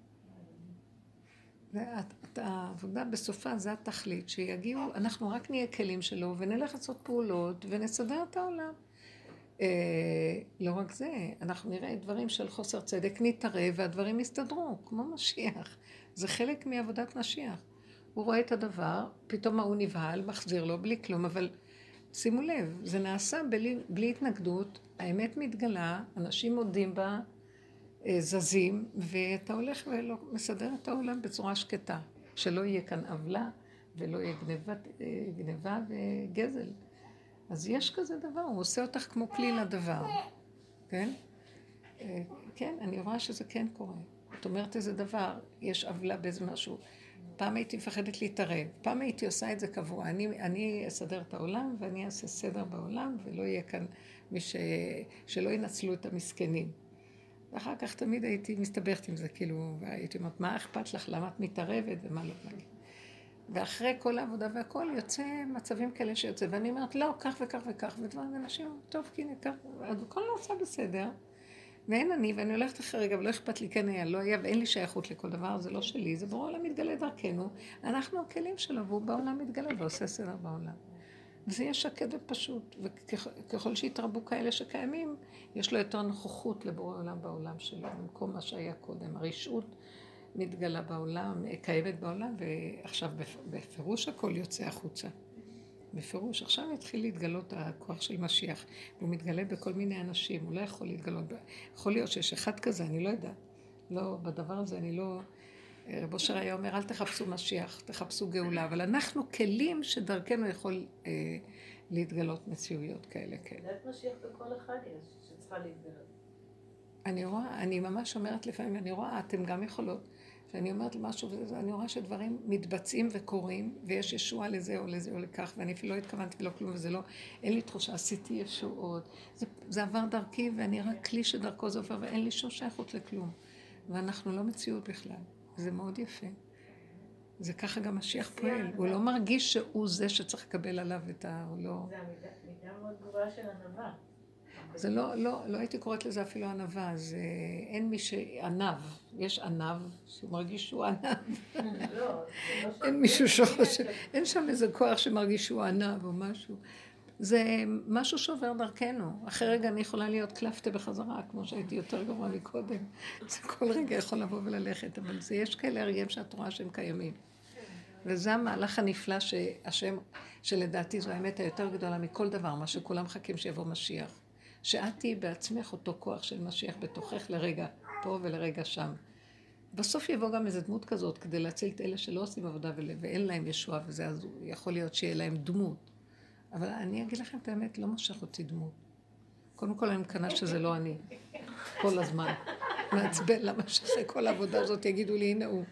העבודה בסופה זה התכלית, שיגיעו, אנחנו רק נהיה כלים שלו ונלך לעשות פעולות ונסדר את העולם. לא רק זה, אנחנו נראה דברים של חוסר צדק, נתערב והדברים יסתדרו, כמו משיח. זה חלק מעבודת משיח. הוא רואה את הדבר, פתאום הוא נבהל, מחזיר לו בלי כלום, אבל שימו לב, זה נעשה בלי, בלי התנגדות, האמת מתגלה, אנשים מודים בה, זזים, ואתה הולך ולא מסדר את העולם בצורה שקטה, שלא יהיה כאן עוולה ולא יהיה גניבה, גניבה וגזל. אז יש כזה דבר, הוא עושה אותך כמו כלי לדבר, כן? כן, אני רואה שזה כן קורה. את אומרת איזה דבר, יש עוולה באיזה משהו. פעם הייתי מפחדת להתערב, פעם הייתי עושה את זה קבוע. אני, אני אסדר את העולם ואני אעשה סדר בעולם, ולא יהיה כאן מי ש... שלא ינצלו את המסכנים. ואחר כך תמיד הייתי מסתבכת עם זה, כאילו, והייתי אומרת, מה אכפת לך, למה את מתערבת ומה לא להגיד. ואחרי כל העבודה והכל יוצא מצבים כאלה שיוצא, ואני אומרת, לא, כך וכך וכך, ודברים אנשים, טוב, כי נקח, הכל נעשה בסדר, ואין אני, ואני הולכת אחרי רגע, ולא אכפת לי, כן היה, לא היה, ואין לי שייכות לכל דבר, זה לא שלי, זה בורא עולם מתגלה דרכנו, אנחנו הכלים שלו, והוא בעולם מתגלה ועושה סדר בעולם. וזה יהיה שקט ופשוט, וככל שהתרבו כאלה שקיימים, יש לו יותר נוכחות לבורא עולם בעולם שלו, במקום מה שהיה קודם. הרשעות מתגלה בעולם, קיימת בעולם, ועכשיו בפירוש הכל יוצא החוצה. בפירוש, עכשיו התחיל להתגלות הכוח של משיח, והוא מתגלה בכל מיני אנשים, הוא לא יכול להתגלות, יכול להיות שיש אחד כזה, אני לא יודעת. לא, בדבר הזה אני לא... רב אושר היה אומר, אל תחפשו משיח, תחפשו גאולה, אבל אנחנו כלים שדרכנו יכול אה, להתגלות מציאויות כאלה. כן. דעת משיח בכל אחד יש, שצריכה להתגלות. אני רואה, אני ממש אומרת לפעמים, אני רואה, אתם גם יכולות, שאני אומרת משהו, ואני רואה שדברים מתבצעים וקורים, ויש ישועה לזה או לזה או לכך, ואני אפילו לא התכוונתי ולא כלום, וזה לא, אין לי תחושה, עשיתי ישועות. זה, זה עבר דרכי, ואני רק כלי שדרכו זה עובר, ואין לי שום שייכות לכלום. ואנחנו לא מציאות בכלל. זה מאוד יפה. זה ככה גם משיח פועל. הוא לא מרגיש שהוא זה שצריך לקבל עליו את ה... הוא לא... זה המידה מאוד גבוהה של ענווה. זה לא, לא, לא הייתי קוראת לזה אפילו ענווה. זה... אין מי שענב. יש ענב שהוא מרגיש שהוא ענב. אין מישהו שחושב... אין שם איזה כוח שמרגיש שהוא ענב או משהו. זה משהו שעובר דרכנו. אחרי רגע אני יכולה להיות קלפתה בחזרה, כמו שהייתי יותר גרוע מקודם. זה כל רגע יכול לבוא וללכת, אבל זה יש כאלה הרגעים שאת רואה שהם קיימים. וזה המהלך הנפלא שהשם, שלדעתי זו האמת היותר גדולה מכל דבר, מה שכולם מחכים שיבוא משיח. שאת תהיי בעצמך אותו כוח של משיח בתוכך לרגע פה ולרגע שם. בסוף יבוא גם איזו דמות כזאת כדי להציל את אלה שלא עושים עבודה ואין להם ישועה וזה, אז יכול להיות שיהיה להם דמות. אבל אני אגיד לכם את האמת, לא משך אותי דמות. קודם כל אני מקנה שזה לא אני. כל הזמן. מעצבן, למה שאחרי כל העבודה הזאת יגידו לי, הנה הוא.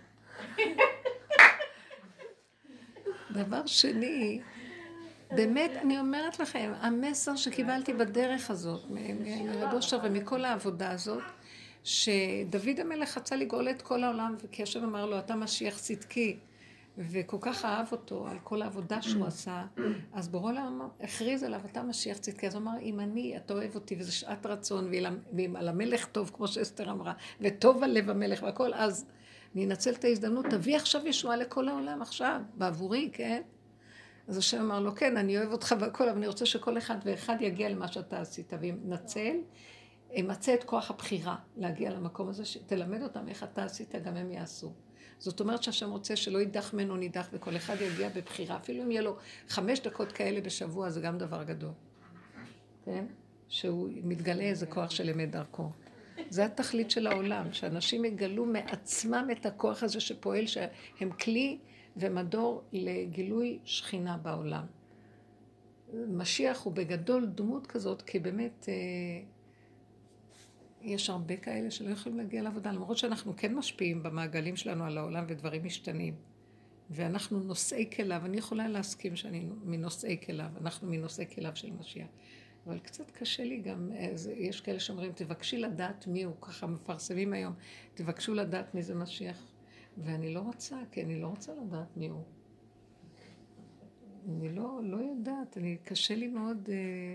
דבר שני, באמת, אני אומרת לכם, המסר שקיבלתי בדרך הזאת, מרב אושר ומכל העבודה הזאת, שדוד המלך חצה לגאול את כל העולם, כי השם אמר לו, אתה משיח צדקי, וכל כך אהב אותו על כל העבודה שהוא עשה, אז בורא עולם הכריז עליו, אתה משיח צדקי, אז הוא אמר, אם אני, אתה אוהב אותי, וזה שעת רצון, ואם על המלך טוב, כמו שאסתר אמרה, וטוב על לב המלך והכל, אז אני אנצל את ההזדמנות, תביא עכשיו ישועה לכל העולם, עכשיו, בעבורי, כן? אז השם אמר לו, כן, אני אוהב אותך והכל, אבל אני רוצה שכל אחד ואחד יגיע למה שאתה עשית, ונצל, מצא את כוח הבחירה להגיע למקום הזה, שתלמד אותם איך אתה עשית, גם הם יעשו. זאת אומרת שהשם רוצה שלא יידח ממנו נידח, וכל אחד יגיע בבחירה, אפילו אם יהיה לו חמש דקות כאלה בשבוע, זה גם דבר גדול. כן? שהוא מתגלה איזה כוח שלמד דרכו. זה התכלית של העולם, שאנשים יגלו מעצמם את הכוח הזה שפועל, שהם כלי ומדור לגילוי שכינה בעולם. משיח הוא בגדול דמות כזאת, כי באמת יש הרבה כאלה שלא יכולים להגיע לעבודה, למרות שאנחנו כן משפיעים במעגלים שלנו על העולם ודברים משתנים. ואנחנו נושאי כליו, אני יכולה להסכים שאני מנושאי כליו, אנחנו מנושאי כליו של משיח. אבל קצת קשה לי גם, יש כאלה שאומרים, תבקשי לדעת מי הוא, ככה מפרסמים היום, תבקשו לדעת מי זה משיח. ואני לא רוצה, כי אני לא רוצה לדעת מי הוא. אני לא, לא יודעת, אני, קשה לי מאוד,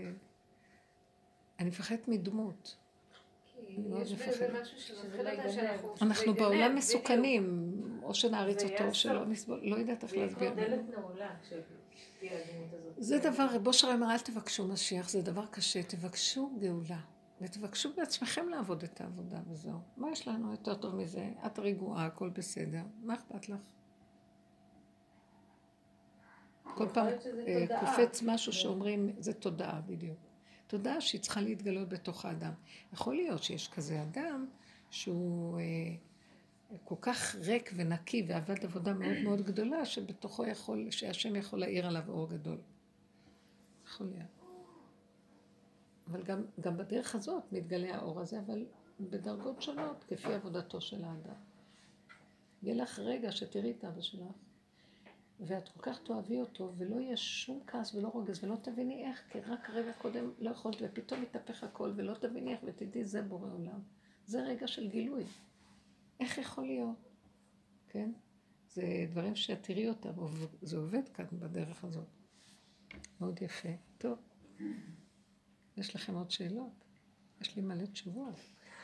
אני מפחדת מדמות. יש בזה משהו שמפחיד אותה שאנחנו... אנחנו בעולם מסוכנים, או שנעריץ אותו, או שלא נסבול, לא יודעת איך להסביר. זה דלת נעולה כשתהיה הדמות הזאת. זה דבר, רב אושר אמר, אל תבקשו משיח, זה דבר קשה, תבקשו גאולה. ותבקשו בעצמכם לעבוד את העבודה וזהו. מה יש לנו יותר טוב מזה? את רגועה, הכל בסדר. מה אכפת לך? כל פעם קופץ משהו שאומרים, זה תודעה בדיוק. תודעה שהיא צריכה להתגלות בתוך האדם. יכול להיות שיש כזה אדם שהוא כל כך ריק ונקי ועבד עבודה מאוד מאוד גדולה, שבתוכו יכול, שהשם יכול להאיר עליו אור גדול. יכול להיות. אבל גם, גם בדרך הזאת מתגלה האור הזה, אבל בדרגות שונות, כפי עבודתו של האדם. יהיה לך רגע שתראי את אבא שלך, ואת כל כך תאהבי אותו, ולא יהיה שום כעס ולא רוגז, ולא תביני איך, כי רק רגע קודם לא יכולת, ופתאום יתהפך הכל, ולא תביני איך, ותדעי, זה בורא עולם. זה רגע של גילוי. איך יכול להיות? כן? זה דברים שתראי אותם, זה עובד כאן בדרך הזאת. מאוד יפה. טוב. יש לכם עוד שאלות? יש לי מלא תשובות.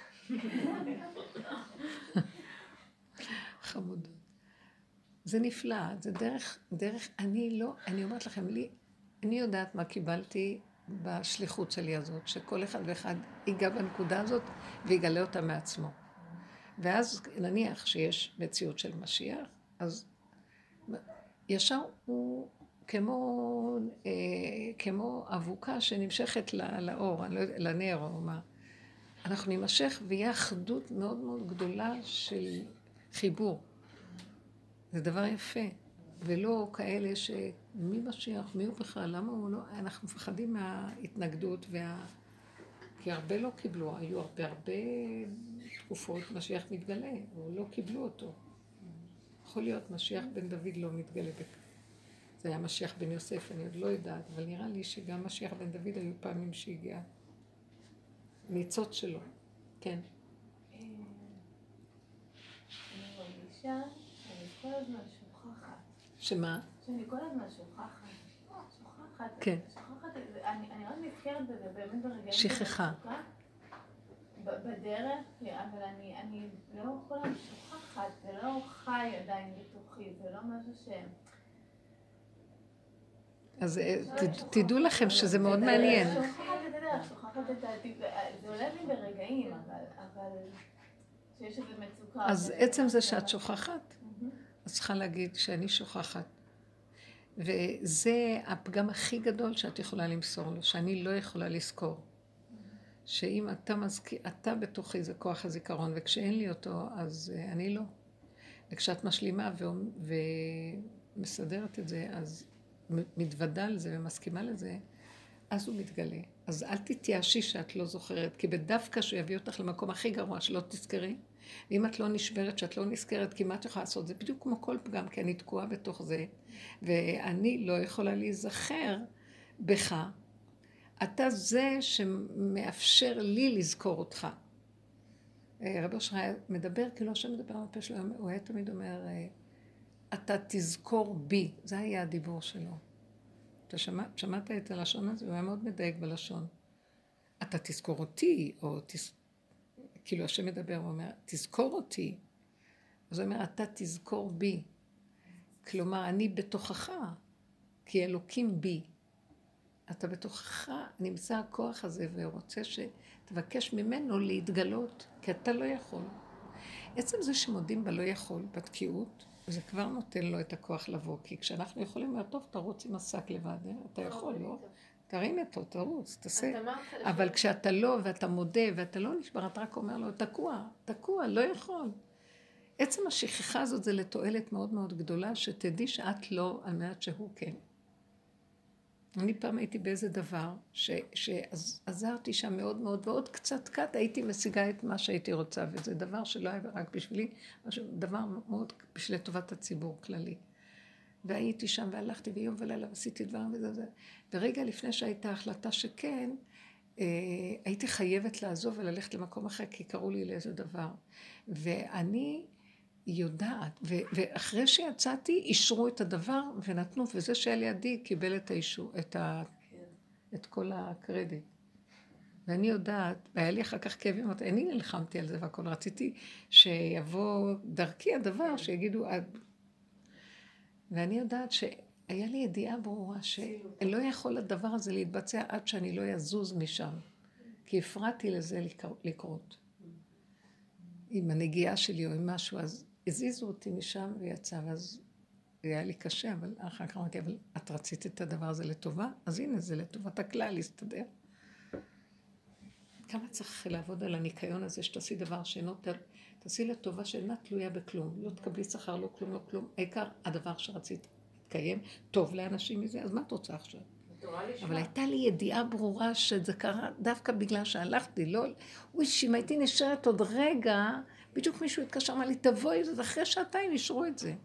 חמודות. זה נפלא, זה דרך, דרך, אני לא, אני אומרת לכם, לי, אני יודעת מה קיבלתי בשליחות שלי הזאת, שכל אחד ואחד ייגע בנקודה הזאת ויגלה אותה מעצמו. ואז נניח שיש מציאות של משיח, אז ישר הוא כמו, אה, כמו אבוקה שנמשכת לאור, לא, לנר או מה. אנחנו נמשך ויהיה אחדות מאוד מאוד גדולה של חיבור. זה דבר יפה, ולא כאלה שמי משיח, מי הוא בכלל, למה הוא לא, אנחנו מפחדים מההתנגדות, וה... כי הרבה לא קיבלו, היו הרבה הרבה תקופות, משיח מתגלה, או לא קיבלו אותו. יכול להיות, משיח בן דוד לא מתגלה בכך. זה היה משיח בן יוסף, אני עוד לא יודעת, אבל נראה לי שגם משיח בן דוד היו פעמים שהגיע. ניצות שלו, כן. אני מרגישה שאני כל הזמן שוכחת. שמה? שאני כל הזמן שוכחת. שוכחת. כן. שוכחת, אני רק נזכרת בזה באמת ברגעים. שכחה. בדרך, אבל אני לא כל הזמן שוכחת, זה לא חי עדיין בתוכי, זה לא משהו ש... אז תדעו לכם שזה מאוד מעניין. שוכחת את הדרך, שוכחת את העתיד, זה עולה לי ברגעים, אבל שיש איזו מצוקה. אז עצם זה שאת שוכחת, אז צריכה להגיד שאני שוכחת. וזה הפגם הכי גדול שאת יכולה למסור לו, שאני לא יכולה לזכור. שאם אתה מזכיר, אתה בתוכי זה כוח הזיכרון, וכשאין לי אותו, אז אני לא. וכשאת משלימה ומסדרת את זה, אז מתוודה על זה ומסכימה לזה, אז הוא מתגלה. אז אל תתייאשי שאת לא זוכרת, כי בדווקא שהוא יביא אותך למקום הכי גרוע שלא תזכרי, ואם את לא נשברת, שאת לא נזכרת, כי מה את יכולה לעשות? זה בדיוק כמו כל פגם, כי אני תקועה בתוך זה, ואני לא יכולה להיזכר בך. אתה זה שמאפשר לי לזכור אותך. רבי אושר מדבר, כאילו השם מדבר על הפה שלו, הוא היה תמיד אומר, אתה תזכור בי. זה היה הדיבור שלו. אתה שמע, שמעת את הלשון הזה? הוא היה מאוד מדייק בלשון. אתה תזכור אותי, או תז... כאילו השם מדבר, הוא אומר, תזכור אותי. אז הוא אומר, אתה תזכור בי. כלומר, אני בתוכך, כי אלוקים בי. אתה בתוכך נמצא הכוח הזה, ורוצה שתבקש ממנו להתגלות, כי אתה לא יכול. עצם זה שמודים בלא יכול, בתקיעות, זה כבר נותן לו את הכוח לבוא, כי כשאנחנו יכולים, אומר, טוב, תרוץ עם השק לבד, אתה יכול, לא? תרים אותו, תרוץ, תעשה. אבל כשאתה לא, ואתה מודה, ואתה לא נשבר, אתה רק אומר לו, תקוע, תקוע, לא יכול. עצם השכחה הזאת זה לתועלת מאוד מאוד גדולה, שתדעי שאת לא, על מנת שהוא כן. אני פעם הייתי באיזה דבר, שעזרתי שם מאוד מאוד, ועוד קצת קט הייתי משיגה את מה שהייתי רוצה, וזה דבר שלא היה רק בשבילי, דבר מאוד בשביל טובת הציבור כללי. והייתי שם והלכתי ביום ולילה ועשיתי דברים וזה וזה. ורגע לפני שהייתה החלטה שכן, הייתי חייבת לעזוב וללכת למקום אחר, כי קראו לי לאיזה דבר. ואני יודעת, ו- ואחרי שיצאתי, אישרו את הדבר ונתנו, וזה שהיה לידי קיבל את האישור, את, ה- את כל הקרדיט. ואני יודעת, והיה לי אחר כך כאבים, אני נלחמתי על זה והכל, רציתי שיבוא דרכי הדבר, שיגידו, ואני יודעת שהיה לי ידיעה ברורה, שלא יכול הדבר הזה להתבצע עד שאני לא יזוז משם, כי הפרעתי לזה לקרות. עם הנגיעה שלי או עם משהו, אז הזיזו אותי משם ויצא, אז היה לי קשה, אבל אחר כך אמרתי, אבל את רצית את הדבר הזה לטובה? אז הנה, זה לטובת הכלל, להסתדר. כמה צריך לעבוד על הניקיון הזה, שתעשי דבר שאינו, תעשי לטובה שאינה תלויה בכלום. לא תקבלי שכר, לא כלום, לא כלום. העיקר, הדבר שרצית להתקיים, טוב לאנשים מזה, אז מה את רוצה עכשיו? אבל הייתה לי ידיעה ברורה שזה קרה דווקא בגלל שהלכתי, לא... אוי, שאם הייתי נשארת עוד רגע, בדיוק מישהו התקשר, אמר לי, תבואי, זה אחרי שעתיים אישרו את זה.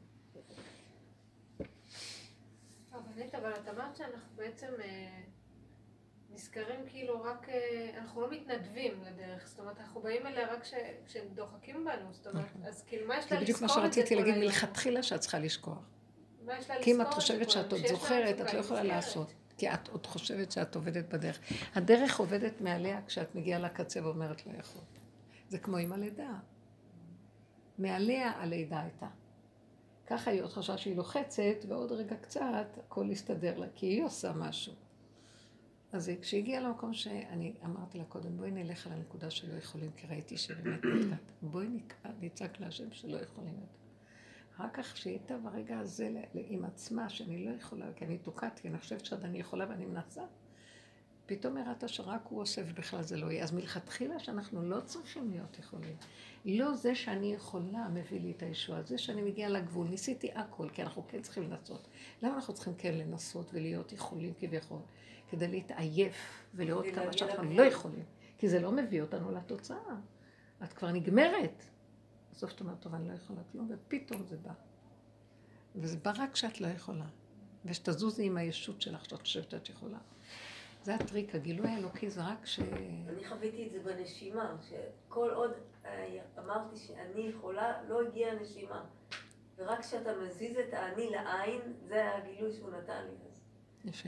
אבל את אמרת שאנחנו בעצם נזכרים כאילו רק, אנחנו לא מתנדבים לדרך, זאת אומרת, אנחנו באים אליה רק כשהם דוחקים בנו, זאת אומרת, אז כאילו מה יש לה לזכור את זה? בדיוק מה שרציתי להגיד מלכתחילה שאת צריכה לשכוח. כי אם את חושבת שאת עוד זוכרת, את לא יכולה לעשות. כי את עוד חושבת שאת עובדת בדרך. הדרך עובדת מעליה כשאת מגיעה לקצה ואומרת לא יכול. זה כמו עם הלידה. מעליה הלידה הייתה. ככה היא עוד חשבה שהיא לוחצת, ועוד רגע קצת הכל יסתדר לה, כי היא עושה משהו. אז כשהגיעה למקום שאני אמרתי לה קודם, בואי נלך על הנקודה שלא יכולים, כי ראיתי שבאמת נקלט. בואי נצעק להשם שלא יכולים יותר. אחר כך שהיא הייתה ברגע הזה עם עצמה, שאני לא יכולה, כי אני תוקעתי, אני חושבת שעד אני יכולה ואני מנסה, פתאום הראתה שרק הוא אוסף בכלל זה לא יהיה. אז מלכתחילה שאנחנו לא צריכים להיות יכולים. לא זה שאני יכולה מביא לי את הישועה, זה שאני מגיעה לגבול, ניסיתי הכל, כי אנחנו כן צריכים לנסות. למה אנחנו צריכים כן לנסות ולהיות יכולים כביכול? כדי להתעייף ולראות כמה שאנחנו לא יכולים. כי זה לא מביא אותנו לתוצאה. את כבר נגמרת. בסוף את אומרת, טוב, אני לא יכולה כלום, ופתאום זה בא. וזה בא רק כשאת לא יכולה. ושתזוזי עם הישות שלך, שאת חושבת שאת יכולה. זה הטריק, הגילוי האלוקי זה רק ש... אני חוויתי את זה בנשימה, שכל עוד אמרתי שאני יכולה, לא הגיעה הנשימה. ורק כשאתה מזיז את האני לעין, זה הגילוי שהוא נתן לי. יפה.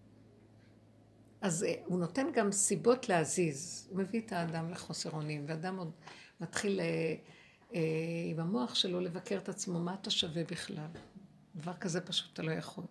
אז הוא נותן גם סיבות להזיז. הוא מביא את האדם לחוסר אונים, ואדם עוד מתחיל אה, עם המוח שלו לבקר את עצמו, מה אתה שווה בכלל? דבר כזה פשוט אתה לא יכול.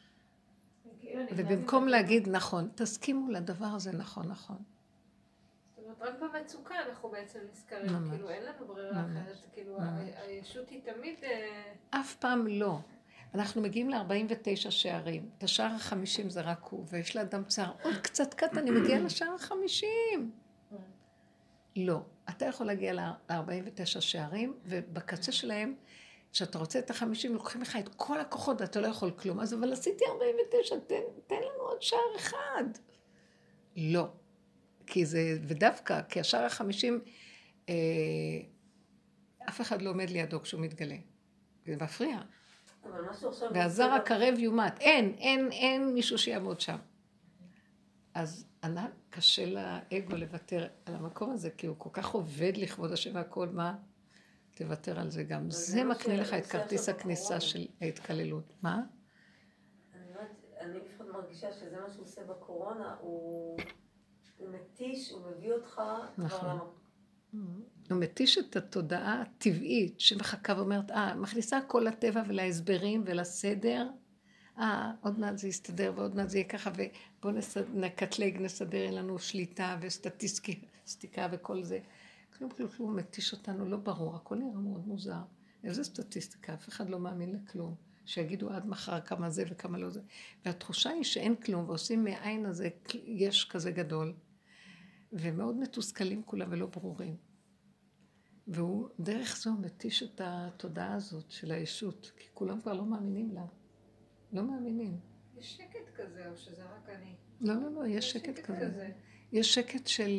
ובמקום להגיד נכון, תסכימו לדבר הזה נכון, נכון. זאת אומרת, רק במצוקה אנחנו בעצם נזכרים, כאילו אין לנו ברירה אחרת, כאילו הישות היא תמיד... אף פעם לא. אנחנו מגיעים ל-ארבעים ותשע שערים, את השער החמישים זה רק הוא, ויש לאדם צער, עוד קצת קטן, אני מגיעה לשער החמישים. לא, אתה יכול להגיע ל-ארבעים ותשע שערים, ובקצה שלהם, כשאתה רוצה את החמישים, לוקחים לך את כל הכוחות, אתה לא יכול כלום. אז אבל עשיתי ארבעים ותשע, תן, תן לנו עוד שער אחד. לא. כי זה, ודווקא, כי השער החמישים, אה, אף אחד לא עומד לידו כשהוא מתגלה. זה מפריע. והזר הקרב יומת. אין, אין, אין מישהו שיעמוד שם. אז ענק קשה לאגו לוותר על המקום הזה, כי הוא כל כך עובד לכבוד השם והכל, מה? תוותר על זה גם. זה מקנה לך את כרטיס הכניסה של ההתקללות. מה? אני לפחות מרגישה שזה מה שהוא עושה בקורונה, הוא מתיש, הוא מביא אותך כבר למקום. הוא מתיש את התודעה הטבעית שמחכה ואומרת, אה, מכניסה כל לטבע ולהסברים ולסדר, אה, עוד מעט זה יסתדר ועוד מעט זה יהיה ככה, ובואו נקטלג, נסדר, אין לנו שליטה וסטטיסטיקה וכל זה. כלום, כלום, כלום, מתיש אותנו, לא ברור, הכל נראה מאוד מוזר. איזה סטטיסטיקה, אף אחד לא מאמין לכלום. שיגידו עד מחר כמה זה וכמה לא זה. והתחושה היא שאין כלום, ועושים מהעין הזה, יש כזה גדול. ומאוד מתוסכלים כולם ולא ברורים. והוא דרך זו מתיש את התודעה הזאת של הישות, כי כולם כבר לא מאמינים לה. לא מאמינים. יש שקט כזה, או שזה רק אני? לא, לא, לא, יש שקט כזה. יש שקט של...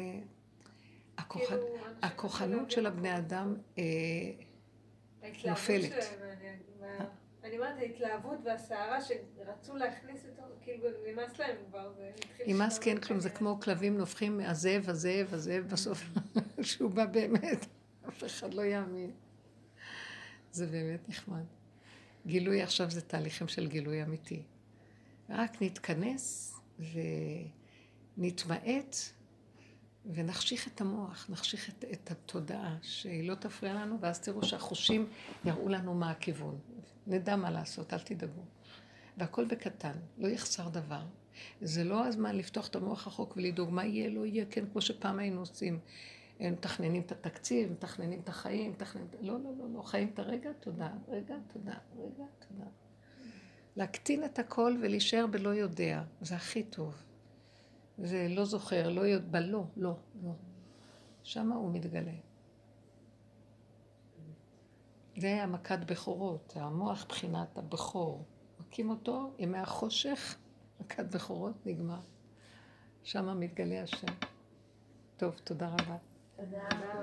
הכוחנות של הבני אדם נופלת. אני אומרת, ההתלהבות והסערה שרצו להכניס אותו, כאילו נמאס להם כבר, זה התחיל... נמאס כן כלום, זה כמו כלבים נופחים מהזאב, הזאב, הזאב, בסוף שהוא בא באמת, אף אחד לא יאמין. זה באמת נחמד. גילוי עכשיו זה תהליכים של גילוי אמיתי. רק נתכנס ונתמעט, ונחשיך את המוח, נחשיך את, את התודעה, שהיא לא תפריע לנו, ואז תראו שהחושים יראו לנו מה הכיוון. נדע מה לעשות, אל תדאגו. והכל בקטן, לא יחסר דבר. זה לא הזמן לפתוח את המוח החוק ולדאוג מה יהיה, לא יהיה, כן, כמו שפעם היינו עושים. הם מתכננים את התקציב, מתכננים את החיים, מתכננים... לא, לא, לא, לא, חיים את הרגע, תודה, רגע, תודה, רגע, תודה. להקטין את הכל ולהישאר בלא יודע, זה הכי טוב. זה לא זוכר, לא יודע, לא, לא, לא. שמה הוא מתגלה. זה המכת בכורות, המוח בחינת הבכור. מקים אותו, ימי החושך, מכת בכורות, נגמר. שמה מתגלה השם. טוב, תודה רבה. תודה רבה.